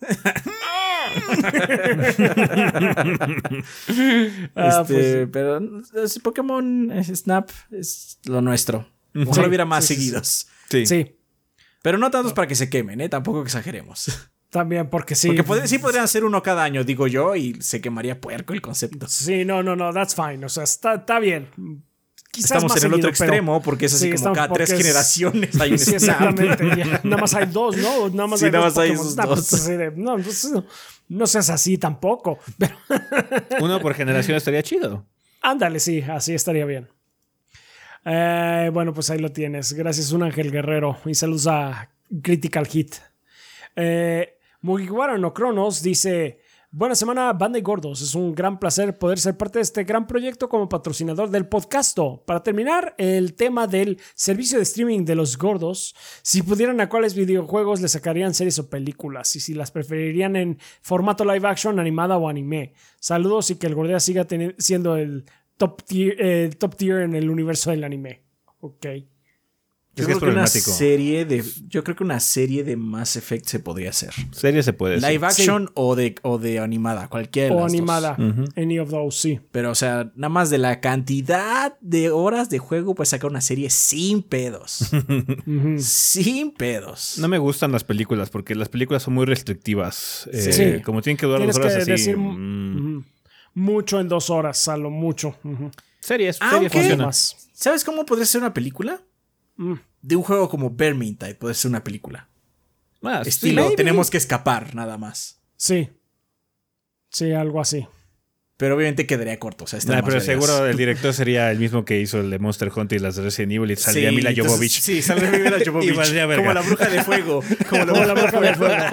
ah, este, pues, pero Pokémon Snap es lo nuestro. Ojalá sí, hubiera más sí, seguidos. Sí. sí. Pero no tantos para que se quemen, ¿eh? Tampoco exageremos. También porque sí. Porque pod- sí podrían hacer uno cada año, digo yo, y se quemaría puerco el concepto. Sí, no, no, no, that's fine. O sea, está, está bien. Quizás estamos más en el seguido, otro extremo, pero, porque es así sí, como cada tres es, generaciones hay un sí, exactamente. Ya, nada más hay dos, ¿no? Nada más sí, hay nada dos más hay Pokémon esos Snap. dos. Así de, no, no, no seas así tampoco. Pero uno por generación estaría chido. Ándale, sí, así estaría bien. Eh, bueno, pues ahí lo tienes. Gracias, un Ángel Guerrero. Y saludos a Critical Hit. Eh, Mugiwara no Cronos dice: buena semana, banda y gordos. Es un gran placer poder ser parte de este gran proyecto como patrocinador del podcasto. Para terminar, el tema del servicio de streaming de los gordos. Si pudieran, ¿a cuáles videojuegos le sacarían series o películas? Y si las preferirían en formato live action, animada o anime. Saludos y que el Gordea siga teni- siendo el top tier, eh, top tier en el universo del anime. Ok. Yo creo que una serie de yo creo que una serie de Mass Effect se podría hacer. Serie se puede hacer. Live action sí. o de o de animada, cualquiera de o las animada, dos. Uh-huh. Any of those, sí. Pero o sea, nada más de la cantidad de horas de juego puedes sacar una serie sin pedos. uh-huh. Sin pedos. No me gustan las películas porque las películas son muy restrictivas. Sí. Eh, como tienen que durar Tienes dos horas que así. Decir, mm. uh-huh. Mucho en dos horas, a lo mucho. Uh-huh. Series, Aunque, series funcionan. ¿Sabes cómo podría ser una película? Mm. De un juego como Vermintide puede ser una película. Ah, Estilo, sí, tenemos que escapar, nada más. Sí. Sí, algo así. Pero obviamente quedaría corto. O sea, nah, pero seguro el director sería el mismo que hizo el de Monster Hunter y las de Resident Evil y saldría sí, Mila Jovovich. Sí, saldría Mila Jovovich. Como la bruja de fuego. Como la, como la bruja de fuego.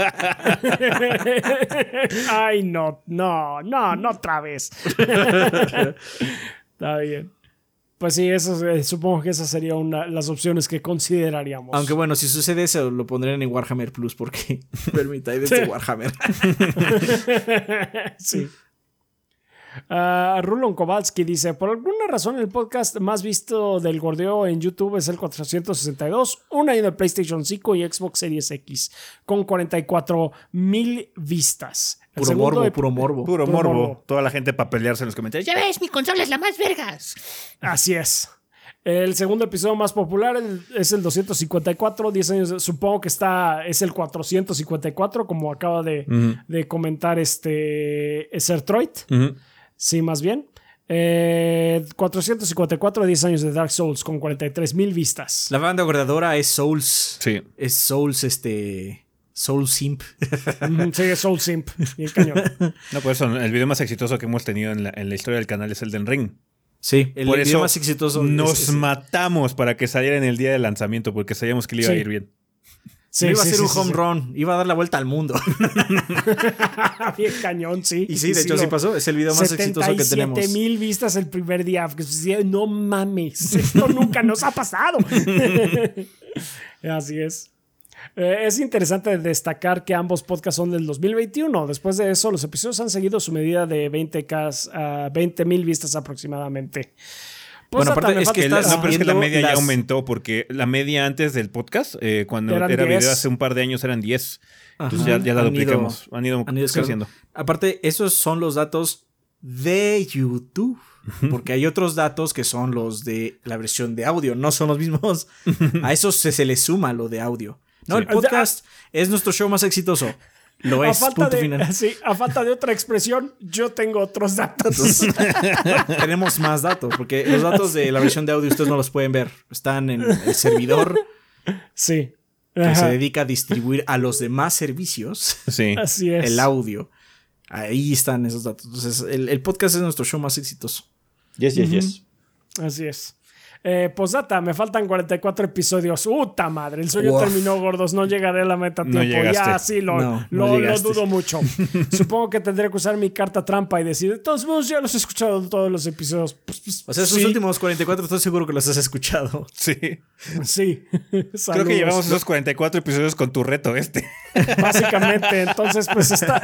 Ay, no, no, no, no otra vez. Está bien. Pues sí, eso, eh, supongo que esas serían una, las opciones que consideraríamos. Aunque bueno, si sucede eso, lo pondrían en Warhammer Plus porque Vermintide es de Warhammer. Sí. Uh, Rulon Kowalski dice: por alguna razón el podcast más visto del gordeo en YouTube es el cuatrocientos sesenta y dos, un año de PlayStation cinco y Xbox Series X, con cuarenta y cuatro mil vistas. El puro morbo, de... puro morbo. Puro, puro morbo. morbo. Toda la gente para pelearse en los comentarios. Ya ves, mi consola es la más vergas. Así es. El segundo episodio más popular es el doscientos cincuenta y cuatro, diez años, supongo que está, es el cuatrocientos cincuenta y cuatro, como acaba de, uh-huh. de comentar este Sertroid. Uh-huh. Sí, más bien. Eh, cuatrocientos cincuenta y cuatro, diez años de Dark Souls con cuarenta y tres mil vistas. La banda guardadora es Souls. Sí. Es Souls, este... Soul Simp. Sí, es Soul Simp. Bien cañón. No, por eso el video más exitoso que hemos tenido en la, en la historia del canal es Elden Ring. Sí, el por video eso más exitoso. Nos es, es, matamos para que saliera en el día del lanzamiento porque sabíamos que le iba sí. a ir bien. Sí, no iba sí, a ser sí, un sí, home sí. run. Iba a dar la vuelta al mundo. Bien cañón, sí. Y sí, de hecho sí pasó. Es el video más exitoso que tenemos. setenta y siete mil vistas el primer día. No mames, esto nunca nos ha pasado. Así es. Eh, es interesante destacar que ambos podcasts son del dos mil veintiuno. Después de eso, los episodios han seguido su medida de veinte mil vistas aproximadamente. Pues Bueno, aparte es que La, estás no, pero es que la media las... ya aumentó porque la media antes del podcast, eh, cuando Eran era diez. video hace un par de años, eran diez. Ajá. Entonces ya, ya la Han duplicamos. ido- han ido, han ido creciendo. Aparte, esos son los datos de YouTube. Porque hay otros datos que son los de la versión de audio. No son los mismos. A esos se, se le suma lo de audio. No, Sí. el podcast es nuestro show más exitoso. Lo A es, falta, punto de, final. sí, a falta de otra expresión, yo tengo otros datos. Tenemos más datos, porque los datos de la versión de audio ustedes no los pueden ver. Están en el servidor Sí. que Ajá. se dedica a distribuir a los demás servicios Sí. Así es. el audio. Ahí están esos datos. Entonces, el, el podcast es nuestro show más exitoso. Yes, yes, Ujú. yes. Así es. Eh, Posdata, me faltan cuarenta y cuatro episodios. ¡Uta madre! El sueño Uf. terminó, gordos. No llegaré a la meta a No tiempo. llegaste. Ya, sí, lo, No, no lo, lo llegaste. dudo mucho. Supongo que tendré que usar mi carta trampa y decir: de todos modos, ya los he escuchado todos los episodios. Pues, pues, O sea, esos sí, últimos cuarenta y cuatro estoy seguro que los has escuchado. Sí. Sí. Creo Saludos. que llevamos esos cuarenta y cuatro episodios con tu reto este. Básicamente, entonces, pues está.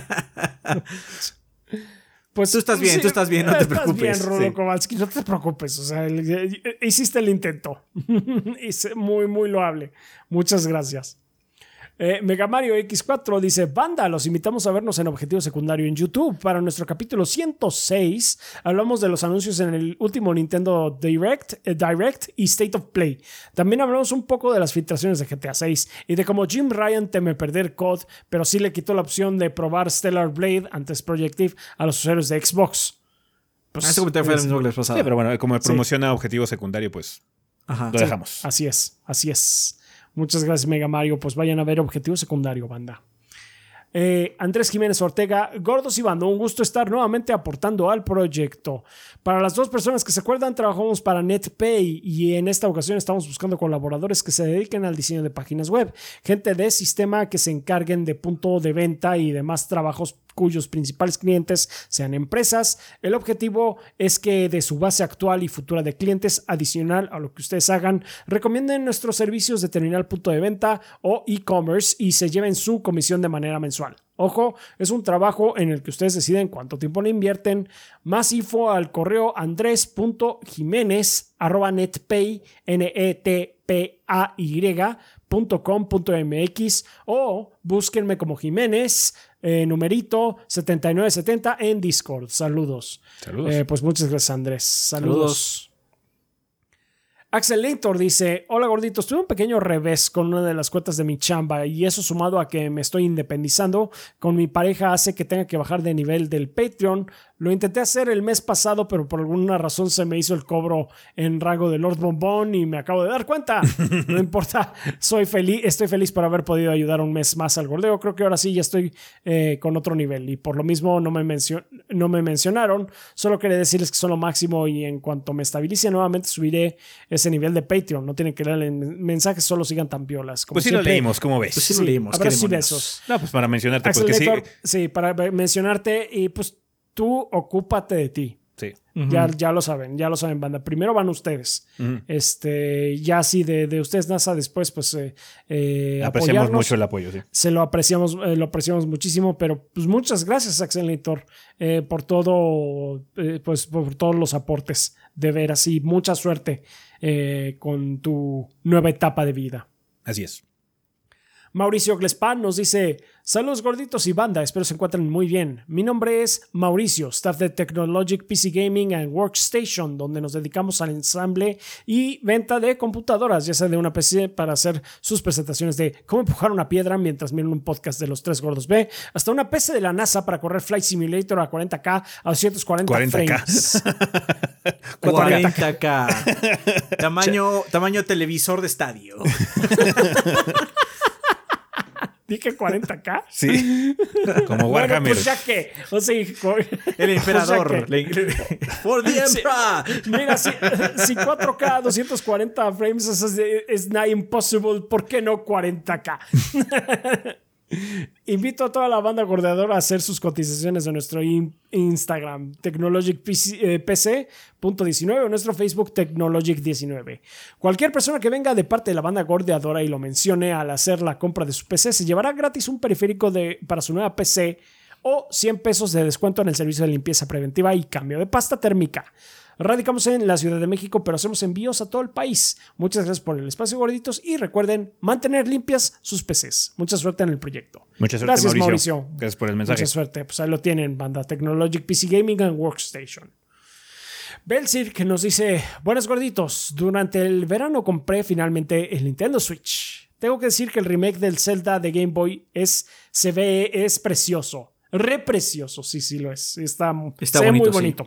Pues Tú estás bien, tú estás bien, no te preocupes. Estás bien, Rulo Sí. Kowalski, no te preocupes. O sea, el- el- hiciste el intento. Hice muy, muy loable. Muchas gracias. Eh, Mega Mario equis cuatro dice: Banda, los invitamos a vernos en Objetivo Secundario en YouTube. Para nuestro capítulo ciento seis hablamos de los anuncios en el último Nintendo Direct, eh, Direct y State of Play. También hablamos un poco de las filtraciones de G T A seis y de cómo Jim Ryan teme perder C O D, pero sí le quitó la opción de probar Stellar Blade antes Project Eve a los usuarios de Xbox. Pues, Ah, ese comentario fue el es- mismo que les pasaba. Sí, pero bueno, como promociona objetivo secundario, pues Ajá. lo dejamos. Así es, así es. Muchas gracias, Mega Mario. Pues vayan a ver Objetivo Secundario, banda. Eh, Andrés Jiménez Ortega, gordos y bando, un gusto estar nuevamente aportando al proyecto. Para las dos personas que se acuerdan, trabajamos para NetPay y en esta ocasión estamos buscando colaboradores que se dediquen al diseño de páginas web, gente de sistema que se encarguen de punto de venta y demás trabajos cuyos principales clientes sean empresas. El objetivo es que de su base actual y futura de clientes, adicional a lo que ustedes hagan, recomienden nuestros servicios de terminal punto de venta o e-commerce y se lleven su comisión de manera mensual. Ojo, es un trabajo en el que ustedes deciden cuánto tiempo le invierten. Más info al correo andres punto jimenez arroba netpay, N E T P A Y punto com punto M X o búsquenme como Jiménez, eh, numerito setenta y nueve setenta en Discord. Saludos. Saludos. Eh, pues muchas gracias, Andrés. Saludos. Saludos. Axelator dice: hola gorditos, tuve un pequeño revés con una de las cuentas de mi chamba y eso sumado a que me estoy independizando con mi pareja hace que tenga que bajar de nivel del Patreon. Lo intenté hacer el mes pasado, pero por alguna razón se me hizo el cobro en rango de Lord Bombón y me acabo de dar cuenta. No importa, soy feliz, estoy feliz por haber podido ayudar un mes más al gordeo. Creo que ahora sí ya estoy eh, con otro nivel y por lo mismo no me, mencio- no me mencionaron. Solo quería decirles que son lo máximo y en cuanto me estabilice nuevamente subiré ese nivel de Patreon. No tienen que leer el mensaje, solo sigan tan piolas. Como Pues sí lo siempre. leímos, ¿cómo ves? Pues sí, lo leímos. Abrazos qué y demonios. besos. No, pues para mencionarte, Axel porque sí. Lector, sí, para mencionarte y pues tú ocúpate de ti. Sí. Ujú. Ya, ya lo saben, ya lo saben, banda. Primero van ustedes. Ujú. Este, ya sí, de, de ustedes, NASA, después, pues eh, eh, Apreciamos apoyarnos. mucho el apoyo, sí. Se lo apreciamos, eh, lo apreciamos muchísimo, pero pues muchas gracias, Axel Lector, eh, por todo, eh, pues por todos los aportes. De veras, y mucha suerte eh, con tu nueva etapa de vida. Así es. Mauricio Glespan nos dice: Saludos gorditos y banda, espero se encuentren muy bien. Mi nombre es Mauricio, staff de Technologic P C Gaming and Workstation, donde nos dedicamos al ensamble y venta de computadoras, ya sea de una P C para hacer sus presentaciones de cómo empujar una piedra mientras miran un podcast de los tres gordos B, hasta una P C de la NASA para correr Flight Simulator a cuarenta K a doscientos cuarenta frames. cuarenta K. tamaño, tamaño televisor de estadio. ¿Dije cuarenta K? Sí. Como Warhammer. Bueno, pues ya que. O sea, el emperador. Pues ya For the Emperor. Sí, mira, si, si cuatro K, doscientos cuarenta frames es, es nigh impossible, ¿por qué no cuarenta K? Invito a toda la banda gordeadora a hacer sus cotizaciones en nuestro in- Instagram Technologic P C punto diecinueve o nuestro Facebook Technologic diecinueve. Cualquier persona que venga de parte de la banda gordeadora y lo mencione al hacer la compra de su P C se llevará gratis un periférico de, para su nueva P C o cien pesos de descuento en el servicio de limpieza preventiva y cambio de pasta térmica. Radicamos en la Ciudad de México, pero hacemos envíos a todo el país. Muchas gracias por el espacio, gorditos, y recuerden mantener limpias sus P Cs. Mucha suerte en el proyecto. Mucha suerte, gracias, Mauricio. Mauricio. Gracias por el mensaje. Mucha suerte. Pues ahí lo tienen, banda Technologic P C Gaming and Workstation. Belzir, que nos dice: buenas gorditos, durante el verano compré finalmente el Nintendo Switch. Tengo que decir que el remake del Zelda de Game Boy es, se ve, es precioso. Re precioso, sí, sí lo es. Está, Está se ve bonito, muy bonito. Sí.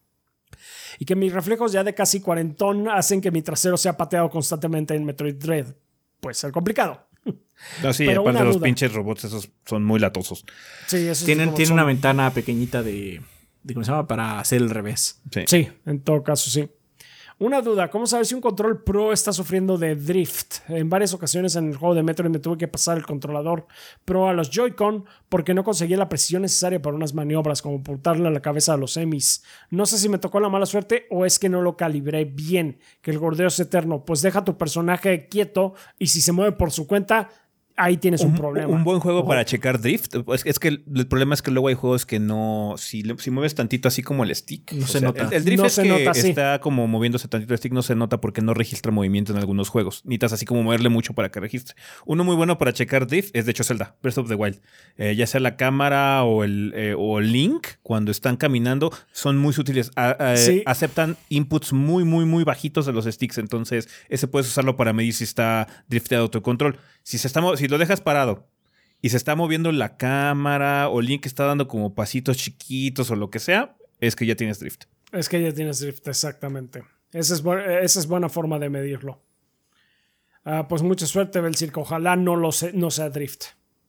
Y que mis reflejos ya de casi cuarentón hacen que mi trasero sea pateado constantemente en Metroid Dread. Puede ser complicado. No, sí, Pero aparte una los duda. pinches robots esos son muy latosos. Sí, eso Tienen, es tienen son. una ventana pequeñita de, de. ¿Cómo se llama? Para hacer el revés. Sí. Sí, en todo caso, sí. Una duda, ¿cómo saber si un control Pro está sufriendo de drift? En varias ocasiones en el juego de Metroid me tuve que pasar el controlador Pro a los Joy-Con porque no conseguía la precisión necesaria para unas maniobras como apuntarle a la cabeza a los emis. No sé si me tocó la mala suerte o es que no lo calibré bien, que el gordeo es eterno. Pues deja a tu personaje quieto y si se mueve por su cuenta, ahí tienes un, un problema. Un buen juego Ojo. para checar drift. Es, es que el, el problema es que luego hay juegos que no. Si, si mueves tantito así como el stick. No o se sea, nota. El, el drift No es se que nota, sí. está como moviéndose tantito el stick, no se nota porque no registra movimiento en algunos juegos. Necesitas así como moverle mucho para que registre. Uno muy bueno para checar drift es de hecho Zelda, Breath of the Wild. Eh, ya sea la cámara o el, eh, o el Link, cuando están caminando, son muy sutiles. A, a, Sí. Aceptan inputs muy, muy, muy bajitos de los sticks. Entonces, ese puedes usarlo para medir si está drifteado tu control. Si, se está, si lo dejas parado y se está moviendo la cámara o Link está dando como pasitos chiquitos o lo que sea, es que ya tienes drift. Es que ya tienes drift, exactamente. Esa es, bu- esa es buena forma de medirlo. Ah, pues mucha suerte, Belcirco. Ojalá no, lo se- no sea drift.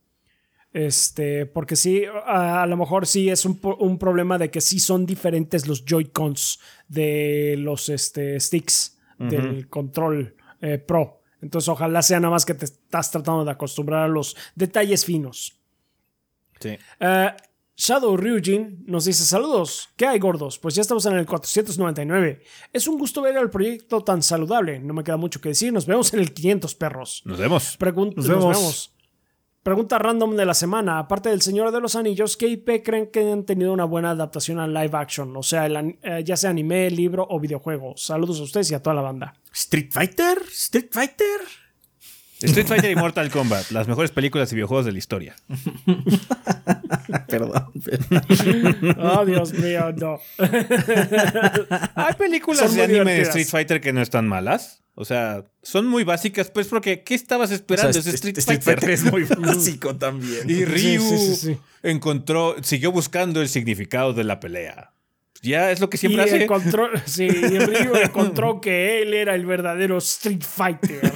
Este, porque sí, a, a lo mejor sí es un, po- un problema de que sí son diferentes los Joy-Cons de los este, sticks Ujú. del control eh, Pro. Entonces ojalá sea nada más que te estás tratando de acostumbrar a los detalles finos. Sí. Uh, Shadow Ryujin nos dice: saludos, ¿qué hay, gordos? Pues ya estamos en el cuatrocientos noventa y nueve. Es un gusto ver el proyecto tan saludable. No me queda mucho que decir. Nos vemos en el quinientos, perros. Nos vemos. Pregun- Nos vemos. nos vemos. Pregunta random de la semana. Aparte del Señor de los Anillos, ¿qué I P creen que han tenido una buena adaptación a live action? O sea, el an- eh, ya sea anime, libro o videojuego. Saludos a ustedes y a toda la banda. ¿Street Fighter? ¿Street Fighter? Street Fighter y Mortal Kombat, las mejores películas y videojuegos de la historia. Perdón. Oh, Dios mío, no. Hay películas Son de muy anime de divertidas. Street Fighter que no están malas. O sea, son muy básicas, pues, porque ¿qué estabas esperando? O sea, es Street, Street Fighter. Fighter es muy básico también. Y Ryu Sí, sí, sí, sí. encontró, siguió buscando el significado de la pelea. Ya es lo que siempre y hace. encontró, sí, y Ryu encontró que él era el verdadero Street Fighter.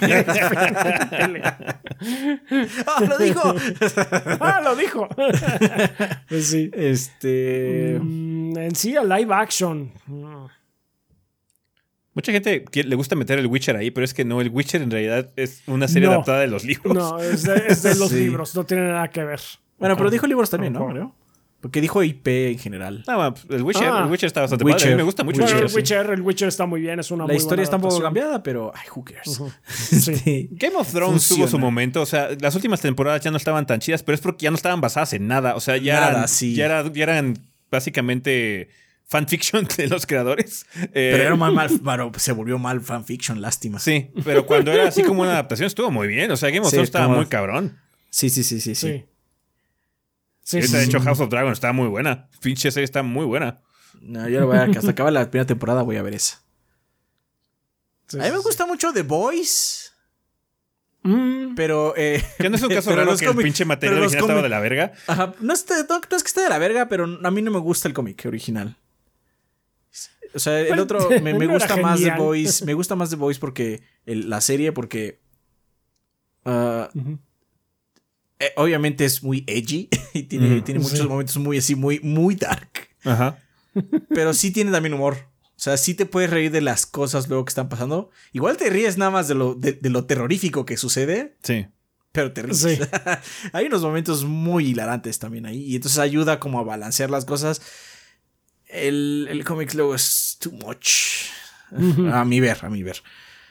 ¡Ah, lo dijo! ¡Ah, lo dijo! Pues sí. Este. Mm, en sí, a live action. Mm. Mucha gente que- le gusta meter el Witcher ahí, pero es que no, el Witcher en realidad es una serie No. adaptada de los libros. No, es de, es de los Sí. libros, no tiene nada que ver. Bueno, pero dijo libros también, ¿no? Ojo. Creo. Porque dijo I P en general. No, bueno, el Witcher, Ah. el Witcher está bastante Witcher. padre. A mí me gusta mucho. Bueno, el el Witcher. Witcher, el Witcher está muy bien, es una La muy historia buena está un poco adaptación. cambiada, pero. Ay, who cares. Ujú. Este, Game of Thrones Funciona. tuvo su momento, o sea, las últimas temporadas ya no estaban tan chidas, pero es porque ya no estaban basadas en nada, o sea, ya, Nada, eran, sí. ya, era- ya eran básicamente fanfiction de los creadores. Eh, Pero era mal, mal, bueno, se volvió mal fanfiction, lástima. Sí, pero cuando era así como una adaptación estuvo muy bien, o sea, Game of Sí, Thrones estaba como- muy cabrón. Sí, sí, sí, sí, sí. Sí. Sí, Esta, sí, de hecho, sí. House of Dragon está muy buena. Pinche serie está muy buena. No, yo lo voy a hasta acabar la primera temporada voy a ver esa. Sí, A mí me sí, gusta mucho The Boys, sí. Mm, pero... Eh, Que no es un caso pero raro los que el cómics- pinche material pero los original estaba cómics- de la verga. Ajá, no, está- no- no es que esté de la verga, pero a mí no me gusta el cómic original. O sea, el Pero otro me, me no era gusta más The genial. Boys. Me gusta más The Boys porque el- la serie, porque ah, ujú. eh, obviamente es muy edgy y tiene, Ujú. tiene muchos Sí. momentos muy así, muy, muy dark. Ajá. Pero sí tiene también humor. O sea, sí te puedes reír de las cosas luego que están pasando. Igual te ríes nada más de lo, de, de lo terrorífico que sucede, Sí. pero te ríes. Sí. Hay unos momentos muy hilarantes también ahí. Y entonces ayuda como a balancear las cosas. El, el cómic luego es too much. Ujú. A mi ver, a mi ver.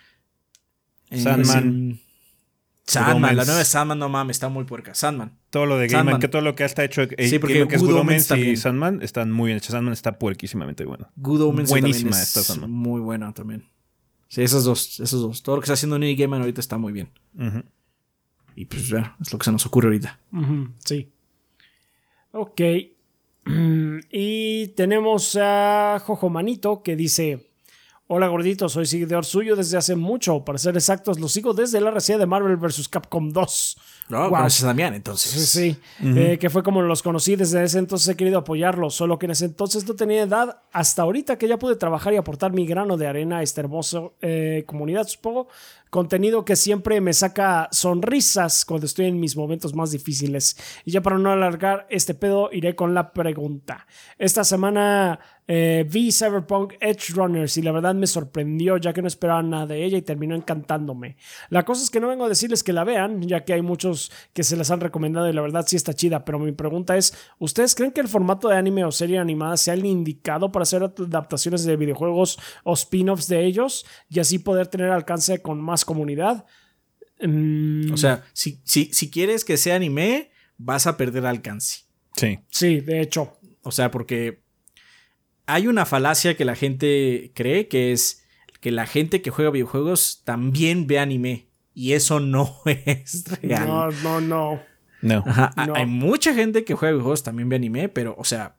Sandman. Eh, Sandman, Good la Omens. nueva Sandman, no mames, está muy puerca. Sandman. Todo lo de Game Sandman. Man, que todo lo que está hecho, eh, Sí, porque que, que es Good Good Omens Omens y también. Sandman están muy bien hechos. Sandman está puerquísimamente bueno. Good Omens Buenísima también es esta Sandman. muy buena también. Sí, esos dos, esos dos. Todo lo que está haciendo Neil Gaiman ahorita está muy bien. Ujú. Y pues bueno, es lo que se nos ocurre ahorita. Ujú, sí. Ok. Mm, Y tenemos a Jojo Manito que dice: Hola gordito, soy seguidor suyo desde hace mucho. Para ser exactos, lo sigo desde la reseña de Marvel versus. Capcom dos. No, Wow. conoces a Damián, entonces. Sí, sí. Eh, que fue como los conocí. Desde ese entonces he querido apoyarlos, solo que en ese entonces no tenía edad. Hasta ahorita que ya pude trabajar y aportar mi grano de arena a esta hermosa eh, comunidad, supongo. Contenido que siempre me saca sonrisas cuando estoy en mis momentos más difíciles. Y ya para no alargar este pedo, iré con la pregunta. Esta semana eh, vi Cyberpunk Edge Runners y la verdad me sorprendió, ya que no esperaba nada de ella y terminó encantándome. La cosa es que no vengo a decirles que la vean, ya que hay muchos que se las han recomendado y la verdad sí está chida, pero mi pregunta es, ¿ustedes creen que el formato de anime o serie animada sea el indicado para hacer adaptaciones de videojuegos o spin-offs de ellos y así poder tener alcance con más comunidad? Mm, O sea, si, si, si quieres que sea anime, vas a perder alcance. Sí. sí, de hecho. O sea, porque hay una falacia que la gente cree, que es que la gente que juega videojuegos también ve anime. Y eso no es real. No, no, no. No. Ajá, a- No. Hay mucha gente que juega videojuegos también ve anime, pero, o sea,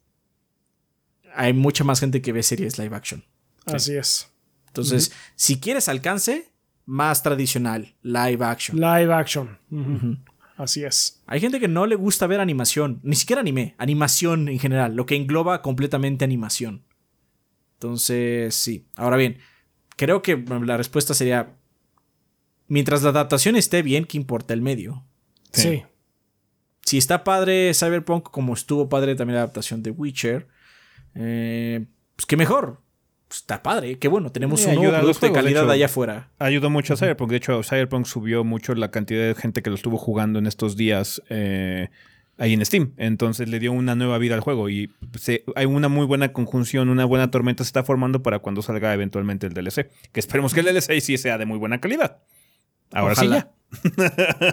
hay mucha más gente que ve series live action. Así es. Entonces, si quieres alcance, más tradicional, live action. Live action. Ujú. Así es. Hay gente que no le gusta ver animación, ni siquiera anime, animación en general, lo que engloba completamente animación. Entonces, sí. Ahora bien, creo que la respuesta sería, mientras la adaptación esté bien, ¿qué importa el medio? Sí. Sí. Si está padre Cyberpunk, como estuvo padre también la adaptación de Witcher, eh, pues qué mejor. Pues está padre, qué bueno, tenemos Sí, un nuevo ayuda a los producto de juegos, de calidad hecho. allá afuera. Ayudó mucho a Cyberpunk. De hecho, Cyberpunk subió mucho la cantidad de gente que lo estuvo jugando en estos días eh, ahí en Steam. Entonces le dio una nueva vida al juego. Y se, hay una muy buena conjunción, una buena tormenta se está formando para cuando salga eventualmente el D L C. Que esperemos que el D L C sí sea de muy buena calidad. Ahora Ojalá. sí ya.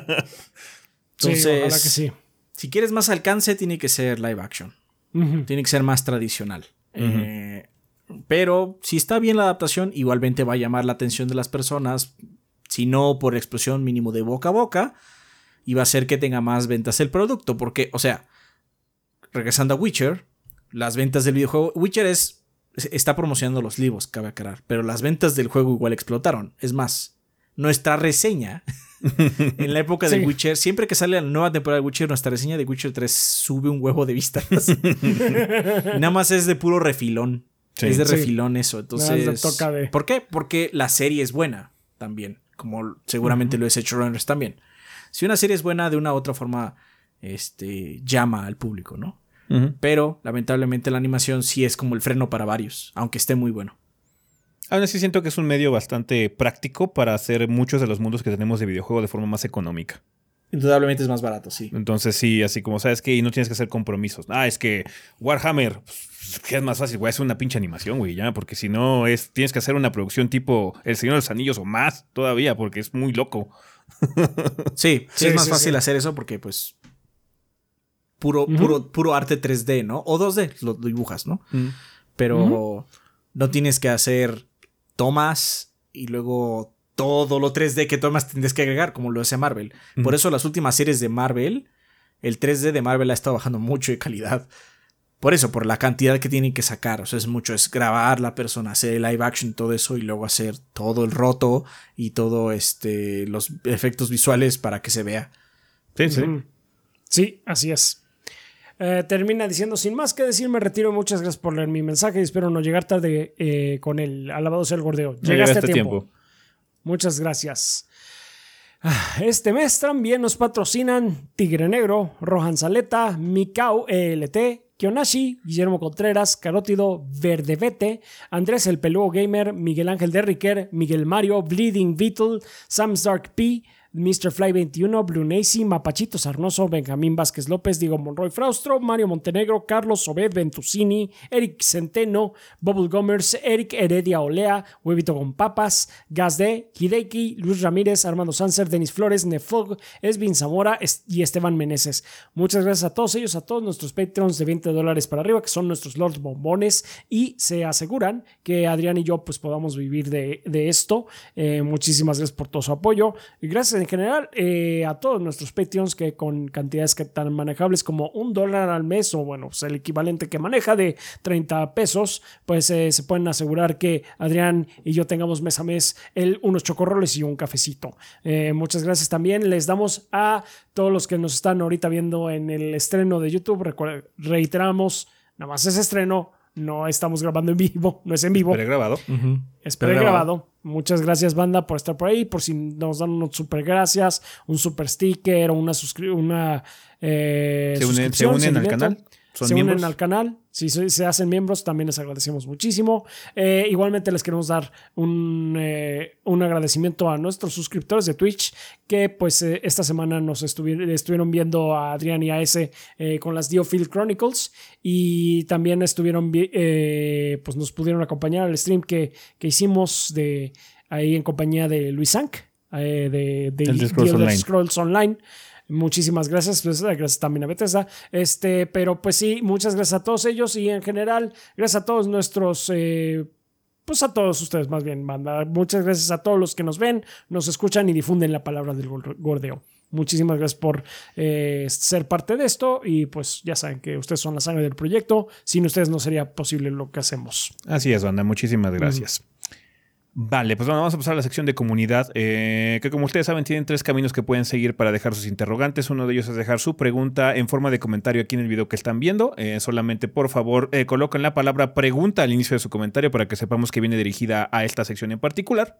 Entonces, sí, ojalá que sí. Si quieres más alcance, tiene que ser live action. Ujú. Tiene que ser más tradicional. Eh, pero si está bien la adaptación, igualmente va a llamar la atención de las personas. Si no por explosión, mínimo de boca a boca. Y va a hacer que tenga más ventas el producto. Porque, o sea, regresando a Witcher, las ventas del videojuego. Witcher es, está promocionando los libros, cabe aclarar. Pero las ventas del juego igual explotaron. Es más, nuestra reseña en la época de Sí. Witcher, siempre que sale la nueva temporada de Witcher, nuestra reseña de Witcher tres sube un huevo de vistas. Nada más es de puro refilón. Sí. Es de Sí. refilón eso. Entonces, Nada más le toca de- ¿por qué? Porque la serie es buena también. Como seguramente lo es hecho Runners también. Si una serie es buena, de una u otra forma este, llama al público, ¿no? Ujú. Pero lamentablemente la animación sí es como el freno para varios, aunque esté muy bueno. Aún así siento que es un medio bastante práctico para hacer muchos de los mundos que tenemos de videojuego de forma más económica. Indudablemente es más barato, sí. Entonces sí, así como sabes que y no tienes que hacer compromisos. Ah, es que Warhammer, pues, que es más fácil, güey, hacer una pinche animación, güey, ya, porque si no es tienes que hacer una producción tipo El Señor de los Anillos o más todavía, porque es muy loco. Sí, sí, Sí, es más sí, fácil sí. hacer eso porque pues puro, Ujú. puro, puro arte tres D, ¿no? O dos D, lo, lo dibujas, ¿no? Pero no tienes que hacer tomas y luego todo lo tres D que tomas tienes que agregar, como lo hace Marvel. Ujú. Por eso las últimas series de Marvel el tres D de Marvel ha estado bajando mucho de calidad. Por eso, por la cantidad que tienen que sacar. O sea, es mucho, es grabar la persona, hacer el live action y todo eso, y luego hacer todo el roto y todo este los efectos visuales para que se vea. Sí, sí. Mm. Sí, así es. Eh, termina diciendo, sin más que decir, me retiro. Muchas gracias por leer mi mensaje y espero no llegar tarde eh, con el alabado sea el gordeo. Llegaste, llegaste a tiempo. tiempo. Muchas gracias. Este mes también nos patrocinan Tigre Negro, Rohan Saleta, Mikau E L T, Kionashi, Guillermo Contreras, Carótido, Verdevete, Andrés el Peludo Gamer, Miguel Ángel de Riquer, Miguel Mario, Bleeding Beetle, Sam's Dark P, mister Fly veintiuno, Blue Nacy, Mapachito Sarnoso, Benjamín Vázquez López, Diego Monroy Fraustro, Mario Montenegro, Carlos Obed Ventusini, Eric Centeno, Bubble Gomers, Eric Heredia Olea, Huevito con Papas, Gazde, Hideki, Luis Ramírez, Armando Sanser, Denis Flores, Nefog, Esvin Zamora y Esteban Meneses. Muchas gracias a todos ellos, a todos nuestros Patreons de veinte dólares para arriba, que son nuestros Lords Bombones, y se aseguran que Adrián y yo pues podamos vivir de, de esto. Eh, muchísimas gracias por todo su apoyo. Y gracias en general eh, a todos nuestros Patreons que con cantidades que tan manejables como un dólar al mes, o bueno, pues el equivalente que maneja de treinta pesos, pues eh, se pueden asegurar que Adrián y yo tengamos mes a mes el, unos chocorroles y un cafecito. Eh, muchas gracias también. Les damos a todos los que nos están ahorita viendo en el estreno de YouTube. Recuerden, reiteramos, nada más es estreno. No estamos grabando en vivo, no es en vivo. Pregrabado. Uh-huh. Es pregrabado. Muchas gracias, banda, por estar por ahí. Por si nos dan unos super gracias, un super sticker o una, suscri- una eh, ¿Se, unen, ¿Se unen al canal? ¿Son se miembros? unen al canal. Si se, se hacen miembros, también les agradecemos muchísimo. Eh, igualmente les queremos dar un, eh, un agradecimiento a nuestros suscriptores de Twitch que pues eh, esta semana nos estuvieron, estuvieron viendo a Adrián y a ese eh, con las Diofield Chronicles, y también estuvieron eh, pues nos pudieron acompañar al stream que, que hicimos de ahí en compañía de Luis Ank eh, de, de, de Scrolls Online. Scrolls Online. Muchísimas gracias, pues, gracias también a Bethesda. Este, pero pues sí, muchas gracias a todos ellos y en general, gracias a todos nuestros, eh, pues a todos ustedes más bien, banda. Muchas gracias a todos los que nos ven, nos escuchan y difunden la palabra del gordeo. Muchísimas gracias por eh, ser parte de esto y pues ya saben que ustedes son la sangre del proyecto. Sin ustedes no sería posible lo que hacemos. Así es, banda. Muchísimas gracias. Mm. Vale, pues bueno, vamos a pasar a la sección de comunidad, eh, que como ustedes saben tienen tres caminos que pueden seguir para dejar sus interrogantes. Uno de ellos es dejar su pregunta en forma de comentario aquí en el video que están viendo. Eh, solamente por favor eh, coloquen la palabra pregunta al inicio de su comentario para que sepamos que viene dirigida a esta sección en particular.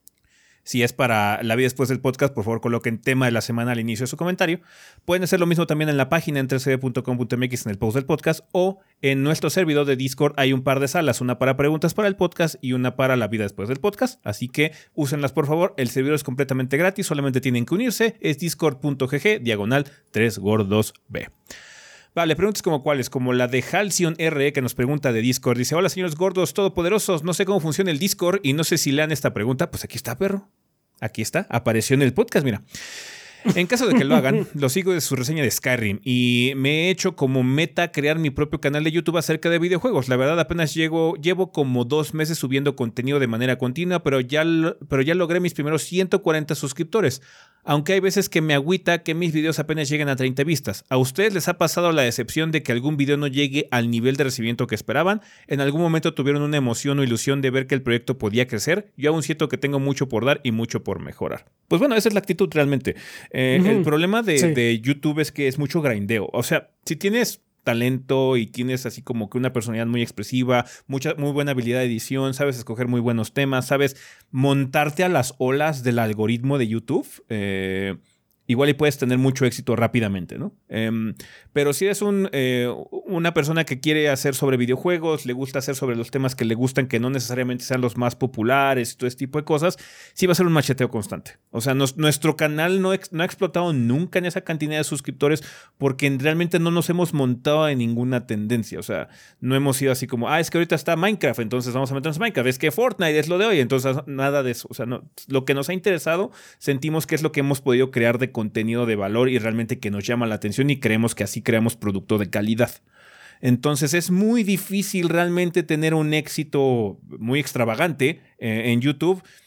Si es para la vida después del podcast, por favor coloquen tema de la semana al inicio de su comentario. Pueden hacer lo mismo también en la página en tres c d punto com punto m x en el post del podcast, o en nuestro servidor de Discord hay un par de salas, una para preguntas para el podcast y una para la vida después del podcast. Así que úsenlas por favor, el servidor es completamente gratis, solamente tienen que unirse, es discord punto g g diagonal tres gordos b. Vale, preguntas como cuáles, como la de Halcyon R E que nos pregunta de Discord. Dice, hola señores gordos todopoderosos, no sé cómo funciona el Discord y no sé si lean esta pregunta. Pues aquí está, perro. Aquí está, apareció en el podcast, mira. En caso de que lo hagan, lo sigo de su reseña de Skyrim y me he hecho como meta crear mi propio canal de YouTube acerca de videojuegos. La verdad apenas llego, llevo como dos meses subiendo contenido de manera continua, pero ya, pero ya logré mis primeros ciento cuarenta suscriptores. Aunque hay veces que me agüita que mis videos apenas lleguen a treinta vistas. ¿A ustedes les ha pasado la decepción de que algún video no llegue al nivel de recibimiento que esperaban? ¿En algún momento tuvieron una emoción o ilusión de ver que el proyecto podía crecer? Yo aún siento que tengo mucho por dar y mucho por mejorar. Pues bueno, esa es la actitud realmente. Eh, uh-huh. El problema de, sí. de YouTube es que es mucho grindeo. O sea, si tienes talento y tienes así como que una personalidad muy expresiva, mucha, muy buena habilidad de edición, sabes escoger muy buenos temas, sabes montarte a las olas del algoritmo de YouTube, eh, igual y puedes tener mucho éxito rápidamente, ¿no? Eh, pero si eres un, eh, una persona que quiere hacer sobre videojuegos, le gusta hacer sobre los temas que le gustan, que no necesariamente sean los más populares y todo ese tipo de cosas, sí va a ser un macheteo constante. O sea, nos, nuestro canal no, ex, no ha explotado nunca en esa cantidad de suscriptores porque realmente no nos hemos montado en ninguna tendencia. O sea, no hemos sido así como, ah, es que ahorita está Minecraft, entonces vamos a meternos en Minecraft. Es que Fortnite es lo de hoy, entonces nada de eso. O sea, no, lo que nos ha interesado, sentimos que es lo que hemos podido crear de contenido de valor y realmente que nos llama la atención y creemos que así creamos producto de calidad. Entonces es muy difícil realmente tener un éxito muy extravagante eh, en YouTube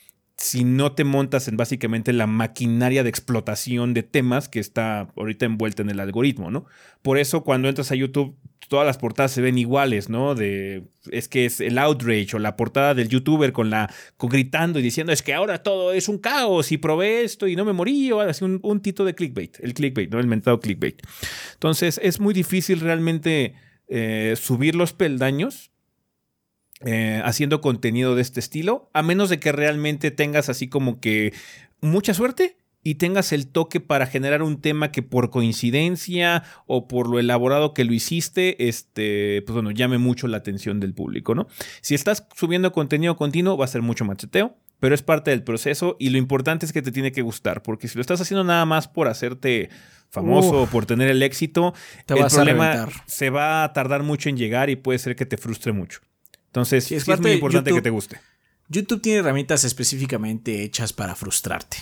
si no te montas en básicamente la maquinaria de explotación de temas que está ahorita envuelta en el algoritmo, ¿no? Por eso cuando entras a YouTube, todas las portadas se ven iguales, ¿no? De, es que es el outrage o la portada del youtuber con la con gritando y diciendo es que ahora todo es un caos y probé esto y no me morí, o así un, un tito de clickbait, el clickbait, ¿no? El mentado clickbait. Entonces es muy difícil realmente eh, subir los peldaños Eh, haciendo contenido de este estilo, a menos de que realmente tengas así como que mucha suerte y tengas el toque para generar un tema que por coincidencia o por lo elaborado que lo hiciste, este, pues bueno, llame mucho la atención del público, ¿no? Si estás subiendo contenido continuo, va a ser mucho macheteo, pero es parte del proceso y lo importante es que te tiene que gustar, porque si lo estás haciendo nada más por hacerte famoso o por tener el éxito, te el vas problema a reventar. se va a tardar mucho en llegar y puede ser que te frustre mucho. Entonces, Sí, es sí es parte muy de importante YouTube. que te guste. YouTube tiene herramientas específicamente hechas para frustrarte.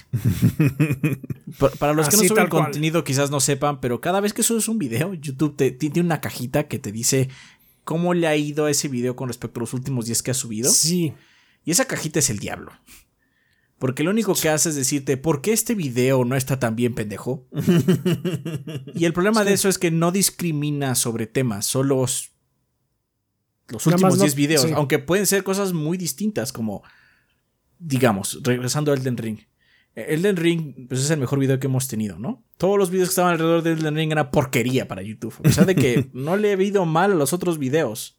Pa- para los que Así, no suben tal cual. contenido quizás no sepan, pero cada vez que subes un video, YouTube te, tiene una cajita que te dice cómo le ha ido a ese video con respecto a los últimos días que has subido. Sí. Y esa cajita es el diablo. Porque lo único que hace es decirte, ¿por qué este video no está tan bien, pendejo? Y el problema Sí. de eso es que no discrimina sobre temas, solo s- los Nada últimos más no- diez videos, sí. aunque pueden ser cosas muy distintas, como, digamos, regresando a Elden Ring. Elden Ring pues, es el mejor video que hemos tenido, ¿no? Todos los videos que estaban alrededor de Elden Ring eran porquería para YouTube. A pesar de que no le he ido mal a los otros videos.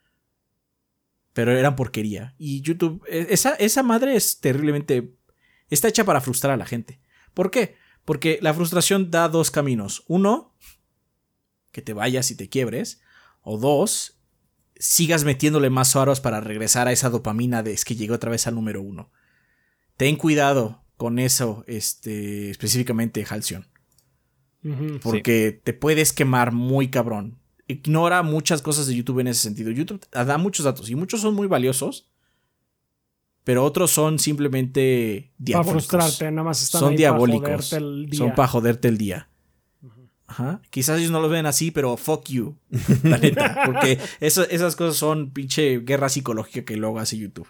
Pero eran porquería. Y YouTube, esa, esa madre es terriblemente... Está hecha para frustrar a la gente. ¿Por qué? Porque la frustración da dos caminos. Uno, que te vayas y te quiebres. O dos, sigas metiéndole más horas para regresar a esa dopamina de es que llegué otra vez al número uno. Ten cuidado con eso, este, específicamente, Halcyon. Ujú. Porque sí. te puedes quemar muy cabrón. Ignora muchas cosas de YouTube en ese sentido. YouTube da muchos datos y muchos son muy valiosos, pero otros son simplemente diabólicos. Para frustrarte, nada más están son ahí diabólicos. para joderte el día. Son para joderte el día. Uh-huh. Ajá. Quizás ellos no lo ven así, pero fuck you. La neta. Porque eso, esas cosas son pinche guerra psicológica que luego hace YouTube.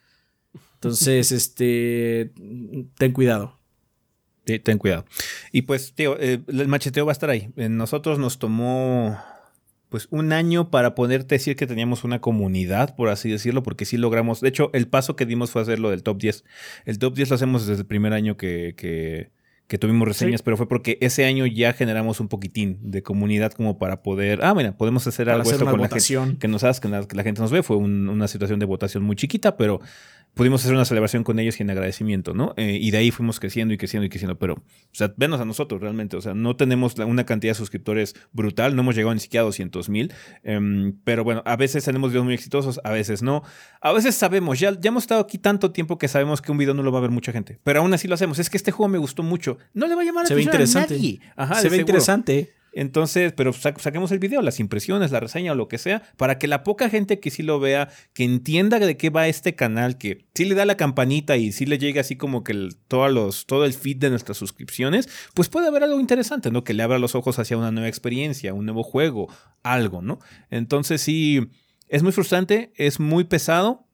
Entonces, este. Ten cuidado. Sí, ten cuidado. Y pues, tío, eh, el macheteo va a estar ahí. Eh, nosotros nos tomó pues un año para poderte decir que teníamos una comunidad, por así decirlo, porque sí logramos. De hecho, el paso que dimos fue hacer lo del top diez. El top diez lo hacemos desde el primer año que, que, que tuvimos reseñas, sí. Pero fue porque ese año ya generamos un poquitín de comunidad como para poder. Ah, mira, podemos hacer para algo hacer esto con votación. La gente que nos hagas, que la, que la gente nos ve. Fue un, una situación de votación muy chiquita, pero pudimos hacer una celebración con ellos y en agradecimiento, ¿no? Eh, y de ahí fuimos creciendo y creciendo y creciendo. Pero, o sea, venos a nosotros realmente. O sea, no tenemos una cantidad de suscriptores brutal. No hemos llegado ni siquiera a doscientos mil. Eh, pero bueno, a veces tenemos videos muy exitosos, a veces no. A veces sabemos, ya, ya hemos estado aquí tanto tiempo que sabemos que un video no lo va a ver mucha gente. Pero aún así lo hacemos. Es que este juego me gustó mucho. No le va a llamar la Se ve interesante. a nadie. Ajá, Se ve seguro. interesante. Entonces, pero sa- saquemos el video, las impresiones, la reseña o lo que sea, para que la poca gente que sí lo vea, que entienda de qué va este canal, que sí le da la campanita y sí le llegue así como que el, todos los, todo el feed de nuestras suscripciones, pues puede haber algo interesante, ¿no? Que le abra los ojos hacia una nueva experiencia, un nuevo juego, algo, ¿no? Entonces sí, es muy frustrante, es muy pesado,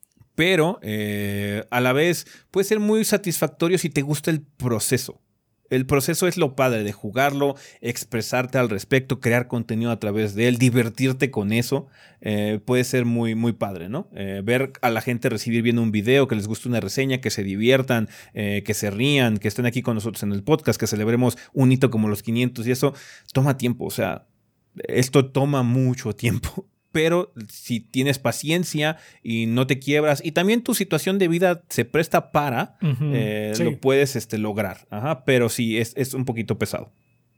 pero eh, a la vez puede ser muy satisfactorio si te gusta el proceso. El proceso es lo padre de jugarlo, expresarte al respecto, crear contenido a través de él, divertirte con eso. Eh, puede ser muy, muy padre, ¿no? Eh, ver a la gente recibir viendo un video, que les guste una reseña, que se diviertan, eh, que se rían, que estén aquí con nosotros en el podcast, que celebremos un hito como los quinientos y eso toma tiempo. O sea, esto toma mucho tiempo. Pero si tienes paciencia y no te quiebras y también tu situación de vida se presta para, uh-huh. eh, sí. lo puedes este, lograr. Ajá, pero sí, es, es un poquito pesado.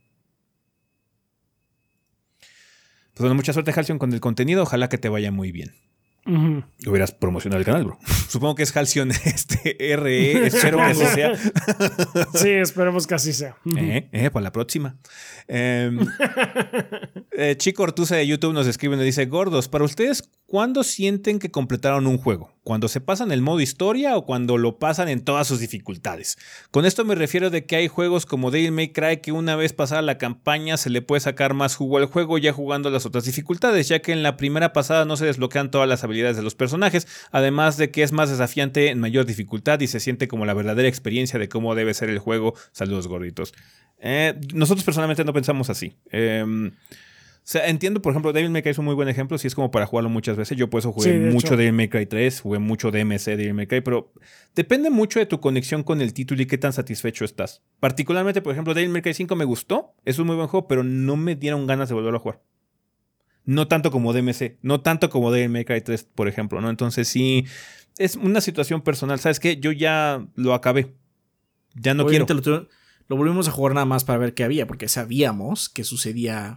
Pues bueno, mucha suerte, Halcyon, con el contenido. Ojalá que te vaya muy bien. Uh-huh. Hubieras promocionado el canal, bro. Supongo que es Halcyon este, R E. Espero que así sea. Sí, esperemos que así sea. Uh-huh. Eh, eh, para la próxima. Eh, eh, Chico Ortuza de YouTube nos escribe y nos dice: Gordos, para ustedes, ¿cuándo sienten que completaron un juego? ¿Cuando se pasan el modo historia o cuando lo pasan en todas sus dificultades? Con esto me refiero de que hay juegos como Devil May Cry que una vez pasada la campaña se le puede sacar más jugo al juego ya jugando las otras dificultades, ya que en la primera pasada no se desbloquean todas las habilidades de los personajes, además de que es más desafiante en mayor dificultad y se siente como la verdadera experiencia de cómo debe ser el juego. Saludos, gorditos. Eh, nosotros personalmente no pensamos así. Eh, O sea, entiendo, por ejemplo, Devil May Cry es un muy buen ejemplo, si es como para jugarlo muchas veces. Yo por eso jugué Sí, de mucho hecho. Devil May Cry tres, jugué mucho D M C Devil May Cry, pero depende mucho de tu conexión con el título y qué tan satisfecho estás. Particularmente, por ejemplo, Devil May Cry cinco me gustó, es un muy buen juego, pero no me dieron ganas de volverlo a jugar. No tanto como D M C, no tanto como Devil May Cry tres, por ejemplo, ¿no? Entonces sí, es una situación personal. ¿Sabes qué? Yo ya lo acabé. Ya no Obviamente quiero. Lo, lo volvimos a jugar nada más para ver qué había, porque sabíamos que sucedía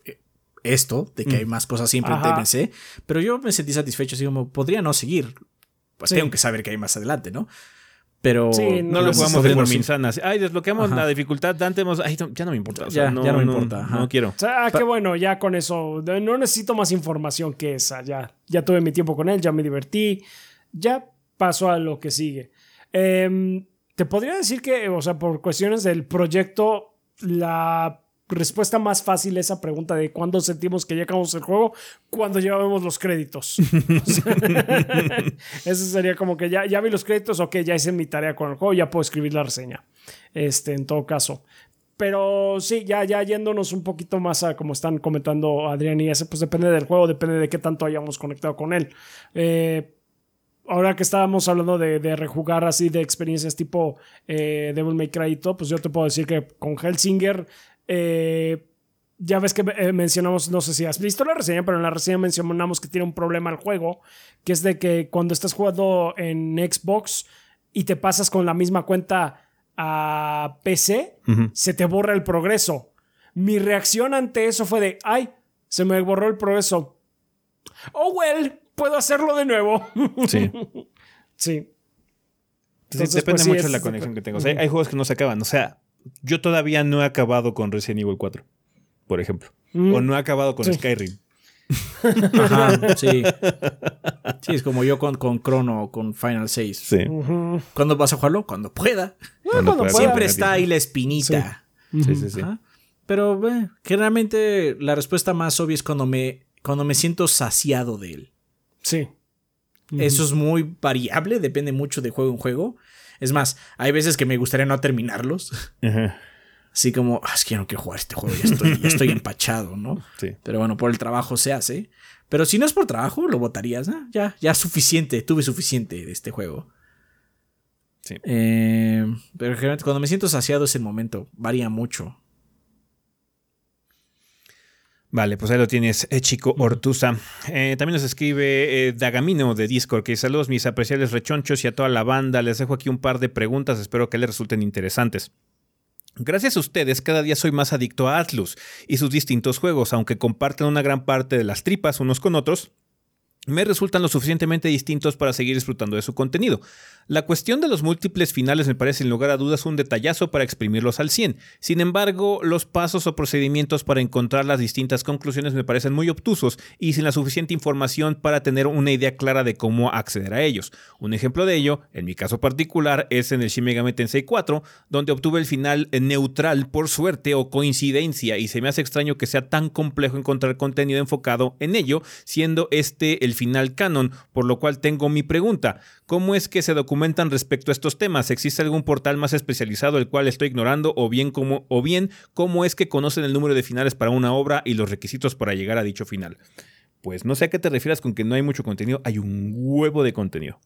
esto, de que mm. hay más cosas siempre en D M C, pero yo me sentí satisfecho, así como, podría no seguir. Pues sí. Tengo que saber qué hay más adelante, ¿no? Pero sí, no, no lo jugamos de forma insana. Ay, desbloqueamos ajá. la dificultad, Dante, ay, no, ya no me importa. O sea, ya, no, ya no me no, importa. Ajá. No quiero. O sea, ah, qué bueno, ya con eso. No necesito más información que esa. Ya, ya tuve mi tiempo con él, ya me divertí. Ya paso a lo que sigue. Eh, te podría decir que, o sea, por cuestiones del proyecto, la respuesta más fácil a esa pregunta de cuándo sentimos que ya acabamos el juego, cuando ya vemos los créditos. O sea, eso sería como que ya, ya vi los créditos, ok, ya hice mi tarea con el juego, ya puedo escribir la reseña. Este, en todo caso. Pero sí, ya, ya yéndonos un poquito más a como están comentando Adrián y ese, pues depende del juego, depende de qué tanto hayamos conectado con él. Eh, ahora que estábamos hablando de, de rejugar así de experiencias tipo eh, Devil May Cry y todo, pues yo te puedo decir que con Hellsinger Eh, ya ves que eh, mencionamos, no sé si has visto la reseña, pero en la reseña mencionamos que tiene un problema el juego, que es de que cuando estás jugando en Xbox y te pasas con la misma cuenta a P C, uh-huh. se te borra el progreso. Mi reacción ante eso fue de, ay, se me borró el progreso. Oh, well, puedo hacerlo de nuevo. Sí. Sí. Entonces, depende pues, sí, mucho de la conexión que tengo. O sea, hay, hay juegos que no se acaban. O sea, yo todavía no he acabado con Resident Evil cuatro, por ejemplo. Mm. O no he acabado con sí. Skyrim. Ajá, sí. Sí, es como yo con, con Chrono o con Final seis. Sí. Uh-huh. ¿Cuándo vas a jugarlo? Cuando pueda. Cuando Cuando pueda. Siempre está ahí la espinita. Sí, sí, sí. sí. Pero eh, generalmente la respuesta más obvia es cuando me, cuando me siento saciado de él. Sí. Uh-huh. Eso es muy variable, depende mucho de juego en juego. Es más, hay veces que me gustaría no terminarlos. Uh-huh. Así como, ah, es que ya no quiero jugar este juego, ya estoy, ya estoy empachado, ¿no? Sí. Pero bueno, por el trabajo se hace. Pero si no es por trabajo, lo votarías, ¿no? Ya, ya suficiente, tuve suficiente de este juego. Sí. Eh, pero generalmente cuando me siento saciado es el momento, varía mucho. Vale, pues ahí lo tienes, eh, Chico Ortuza. Eh, también nos escribe eh, Dagamino de Discord, que saludos mis apreciables rechonchos y a toda la banda. Les dejo aquí un par de preguntas, espero que les resulten interesantes. Gracias a ustedes, cada día soy más adicto a Atlus y sus distintos juegos, aunque comparten una gran parte de las tripas unos con otros. Me resultan lo suficientemente distintos para seguir disfrutando de su contenido. La cuestión de los múltiples finales me parece sin lugar a dudas un detallazo para exprimirlos al cien. Sin embargo, los pasos o procedimientos para encontrar las distintas conclusiones me parecen muy obtusos y sin la suficiente información para tener una idea clara de cómo acceder a ellos. Un ejemplo de ello, en mi caso particular, es en el Shin Megami Tensei cuatro, donde obtuve el final neutral por suerte o coincidencia y se me hace extraño que sea tan complejo encontrar contenido enfocado en ello, siendo este el final canon, por lo cual tengo mi pregunta. ¿Cómo es que se documentan respecto a estos temas? ¿Existe algún portal más especializado el cual estoy ignorando? O bien, cómo, o bien, ¿cómo es que conocen el número de finales para una obra y los requisitos para llegar a dicho final? Pues no sé a qué te refieras con que no hay mucho contenido. Hay un huevo de contenido.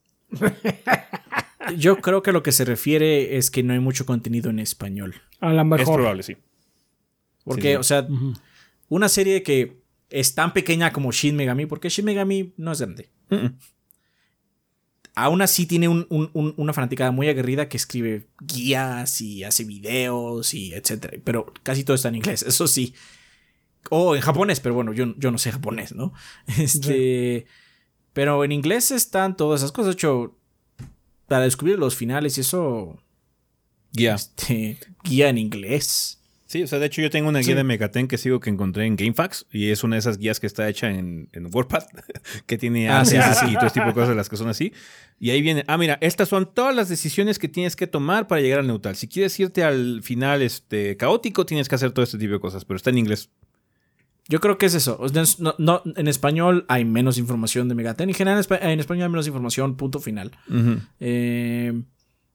Yo creo que lo que se refiere es que no hay mucho contenido en español. A lo mejor. Es probable, sí. Porque, sí, sí. o sea, uh-huh. una serie que es tan pequeña como Shin Megami, porque Shin Megami no es grande. Uh-uh. Aún así tiene un, un, un, una fanaticada muy aguerrida que escribe guías y hace videos y etcétera. Pero casi todo está en inglés, eso sí. O en japonés, pero bueno, yo, yo no sé japonés, ¿no? Este, sí. Pero en inglés están todas esas cosas. De hecho, para descubrir los finales y eso... Guía. Este, guía en inglés. Sí, o sea, de hecho yo tengo una guía sí. de Megaten que sigo que encontré en GameFAQs y es una de esas guías que está hecha en, en WordPad, que tiene ah, sí, sí, sí. y todo este tipo de cosas de las que son así. Y ahí viene, ah, mira, estas son todas las decisiones que tienes que tomar para llegar al neutral. Si quieres irte al final este, caótico, tienes que hacer todo este tipo de cosas, pero está en inglés. Yo creo que es eso. No, no, en español hay menos información de Megaten. En general, en español hay menos información, punto final. Uh-huh. Eh...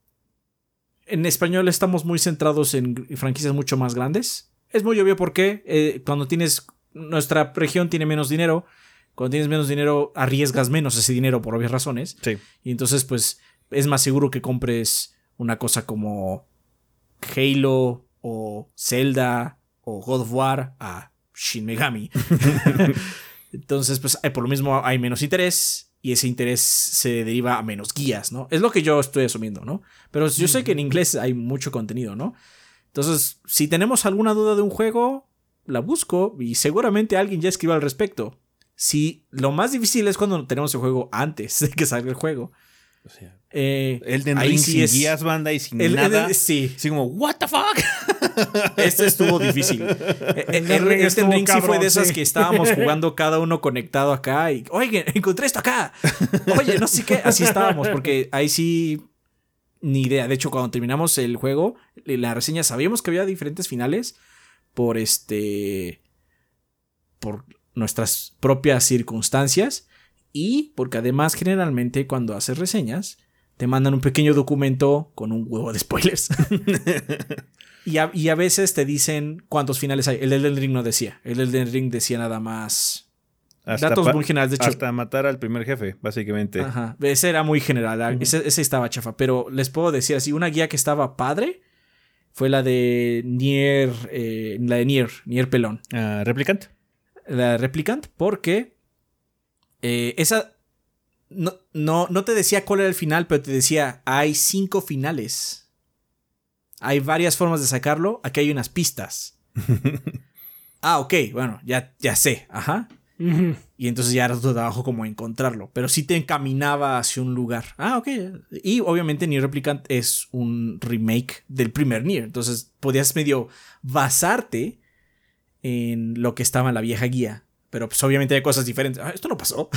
En español estamos muy centrados en franquicias mucho más grandes. Es muy obvio por qué. Eh, cuando tienes... Nuestra región tiene menos dinero. Cuando tienes menos dinero, arriesgas menos ese dinero por obvias razones. Sí. Y entonces, pues, es más seguro que compres una cosa como Halo o Zelda o God of War a Shin Megami. Entonces, pues, por lo mismo hay menos interés. Y ese interés se deriva a menos guías, ¿no? Es lo que yo estoy asumiendo, ¿no? Pero yo sé que en inglés hay mucho contenido, ¿no? Entonces, si tenemos alguna duda de un juego, la busco y seguramente alguien ya escribió al respecto. Si lo más difícil es cuando tenemos el juego antes de que salga el juego. O sea, eh, Elden Ring sí sin es, guías, banda y sin el, nada. El, sí. Así como, what the fuck? Este estuvo difícil. El, el, el Elden Ring sí fue de esas sí. que estábamos jugando cada uno conectado acá y, oye, encontré esto acá. Oye, no sé qué. Así estábamos, porque ahí sí ni idea. De hecho, cuando terminamos el juego, la reseña sabíamos que había diferentes finales por este... por nuestras propias circunstancias y porque además generalmente cuando haces reseñas te mandan un pequeño documento con un huevo de spoilers. y, a, y a veces te dicen cuántos finales hay. El Elden Ring no decía. El Elden Ring decía nada más hasta datos pa- muy generales. De hecho, hasta matar al primer jefe, básicamente. Ajá. Ese era muy general. Uh-huh. Ese, ese estaba chafa. Pero les puedo decir así, una guía que estaba padre fue la de Nier, eh, la de Nier, Nier Pelón. Uh, Replicant. La Replicant, porque eh, esa no, no, no te decía cuál era el final, pero te decía, hay cinco finales. Hay varias formas de sacarlo. Aquí hay unas pistas. Ah, ok, bueno, ya, ya sé. Ajá. Uh-huh. Y entonces ya era tu trabajo como encontrarlo. Pero sí te encaminaba hacia un lugar. Ah, ok. Y obviamente Nier Replicant es un remake del primer Nier. Entonces podías medio basarte en lo que estaba en la vieja guía. Pero pues obviamente hay cosas diferentes. Ah, esto no pasó.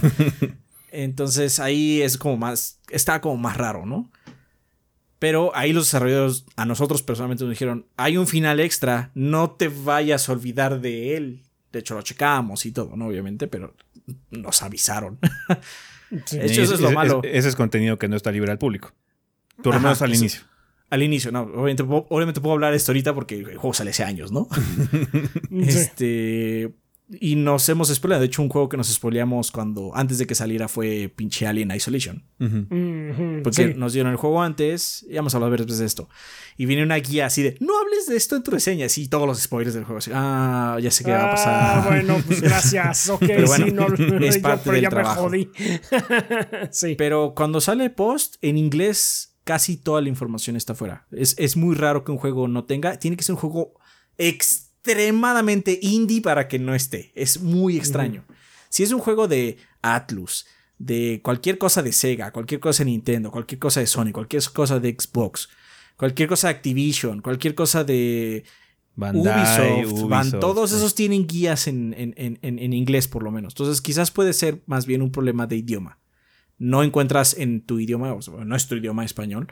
Entonces ahí es como más... Está como más raro, ¿no? Pero ahí los desarrolladores a nosotros personalmente nos dijeron, hay un final extra, no te vayas a olvidar de él. De hecho lo checamos y todo, ¿no? Obviamente, pero nos avisaron. Sí. De hecho, eso es lo malo. Es, ese es contenido que no está libre al público. Por lo menos al inicio. Al inicio, no. Obviamente, obviamente puedo hablar de esto ahorita porque el juego sale hace años, ¿no? Este... Y nos hemos spoileado. De hecho, un juego que nos spoileamos cuando antes de que saliera fue pinche Alien Isolation. Uh-huh. Uh-huh, porque sí. Nos dieron el juego antes. Y vamos a hablar veces de esto. Y viene una guía así de no hables de esto en tu reseña. Y todos los spoilers del juego. Así, ah, ya sé qué ah, va a pasar. Ah, bueno, pues gracias. Ok, pero bueno, sí, no, es yo, parte pero del ya trabajo. me jodí. Sí. Pero cuando sale post en inglés, casi toda la información está fuera. Es, es muy raro que un juego no tenga. Tiene que ser un juego extremadamente extremadamente indie para que no esté. Es muy extraño. Uh-huh. Si es un juego de Atlus, de cualquier cosa de Sega, cualquier cosa de Nintendo, cualquier cosa de Sony, cualquier cosa de Xbox, cualquier cosa de Activision, cualquier cosa de Bandai, Ubisoft, Ubisoft Van, todos sí. esos tienen guías en, en, en, en inglés por lo menos. Entonces quizás puede ser más bien un problema de idioma. No encuentras en tu idioma, o sea, no es tu idioma español.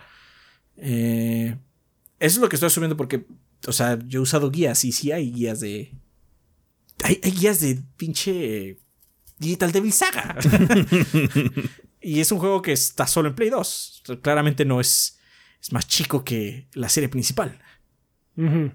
Eh, eso es lo que estoy asumiendo porque o sea, yo he usado guías y sí hay guías de... Hay, hay guías de pinche Digital Devil Saga. Y es un juego que está solo en Play dos. Claramente no es... Es más chico que la serie principal. Uh-huh.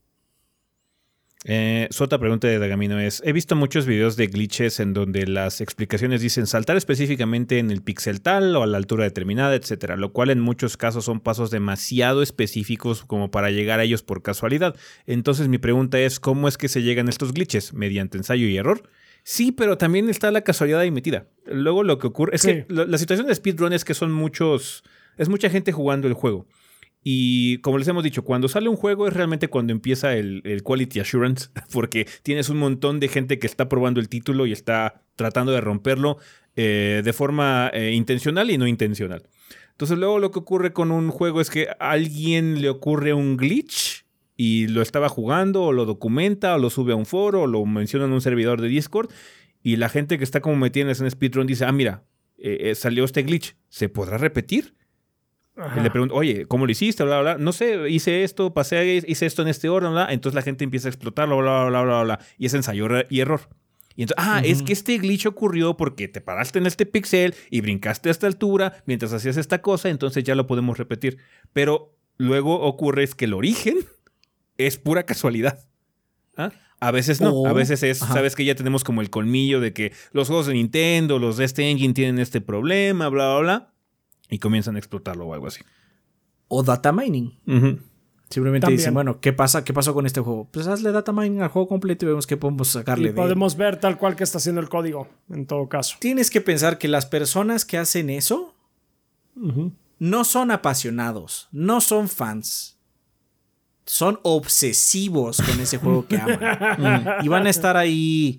Eh, su otra pregunta de Dagamino es: he visto muchos videos de glitches en donde las explicaciones dicen saltar específicamente en el píxel tal o a la altura determinada, etcétera, lo cual en muchos casos son pasos demasiado específicos como para llegar a ellos por casualidad. Entonces mi pregunta es: ¿cómo es que se llegan a estos glitches? ¿Mediante ensayo y error? Sí, pero también está la casualidad ahí metida. Luego lo que ocurre es sí. que lo, la situación de speedrun es que son muchos, es mucha gente jugando el juego. Y como les hemos dicho, cuando sale un juego es realmente cuando empieza el, el quality assurance, porque tienes un montón de gente que está probando el título y está tratando de romperlo eh, de forma eh, intencional y no intencional. Entonces luego lo que ocurre con un juego es que a alguien le ocurre un glitch y lo estaba jugando o lo documenta o lo sube a un foro o lo menciona en un servidor de Discord y la gente que está como metida en ese speedrun dice, ah, mira, eh, eh, salió este glitch, ¿se podrá repetir? Y le pregunto, oye, ¿cómo lo hiciste? Bla, bla, bla. No sé, hice esto, pasé, hice esto en este orden, bla. Entonces la gente empieza a explotarlo, bla, bla, bla, bla, bla. Y es ensayo y error. Y entonces, ah, uh-huh. es que este glitch ocurrió porque te paraste en este pixel y brincaste a esta altura mientras hacías esta cosa, entonces ya lo podemos repetir. Pero luego ocurre es que el origen es pura casualidad. ¿Ah? A veces no, oh, a veces es, ajá. sabes que ya tenemos como el colmillo de que los juegos de Nintendo, los de este engine tienen este problema, bla, bla, bla. Y comienzan a explotarlo o algo así. O data mining. Uh-huh. Simplemente También. dicen, bueno, ¿qué pasa? ¿Qué pasó con este juego? Pues hazle data mining al juego completo y vemos qué podemos sacarle y de podemos él. ver tal cual que está haciendo el código, en todo caso. Tienes que pensar que las personas que hacen eso uh-huh. no son apasionados, no son fans. Son obsesivos con ese juego que aman. Y van a estar ahí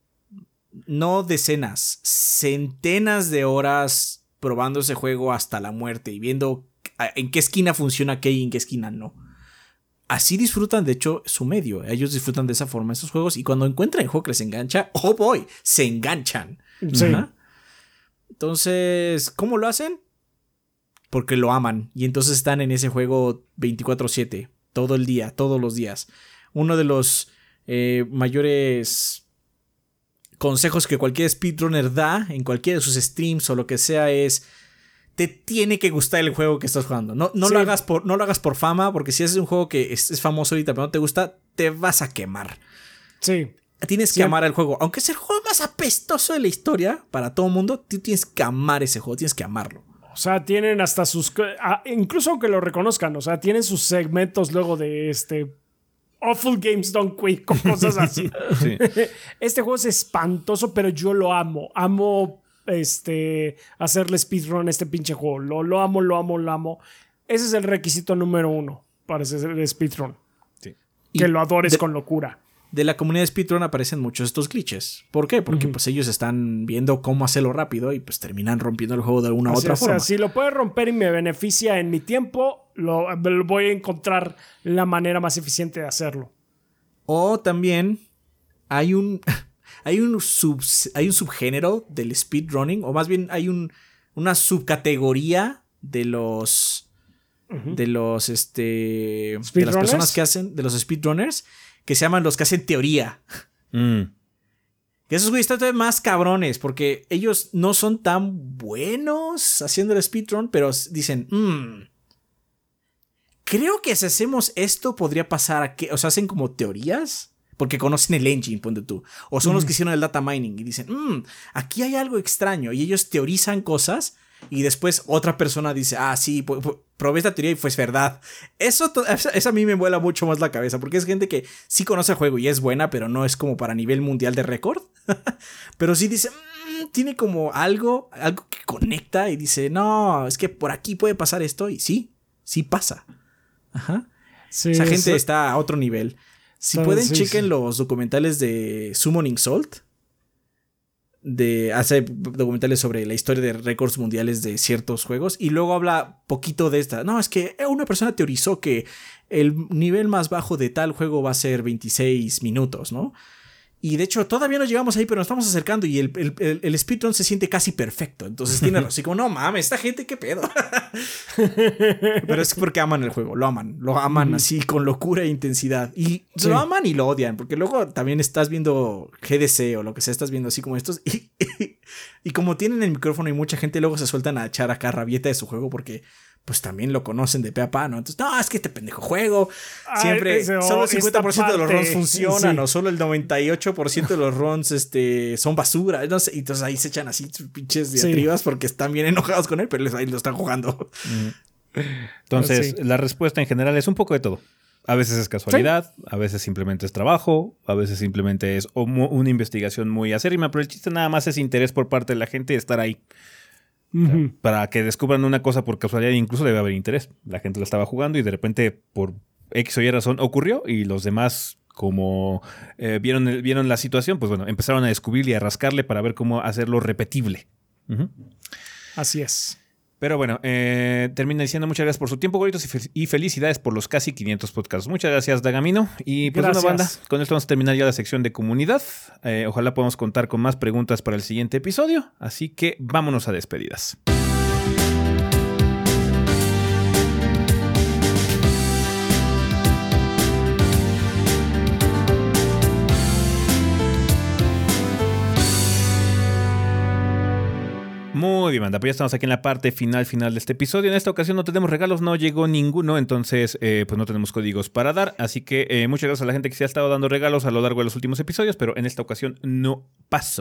no decenas, centenas de horas probando ese juego hasta la muerte y viendo en qué esquina funciona qué y en qué esquina no. Así disfrutan, de hecho, su medio. Ellos disfrutan de esa forma esos juegos y cuando encuentran el juego que les engancha, ¡oh boy! Se enganchan. Sí. ¿Uh-huh? Entonces, ¿cómo lo hacen? Porque lo aman y entonces están en ese juego veinticuatro siete, todo el día, todos los días. Uno de los eh, mayores consejos que cualquier speedrunner da en cualquiera de sus streams o lo que sea es: te tiene que gustar el juego que estás jugando. No, no, sí. lo, hagas por, no lo hagas por fama, porque si haces un juego que es, es famoso ahorita pero no te gusta, te vas a quemar. Sí. Tienes sí. que amar el juego. Aunque es el juego más apestoso de la historia para todo el mundo, tú tienes que amar ese juego, tienes que amarlo. O sea, tienen hasta sus... Incluso aunque lo reconozcan, o sea, tienen sus segmentos luego de este... Awful Games Don't Quit, con cosas así. Sí. Este juego es espantoso, pero yo lo amo. Amo este, hacerle speedrun a este pinche juego. Lo, lo amo, lo amo, lo amo. Ese es el requisito número uno para hacer speedrun. Sí. Que y lo adores de, con locura. De la comunidad de speedrun aparecen muchos estos glitches. ¿Por qué? Porque uh-huh. pues ellos están viendo cómo hacerlo rápido y pues terminan rompiendo el juego de alguna u otra es, forma. O sea, si lo puedo romper y me beneficia en mi tiempo, lo, lo voy a encontrar la manera más eficiente de hacerlo. O también hay un hay un sub, hay un subgénero del speedrunning, o más bien hay un una subcategoría de los uh-huh. de los este de las personas que hacen de los speedrunners que se llaman los que hacen teoría. Mm. Que esos güeyes están más cabrones porque ellos no son tan buenos haciendo el speedrun, pero dicen, mmm, creo que si hacemos esto podría pasar a que, o sea, hacen como teorías porque conocen el engine, ponte tú, o son mm. los que hicieron el data mining y dicen, mmm, aquí hay algo extraño y ellos teorizan cosas y después otra persona dice, ah, sí, p- p- probé esta teoría y fue verdad. Eso, to- eso a mí me vuela mucho más la cabeza porque es gente que sí conoce el juego y es buena, pero no es como para nivel mundial de récord. Pero sí dice, mmm, tiene como algo, algo que conecta y dice, no, es que por aquí puede pasar esto y sí, sí pasa. Ajá. Sí, esa gente eso... está a otro nivel. Si pueden, sí, chequen sí. los documentales de Summoning Salt. De, hace documentales sobre la historia de récords mundiales de ciertos juegos. Y luego habla poquito de esta. No, es que una persona teorizó que el nivel más bajo de tal juego va a ser veintiséis minutos, ¿no? Y de hecho todavía no llegamos ahí, pero nos estamos acercando y el, el, el, el speedrun se siente casi perfecto. Entonces tiene así como, no mames, esta gente qué pedo. Pero es porque aman el juego, lo aman, lo aman así con locura e intensidad. Y sí. lo aman y lo odian, porque luego también estás viendo G D C o lo que sea, estás viendo así como estos. Y, y, y como tienen el micrófono y mucha gente luego se sueltan a echar acá rabieta de su juego porque pues también lo conocen de pe a pa, ¿no? Entonces, no, es que este pendejo juego siempre Ay, ese, oh, solo el cincuenta por ciento de los runs funcionan, sí. o solo el noventa y ocho por ciento de los runs este, son basura, no sé, y entonces ahí se echan así sus pinches diatribas sí. porque están bien enojados con él, pero ahí lo están jugando. Entonces, sí. la respuesta en general es un poco de todo. A veces es casualidad, sí. a veces simplemente es trabajo, a veces simplemente es una investigación muy acérrima, pero el chiste nada más es interés por parte de la gente de estar ahí. O sea, uh-huh. para que descubran una cosa por casualidad, incluso debe haber interés. La gente la estaba jugando y de repente por X o Y razón ocurrió y los demás, como eh, vieron, vieron la situación, pues bueno, empezaron a descubrirle y a rascarle para ver cómo hacerlo repetible. Uh-huh. Así es. Pero bueno, eh, termina diciendo muchas gracias por su tiempo, gorditos, y, fe- y felicidades por los casi quinientos podcasts. Muchas gracias, Dagamino. Y pues Gracias. bueno, banda, con esto vamos a terminar ya la sección de comunidad. Eh, ojalá podamos contar con más preguntas para el siguiente episodio. Así que vámonos a despedidas. Muy bien, banda, pues ya estamos aquí en la parte final final de este episodio. En esta ocasión no tenemos regalos, no llegó ninguno, entonces eh, pues no tenemos códigos para dar. Así que eh, muchas gracias a la gente que se ha estado dando regalos a lo largo de los últimos episodios, pero en esta ocasión no pasó.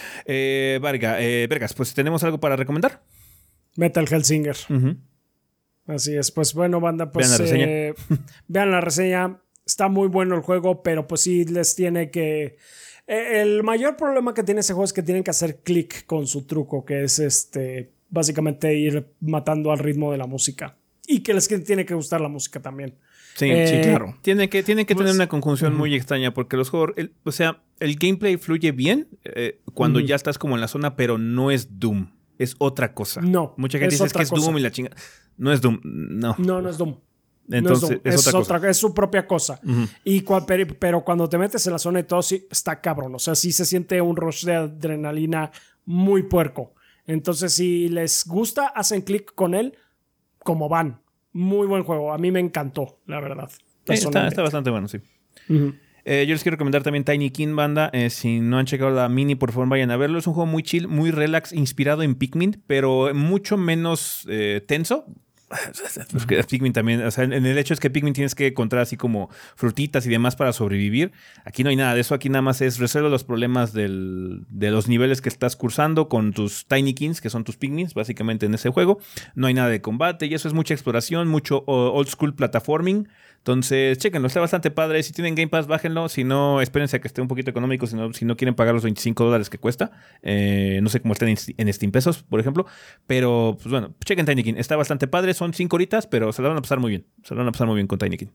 Eh, Varga, eh, Vergas, pues tenemos algo para recomendar. Metal Hellsinger. Uh-huh. Así es. Pues bueno, banda, pues Vean la reseña. eh, vean la reseña. Está muy bueno el juego, pero pues sí les tiene que... El mayor problema que tiene ese juego es que tienen que hacer clic con su truco, que es este básicamente ir matando al ritmo de la música. Y que les tiene que gustar la música también. Sí, Eh, sí, claro. Tienen que, tienen que pues, tener una conjunción uh-huh. muy extraña porque los juegos, el- o sea, el gameplay fluye bien eh, cuando Uh-huh. ya estás como en la zona, pero no es Doom, es otra cosa. No, Mucha gente es dice es que otra es cosa. Doom y la chinga. No es Doom, no. No, no es Doom. Entonces, no es, Doom. es, es, otra cosa. otra- es su propia cosa. Ujú. Y cua- pero, pero cuando te metes en la zona y todo, sí, está cabrón. O sea, sí se siente un rush de adrenalina muy puerco. Entonces, si les gusta, hacen clic con él como van. Muy buen juego. A mí me encantó, la verdad. Sí, está, personalmente. está bastante bueno, sí. Ujú. Eh, yo les quiero recomendar también Tiny King, banda. Eh, si no han checado la mini, por favor vayan a verlo. Es un juego muy chill, muy relax, inspirado en Pikmin, pero mucho menos eh, tenso. Pues que Pikmin también, o sea, en el hecho es que Pikmin tienes que encontrar así como frutitas y demás para sobrevivir. Aquí no hay nada de eso, aquí nada más es resuelve los problemas del, de los niveles que estás cursando con tus Tiny Kings, que son tus Pikmins, básicamente en ese juego. No hay nada de combate y eso es mucha exploración, mucho uh, old school platforming. Entonces, chéquenlo, está bastante padre. Si tienen Game Pass, bájenlo. Si no, espérense a que esté un poquito económico. Si no, si no quieren pagar los veinticinco dólares que cuesta. Eh, no sé cómo están en, en Steam pesos, por ejemplo. Pero, pues bueno, chequen Tiny King. Está bastante padre. Son cinco horitas, pero se la van a pasar muy bien. Se la van a pasar muy bien con Tiny King.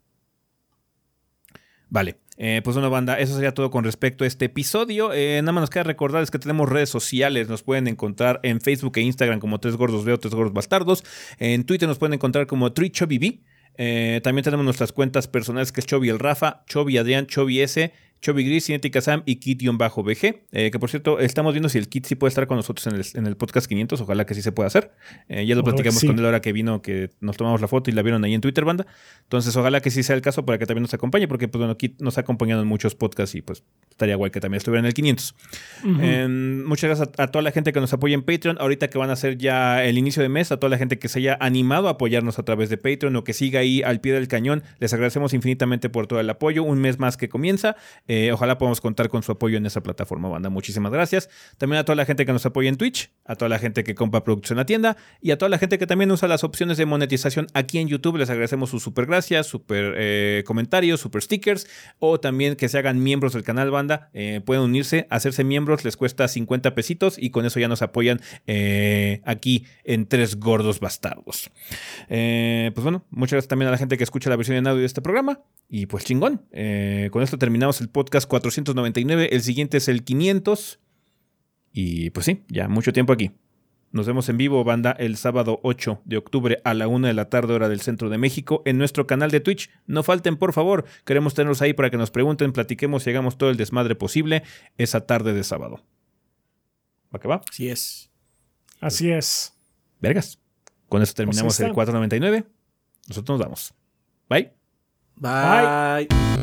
Vale. Eh, pues bueno, banda, eso sería todo con respecto a este episodio. Eh, nada más nos queda recordarles que tenemos redes sociales. Nos pueden encontrar en Facebook e Instagram como Tres Gordos Veo, Tres Gordos Bastardos. En Twitter nos pueden encontrar como TreeChubbyB. Eh, también tenemos nuestras cuentas personales que es Chovy el Rafa, Chovy Adrián, Chovy S, Chovy Gris, Cinética Sam y Kit-B G. Eh, que por cierto, estamos viendo si el Kit sí puede estar con nosotros en el, en el podcast quinientos. Ojalá que sí se pueda hacer. Eh, ya lo Ojalá platicamos que sí. con él ahora que vino, que nos tomamos la foto y la vieron ahí en Twitter, banda. Entonces, ojalá que sí sea el caso para que también nos acompañe, porque pues bueno, Kit nos ha acompañado en muchos podcasts y pues estaría guay que también estuviera en el quinientos. Ujú. Eh, muchas gracias a, a toda la gente que nos apoya en Patreon. Ahorita que van a ser ya el inicio de mes, a toda la gente que se haya animado a apoyarnos a través de Patreon o que siga ahí al pie del cañón, les agradecemos infinitamente por todo el apoyo. Un mes más que comienza. Eh, ojalá podamos contar con su apoyo en esa plataforma, banda. Muchísimas gracias. También a toda la gente que nos apoya en Twitch, a toda la gente que compra productos en la tienda y a toda la gente que también usa las opciones de monetización aquí en YouTube. Les agradecemos sus super gracias, super eh, comentarios, super stickers o también que se hagan miembros del canal, banda. Eh, pueden unirse, hacerse miembros, les cuesta cincuenta pesitos y con eso ya nos apoyan eh, aquí en Tres Gordos Bastardos. Eh, pues bueno, muchas gracias también a la gente que escucha la versión en audio de este programa. Y pues chingón. Eh, con esto terminamos el podcast cuatrocientos noventa y nueve. El siguiente es el quinientos. Y pues sí, ya mucho tiempo aquí. Nos vemos en vivo, banda, el sábado ocho de octubre a la una de la tarde, hora del centro de México, en nuestro canal de Twitch. No falten, por favor. Queremos tenerlos ahí para que nos pregunten, platiquemos y hagamos todo el desmadre posible esa tarde de sábado. ¿Va que va? Así es. Así es. Vergas. Con eso terminamos Pues ahí está. el cuatrocientos noventa y nueve. Nosotros nos vamos. Bye. Bye.